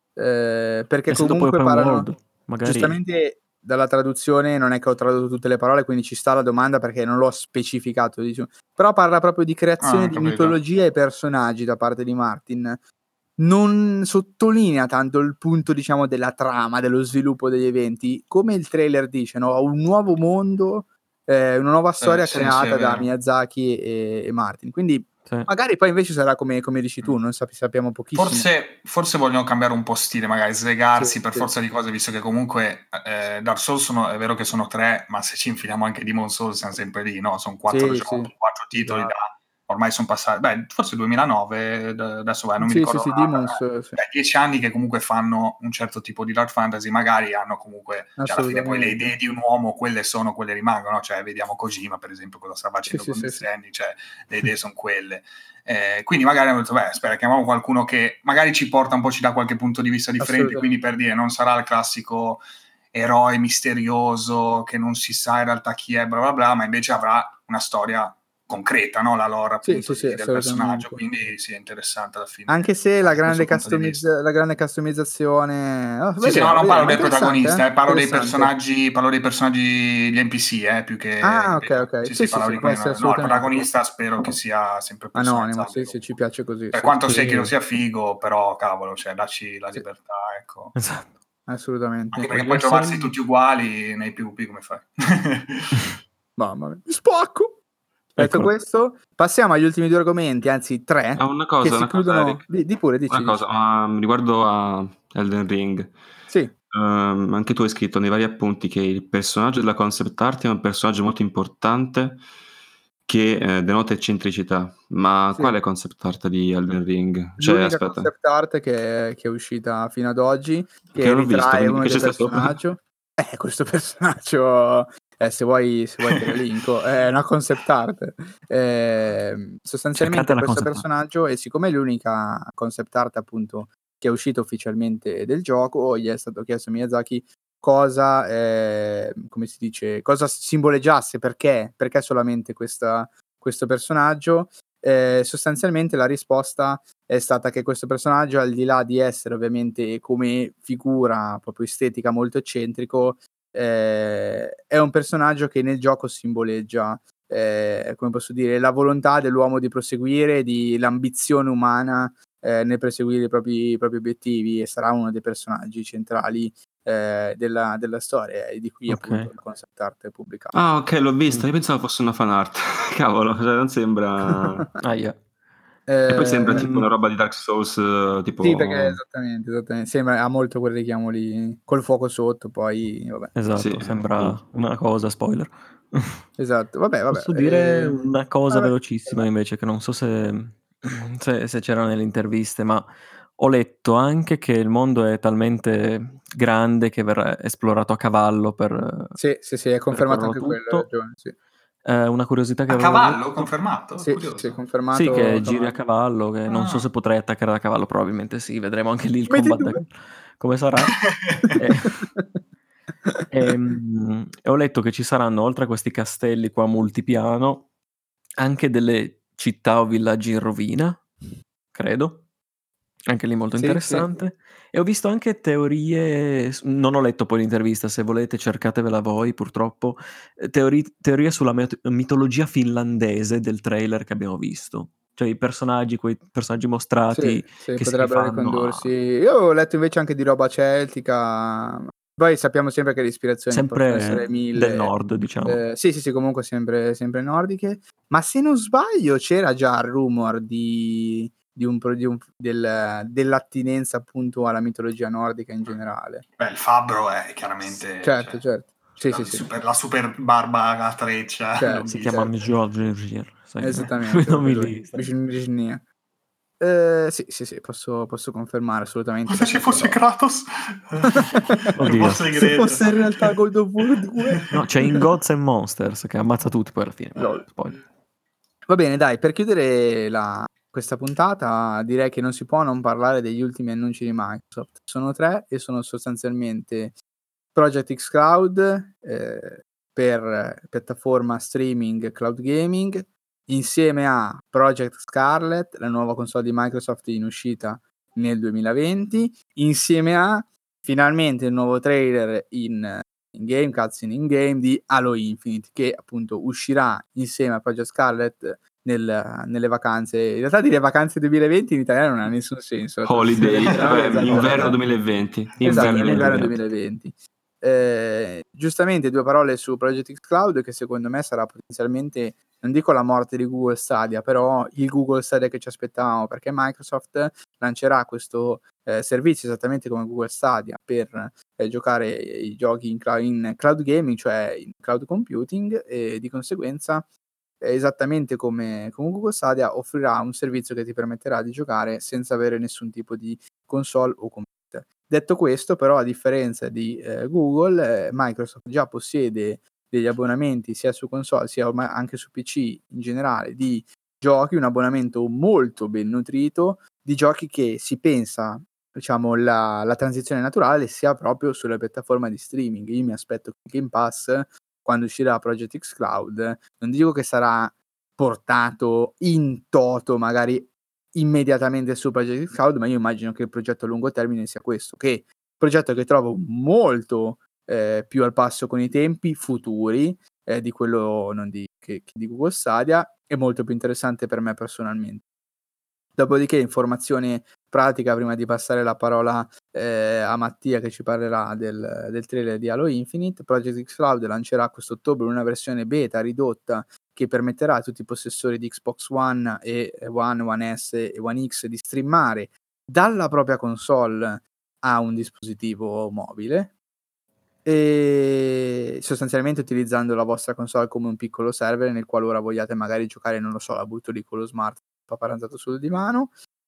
[SPEAKER 1] Perché comunque parlano, giustamente dalla traduzione, non è che ho tradotto tutte le parole, quindi ci sta la domanda perché non l'ho specificato, diciamo. Però parla proprio di creazione di mitologia e personaggi da parte di Martin. Non sottolinea tanto il punto, diciamo, della trama, dello sviluppo degli eventi, come il trailer dice, no? Un nuovo mondo, una nuova storia creata da Miyazaki e Martin. Quindi
[SPEAKER 4] Sì.
[SPEAKER 1] Magari poi invece sarà come dici tu, non sappiamo pochissimo.
[SPEAKER 2] Forse vogliono cambiare un po' stile, magari slegarsi per forza di cose, visto che comunque Dark Souls è vero che sono 3, ma se ci infiliamo anche Demon Souls siamo sempre lì, no? Sono 4 titoli
[SPEAKER 1] esatto.
[SPEAKER 2] ormai sono passati, forse 2009, adesso non mi ricordo.
[SPEAKER 1] Demons,
[SPEAKER 2] 10 anni che comunque fanno un certo tipo di dark fantasy, magari hanno comunque, cioè alla fine poi le idee di un uomo, quelle rimangono, cioè vediamo Kojima per esempio cosa sta facendo con Death Stranding, cioè le idee sono quelle. Quindi magari hanno detto, spera, chiamiamo qualcuno che magari ci porta un po', ci dà qualche punto di vista differente, quindi per dire, non sarà il classico eroe misterioso che non si sa in realtà chi è, bla bla bla, ma invece avrà una storia concreta, no? La lore appunto del personaggio, quindi è interessante alla fine.
[SPEAKER 1] Anche se la grande customizzazione...
[SPEAKER 2] non parlo del protagonista, parlo dei personaggi, gli NPC, più che...
[SPEAKER 1] ok.
[SPEAKER 2] Sì, parlo di quello. No, il protagonista spero che sia sempre
[SPEAKER 1] anonimo, sì, ci piace così.
[SPEAKER 2] Per quanto Sekiro sia figo, però cavolo, cioè dacci la libertà, ecco.
[SPEAKER 4] Esatto.
[SPEAKER 1] Assolutamente.
[SPEAKER 2] Anche perché poi trovarsi tutti uguali nei PvP come fai?
[SPEAKER 1] Mamma mia, spacco! Detto questo, passiamo agli ultimi 2 argomenti, anzi 3,
[SPEAKER 3] una cosa,
[SPEAKER 1] che si chiudono... Di pure, dici.
[SPEAKER 3] Una cosa, riguardo a Elden Ring.
[SPEAKER 1] Sì.
[SPEAKER 3] Anche tu hai scritto nei vari appunti che il personaggio della concept art è un personaggio molto importante che denota eccentricità. Ma quale concept art di Elden Ring?
[SPEAKER 1] L'unica concept art che è uscita fino ad oggi, che ritrae uno dei personaggi. Questo personaggio... se vuoi te lo linko, è una concept art. Sostanzialmente questo personaggio, e siccome è l'unica concept art appunto che è uscita ufficialmente del gioco, gli è stato chiesto a Miyazaki cosa simboleggiasse, perché solamente questo personaggio. Sostanzialmente la risposta è stata che questo personaggio, al di là di essere ovviamente come figura proprio estetica molto eccentrico, è un personaggio che nel gioco simboleggia, come posso dire, la volontà dell'uomo di proseguire, l'ambizione umana nel perseguire i propri obiettivi, e sarà uno dei personaggi centrali della storia, e di qui appunto la concept art pubblicata.
[SPEAKER 3] Ah, ok, l'ho vista, io pensavo fosse una fan art. Cavolo, cioè non sembra... E poi sembra tipo una roba di Dark Souls, tipo...
[SPEAKER 1] Sì, perché esattamente. Sembra, ha molto quel richiamo lì, col fuoco sotto, poi vabbè.
[SPEAKER 4] Esatto, sembra una cosa, spoiler.
[SPEAKER 1] Esatto, vabbè.
[SPEAKER 4] Posso dire una cosa velocissima invece, che non so se c'era nelle interviste, ma ho letto anche che il mondo è talmente grande che verrà esplorato a cavallo per...
[SPEAKER 1] Sì, è confermato anche quello, hai ragione, sì.
[SPEAKER 4] Una curiosità che
[SPEAKER 2] a
[SPEAKER 4] avevo
[SPEAKER 2] cavallo,
[SPEAKER 4] letto...
[SPEAKER 2] confermato?
[SPEAKER 1] Sì, confermato.
[SPEAKER 4] Sì, che giri a cavallo, che non so se potrai attaccare da cavallo, probabilmente sì, vedremo anche lì il combat come sarà. E ho letto che ci saranno, oltre a questi castelli qua multipiano, anche delle città o villaggi in rovina, credo. Anche lì molto interessante. E ho visto anche teorie, non ho letto poi l'intervista, se volete cercatevela voi, purtroppo, teorie sulla mitologia finlandese del trailer che abbiamo visto. Cioè quei personaggi mostrati che
[SPEAKER 1] potrebbero ricondursi. Io ho letto invece anche di roba celtica. Poi sappiamo sempre che le ispirazioni possono essere mille.
[SPEAKER 4] Del nord, diciamo.
[SPEAKER 1] Sì, comunque sempre nordiche. Ma se non sbaglio c'era già il rumor dell'attinenza appunto alla mitologia nordica in generale.
[SPEAKER 2] Il fabbro è chiaramente...
[SPEAKER 1] Certo. Sì.
[SPEAKER 2] La super barba a treccia.
[SPEAKER 4] Si chiama Mjolnir.
[SPEAKER 1] Esattamente. Sì, posso confermare assolutamente.
[SPEAKER 2] Se ci fosse Kratos?
[SPEAKER 4] Oddio.
[SPEAKER 1] Se fosse in realtà God of War 2.
[SPEAKER 4] No, c'è in Gods and Monsters che ammazza tutti poi alla fine.
[SPEAKER 1] Va bene, dai, per chiudere questa puntata direi che non si può non parlare degli ultimi annunci di Microsoft. Sono 3 e sono sostanzialmente Project X Cloud per piattaforma streaming cloud gaming, insieme a Project Scarlet, la nuova console di Microsoft in uscita nel 2020, insieme a finalmente il nuovo trailer in game, cutscene in game di Halo Infinite, che appunto uscirà insieme a Project Scarlet nelle vacanze. In realtà dire vacanze 2020 in italiano non ha nessun senso.
[SPEAKER 3] Holiday, inverno 2020.
[SPEAKER 1] Inverno 2020. Giustamente 2 parole su Project X Cloud, che secondo me sarà potenzialmente non dico la morte di Google Stadia, però il Google Stadia che ci aspettavamo, perché Microsoft lancerà questo servizio esattamente come Google Stadia per giocare i giochi in cloud gaming, cioè in cloud computing, e di conseguenza esattamente come Google Stadia offrirà un servizio che ti permetterà di giocare senza avere nessun tipo di console o computer. Detto questo, però, a differenza di Google, Microsoft già possiede degli abbonamenti sia su console sia anche su PC in generale di giochi, un abbonamento molto ben nutrito di giochi che si pensa, diciamo, la transizione naturale sia proprio sulla piattaforma di streaming. Io mi aspetto che Game Pass, quando uscirà Project X Cloud, non dico che sarà portato in toto magari immediatamente su Project X Cloud, ma io immagino che il progetto a lungo termine sia questo, che progetto che trovo molto più al passo con i tempi futuri di quello non di, che di Google Stadia, è molto più interessante per me personalmente. Dopodiché, informazione pratica, prima di passare la parola a Mattia che ci parlerà del trailer di Halo Infinite. Project X Cloud lancerà quest'ottobre una versione beta ridotta che permetterà a tutti i possessori di Xbox One e One S e One X di streamare dalla propria console a un dispositivo mobile, e sostanzialmente utilizzando la vostra console come un piccolo server nel quale ora vogliate magari giocare, non lo so, la butto lì con lo smart paparazzato sul divano.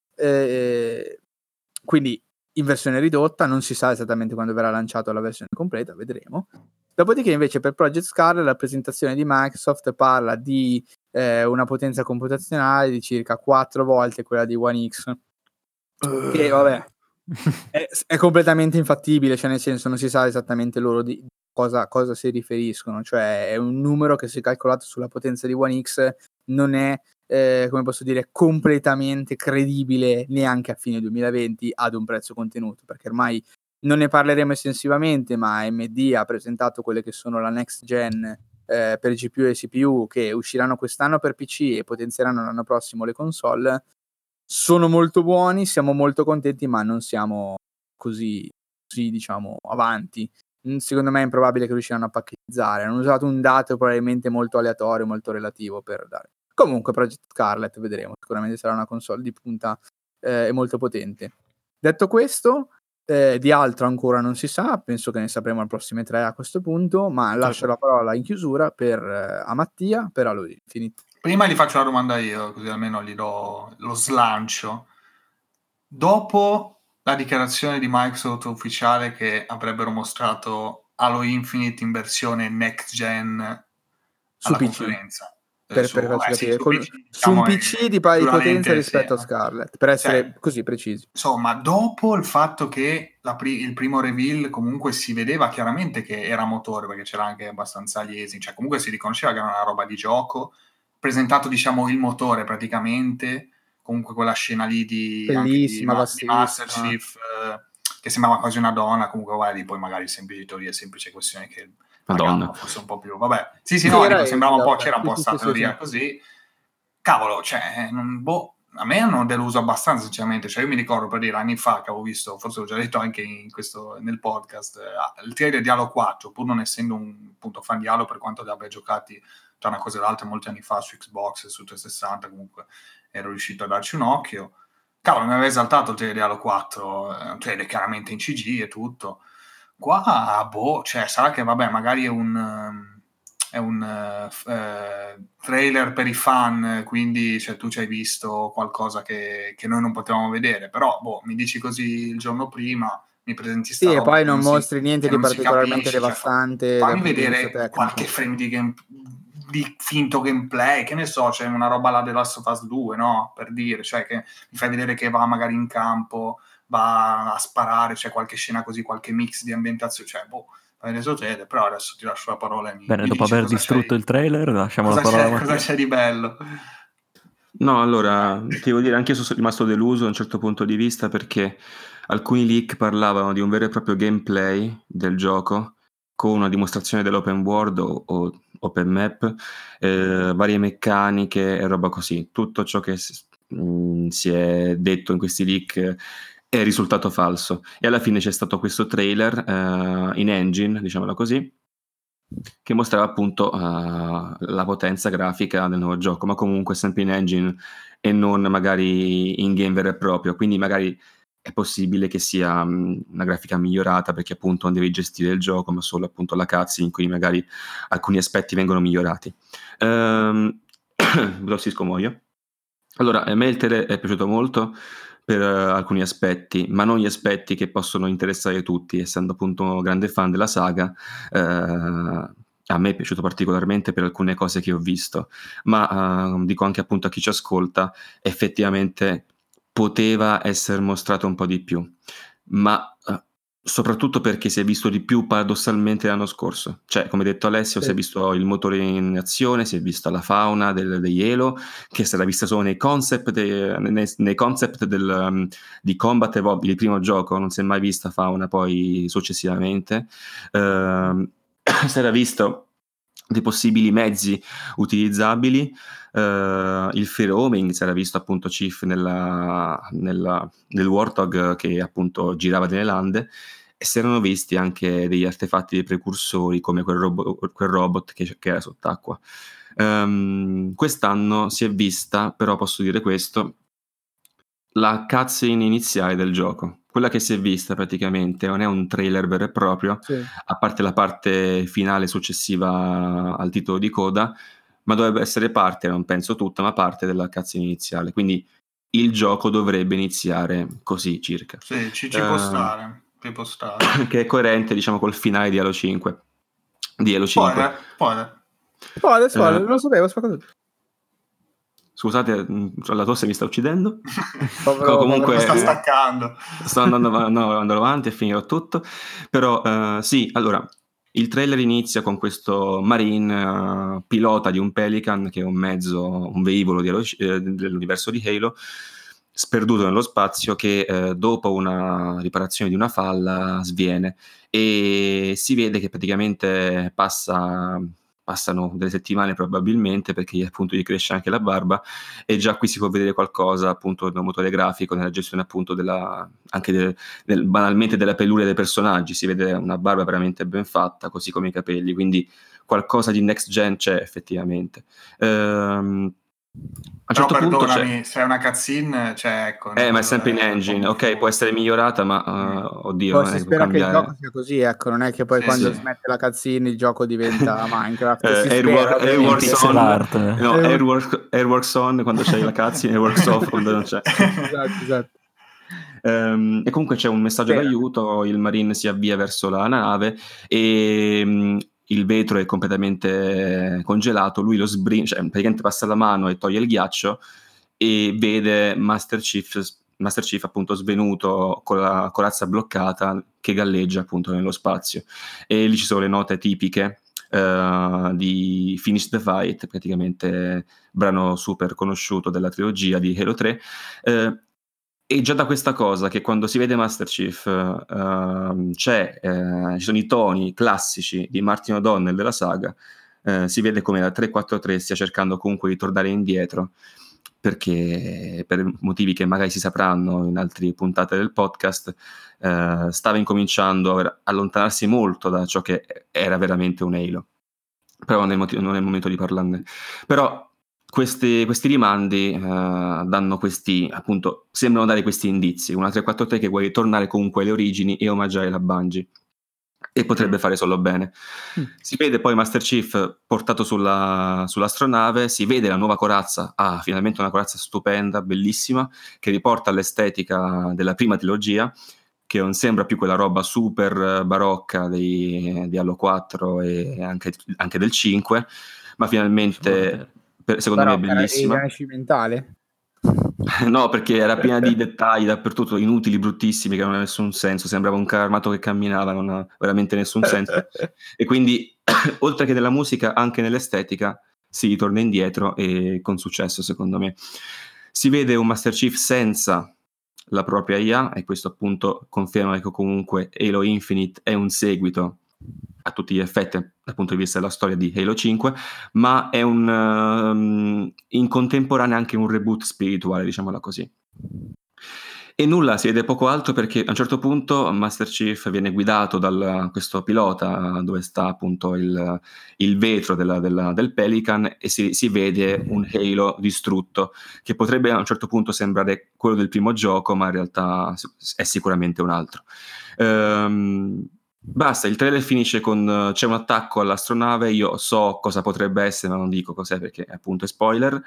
[SPEAKER 1] Quindi in versione ridotta, non si sa esattamente quando verrà lanciata la versione completa, vedremo. Dopodiché invece per Project Scarlet la presentazione di Microsoft parla di una potenza computazionale di circa 4 volte quella di One X, che vabbè è completamente infattibile, cioè nel senso non si sa esattamente loro di cosa si riferiscono, cioè è un numero che se calcolato sulla potenza di One X non è come posso dire, completamente credibile neanche a fine 2020 ad un prezzo contenuto, perché ormai non ne parleremo estensivamente, ma AMD ha presentato quelle che sono la next gen per GPU e CPU che usciranno quest'anno per PC e potenzieranno l'anno prossimo le console. Sono molto buoni, siamo molto contenti, ma non siamo così diciamo avanti. Secondo me è improbabile che riusciranno a pacchettizzare. Hanno usato un dato probabilmente molto aleatorio, molto relativo per dare. Comunque Project Scarlet vedremo, sicuramente sarà una console di punta e molto potente. Detto questo, di altro ancora non si sa, penso che ne sapremo al prossime 3 a questo punto, ma lascio la parola in chiusura a Mattia per Halo Infinite.
[SPEAKER 2] Prima gli faccio una domanda io, così almeno gli do lo slancio. Dopo la dichiarazione di Microsoft ufficiale che avrebbero mostrato Halo Infinite in versione next gen alla conferenza,
[SPEAKER 1] su un PC di pari potenza rispetto a Scarlet, per essere così precisi.
[SPEAKER 2] Insomma, dopo il fatto che il primo reveal comunque si vedeva chiaramente che era motore, perché c'era anche abbastanza aliasing, cioè comunque si riconosceva che era una roba di gioco, presentato diciamo il motore praticamente, comunque quella scena lì di Master Chief che sembrava quasi una donna, comunque guardi, poi magari semplice teoria, semplice questione che
[SPEAKER 3] Madonna,
[SPEAKER 2] fosse un po' più, vabbè, sembrava un po', c'era un po' sta teoria così, cavolo, cioè, a me hanno deluso abbastanza sinceramente, cioè io mi ricordo, per dire, anni fa che avevo visto, forse l'ho già detto anche nel podcast, il trailer di Halo 4, pur non essendo un punto fan di Halo per quanto li abbia giocati tra una cosa e l'altra molti anni fa su Xbox e su 360, comunque ero riuscito a darci un occhio. Cavolo, mi aveva esaltato il trailer di Halo 4, trailer chiaramente in CG e tutto. Qua, cioè, sarà che, vabbè, magari è un trailer per i fan, quindi cioè, tu ci hai visto qualcosa che noi non potevamo vedere, però, mi dici così il giorno prima, mi presenti sta roba
[SPEAKER 1] e poi non mostri niente di particolarmente devastante.
[SPEAKER 2] Fammi vedere qualche frame di finto gameplay, che ne so, c'è una roba là The Last of Us 2, no? Per dire, cioè che mi fai vedere che va magari in campo, va a sparare, c'è qualche scena così, qualche mix di ambientazione, cioè però adesso ti lascio la parola.
[SPEAKER 4] Bene, dopo aver distrutto il trailer, lasciamo la parola a Mattia.
[SPEAKER 2] Cosa c'è di bello?
[SPEAKER 3] No, allora, ti devo dire, anche io sono rimasto deluso da un certo punto di vista, perché alcuni leak parlavano di un vero e proprio gameplay del gioco, con una dimostrazione dell'open world o open map, varie meccaniche e roba così. Tutto ciò che si è detto in questi leak è risultato falso, e alla fine c'è stato questo trailer in engine, diciamola così, che mostrava appunto la potenza grafica del nuovo gioco, ma comunque sempre in engine e non magari in game vero e proprio, quindi magari è possibile che sia una grafica migliorata perché appunto non devi gestire il gioco, ma solo appunto la cutscene in cui magari alcuni aspetti vengono migliorati. Grossisco muoio. Allora, a me il trailer è piaciuto molto per alcuni aspetti, ma non gli aspetti che possono interessare tutti, essendo appunto un grande fan della saga. A me è piaciuto particolarmente per alcune cose che ho visto, ma dico anche appunto a chi ci ascolta, effettivamente poteva essere mostrato un po' di più, ma soprattutto perché si è visto di più paradossalmente l'anno scorso. Cioè, come detto Alessio, si è visto il motore in azione, si è vista la fauna degli Halo, che si era vista solo nei concept, nei concept di Combat Evolved, il primo gioco, non si è mai vista fauna poi successivamente. Si era visto dei possibili mezzi utilizzabili, il free roaming, si era visto appunto Chief nel Warthog che appunto girava delle lande, e si erano visti anche degli artefatti dei precursori come quel robot che era sott'acqua. Quest'anno si è vista, però posso dire questo, la cutscene iniziale del gioco, quella che si è vista praticamente non è un trailer vero e proprio, a parte la parte finale successiva al titolo di coda, ma dovrebbe essere parte, non penso tutta, ma parte della cutscene iniziale, quindi il gioco dovrebbe iniziare così circa.
[SPEAKER 2] Sì, ci può stare, ci può stare.
[SPEAKER 3] Che è coerente, diciamo, col finale di Halo 5. Di Halo 5.
[SPEAKER 1] Adesso non lo sapevo, spaccato.
[SPEAKER 3] Scusate, la tosse mi sta uccidendo.
[SPEAKER 2] Comunque sta staccando.
[SPEAKER 3] Sto andando avanti e finirò tutto. Però sì, allora il trailer inizia con questo Marine pilota di un Pelican, che è un mezzo, un velivolo dell'universo di Halo, sperduto nello spazio, che dopo una riparazione di una falla sviene, e si vede che praticamente passano delle settimane probabilmente, perché appunto gli cresce anche la barba, e già qui si può vedere qualcosa appunto nel motore grafico, nella gestione appunto banalmente della peluria dei personaggi. Si vede una barba veramente ben fatta, così come i capelli, quindi qualcosa di next gen c'è effettivamente. A un certo punto
[SPEAKER 2] se è una cutscene, cioè, ecco,
[SPEAKER 3] ma è sempre in engine, ok, può essere migliorata, ma oddio,
[SPEAKER 1] poi si spera che il gioco sia così, ecco, non è che poi quando smette la cutscene il gioco diventa Minecraft.
[SPEAKER 3] Airworks on quando c'è la cutscene, Airworks off quando non c'è.
[SPEAKER 1] Esatto.
[SPEAKER 3] E comunque c'è un messaggio d'aiuto, il Marine si avvia verso la nave e il vetro è completamente congelato, lui lo cioè praticamente passa la mano e toglie il ghiaccio e vede Master Chief appunto svenuto con la corazza bloccata che galleggia appunto nello spazio, e lì ci sono le note tipiche di Finish the Fight, praticamente brano super conosciuto della trilogia di Halo 3. E già da questa cosa, che quando si vede Master Chief ci sono i toni classici di Martin O'Donnell della saga, si vede come la 343 stia cercando comunque di tornare indietro, perché per motivi che magari si sapranno in altre puntate del podcast, stava incominciando a allontanarsi molto da ciò che era veramente un Halo. Però non è il momento di parlarne. Però questi rimandi danno questi, appunto, sembrano dare questi indizi. Una 343 che vuole tornare comunque alle origini e omaggiare la Bungie, e potrebbe fare solo bene. Si vede poi Master Chief portato sull'astronave, si vede la nuova corazza, finalmente una corazza stupenda, bellissima, che riporta all'estetica della prima trilogia, che non sembra più quella roba super barocca di Halo 4 e anche del 5, ma finalmente secondo me è bellissima.
[SPEAKER 1] È rinascimentale?
[SPEAKER 3] No, perché era piena di dettagli dappertutto, inutili, bruttissimi, che non avevano nessun senso. Sembrava un carro armato che camminava, non ha veramente nessun senso. E quindi, oltre che nella musica, anche nell'estetica si ritorna indietro, e con successo, secondo me. Si vede un Master Chief senza la propria IA, e questo appunto conferma che comunque Halo Infinite è un seguito a tutti gli effetti dal punto di vista della storia di Halo 5, ma è in contemporanea anche un reboot spirituale, diciamola così. E nulla, si vede poco altro perché a un certo punto Master Chief viene guidato da questo pilota dove sta appunto il vetro del Pelican e si vede un Halo distrutto che potrebbe a un certo punto sembrare quello del primo gioco, ma in realtà è sicuramente un altro. Basta, il trailer finisce con c'è un attacco all'astronave, io so cosa potrebbe essere ma non dico cos'è perché appunto è spoiler.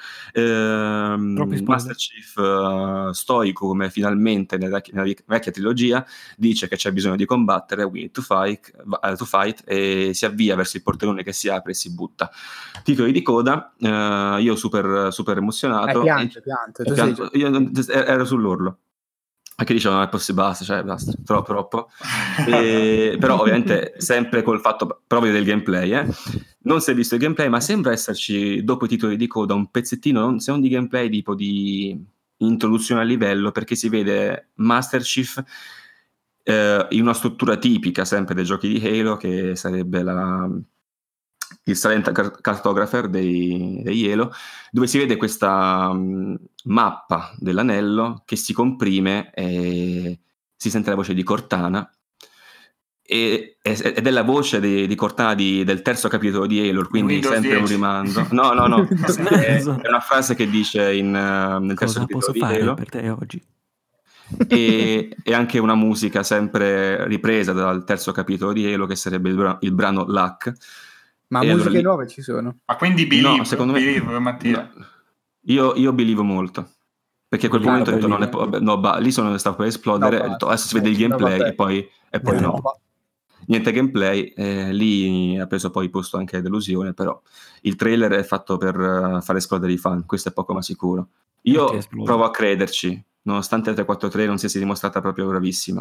[SPEAKER 3] Master Chief stoico come finalmente nella vecchia trilogia dice che c'è bisogno di combattere, we need to fight, e si avvia verso il portellone che si apre e si butta. Titoli di coda, io super emozionato,
[SPEAKER 1] pianto.
[SPEAKER 3] Io ero sull'orlo. Anche dicevano è possibile, basta, troppo. Però ovviamente sempre col fatto proprio del gameplay, non si è visto il gameplay, ma sembra esserci dopo i titoli di coda un pezzettino, se non di gameplay, tipo di introduzione al livello, perché si vede Master Chief in una struttura tipica sempre dei giochi di Halo, che sarebbe il silent cartographer dei Halo, dove si vede questa mappa dell'anello che si comprime e si sente la voce di Cortana ed è la voce di Cortana del terzo capitolo di Halo, quindi
[SPEAKER 2] Windows
[SPEAKER 3] sempre
[SPEAKER 2] 10.
[SPEAKER 3] un rimando. No, è una frase che dice nel terzo capitolo di Halo.
[SPEAKER 4] Per te oggi?
[SPEAKER 3] E anche una musica sempre ripresa dal terzo capitolo di Halo, che sarebbe il brano Luck.
[SPEAKER 1] Ma musiche nuove ci sono?
[SPEAKER 2] Ma quindi Believe,
[SPEAKER 3] no, secondo me,
[SPEAKER 2] Mattia?
[SPEAKER 3] No. Io Believo molto, perché a quel momento ho detto lì sono stato per esplodere, ho detto adesso si vede il gameplay e poi no. Niente gameplay, lì ha preso poi posto anche delusione, però il trailer è fatto per far esplodere i fan, questo è poco ma sicuro. Io provo a crederci, nonostante la 343 non sia dimostrata proprio bravissima,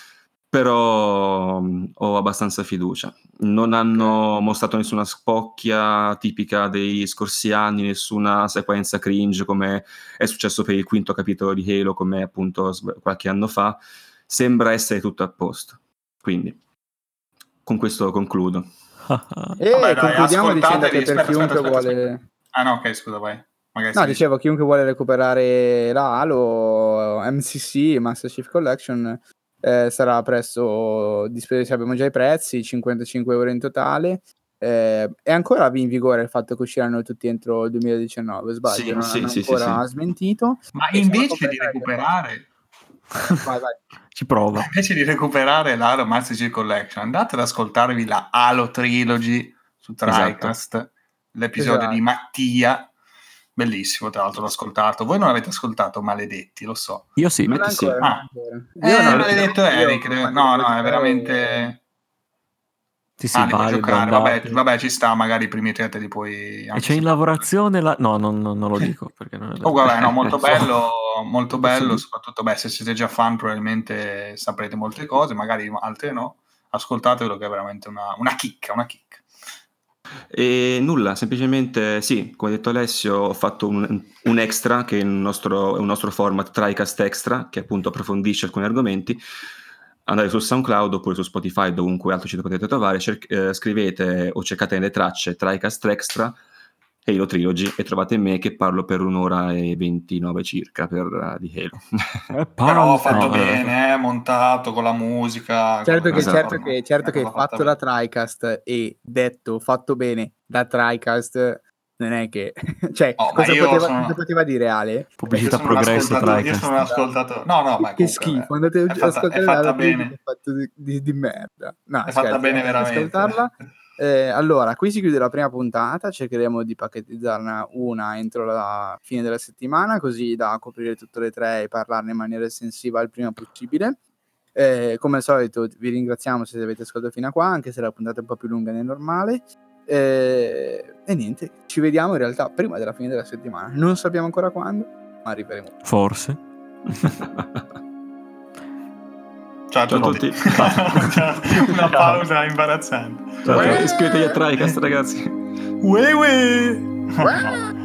[SPEAKER 3] però ho abbastanza fiducia. Non hanno mostrato nessuna spocchia tipica dei scorsi anni, nessuna sequenza cringe come è successo per il quinto capitolo di Halo, come appunto qualche anno fa. Sembra essere tutto a posto, quindi con questo concludo.
[SPEAKER 1] Concludiamo dicendo che per chiunque vuole...
[SPEAKER 2] Ah no, ok, scusa, vai.
[SPEAKER 1] Dicevo, chiunque vuole recuperare la Halo, MCC, Master Chief Collection, sarà presto disponibile, abbiamo già i prezzi, 55 euro in totale. È ancora in vigore il fatto che usciranno tutti entro il 2019, sbaglio? Non hanno ancora smentito.
[SPEAKER 2] Ma invece di recuperare...
[SPEAKER 1] vai.
[SPEAKER 4] Ci prova.
[SPEAKER 2] Invece di recuperare la Halo Master Chief Collection, andate ad ascoltarvi la Halo Trilogy su TriCast, l'episodio di Mattia, bellissimo, tra l'altro l'ho ascoltato. Voi non l'avete ascoltato, maledetti, lo so.
[SPEAKER 4] Io sì.
[SPEAKER 2] Maledetto Eric, no, è veramente... vabbè, ci sta, magari i primi 3 te li puoi...
[SPEAKER 4] E c'è in lavorazione no, non lo dico perché non è
[SPEAKER 2] molto bello, soprattutto se siete già fan probabilmente saprete molte cose, magari altre no, ascoltatelo che è veramente una chicca.
[SPEAKER 3] E nulla, semplicemente sì, come ha detto Alessio, ho fatto un extra che è un nostro format TriCast Extra, che appunto approfondisce alcuni argomenti. Andate su SoundCloud oppure su Spotify, dovunque altro ci potete trovare, scrivete o cercate nelle tracce TriCast Extra Halo Trilogy e trovate me che parlo per 1 ora e 29 circa di Halo.
[SPEAKER 2] Però fatto bene, montato con la musica.
[SPEAKER 1] Certo che fatto da TriCast e detto fatto bene da TriCast non è che cosa poteva dire Ale?
[SPEAKER 4] Pubblicità progresso TriCast.
[SPEAKER 2] Io sono un ascoltatore. No, ma
[SPEAKER 1] che schifo, andate a ascoltare la bene. Fatto di merda. No,
[SPEAKER 2] è fatta bene veramente.
[SPEAKER 1] Allora, qui si chiude la prima puntata, cercheremo di pacchettizzarne una entro la fine della settimana, così da coprire tutte le 3 e parlarne in maniera estensiva il prima possibile. Come al solito vi ringraziamo se avete ascoltato fino a qua, anche se la puntata è un po' più lunga del normale. E niente, ci vediamo in realtà prima della fine della settimana, non sappiamo ancora quando, ma arriveremo.
[SPEAKER 4] Forse.
[SPEAKER 2] Ciao a tutti. Una pausa imbarazzante.
[SPEAKER 3] Iscrivetevi a TriCast, ragazzi.
[SPEAKER 2] Uè.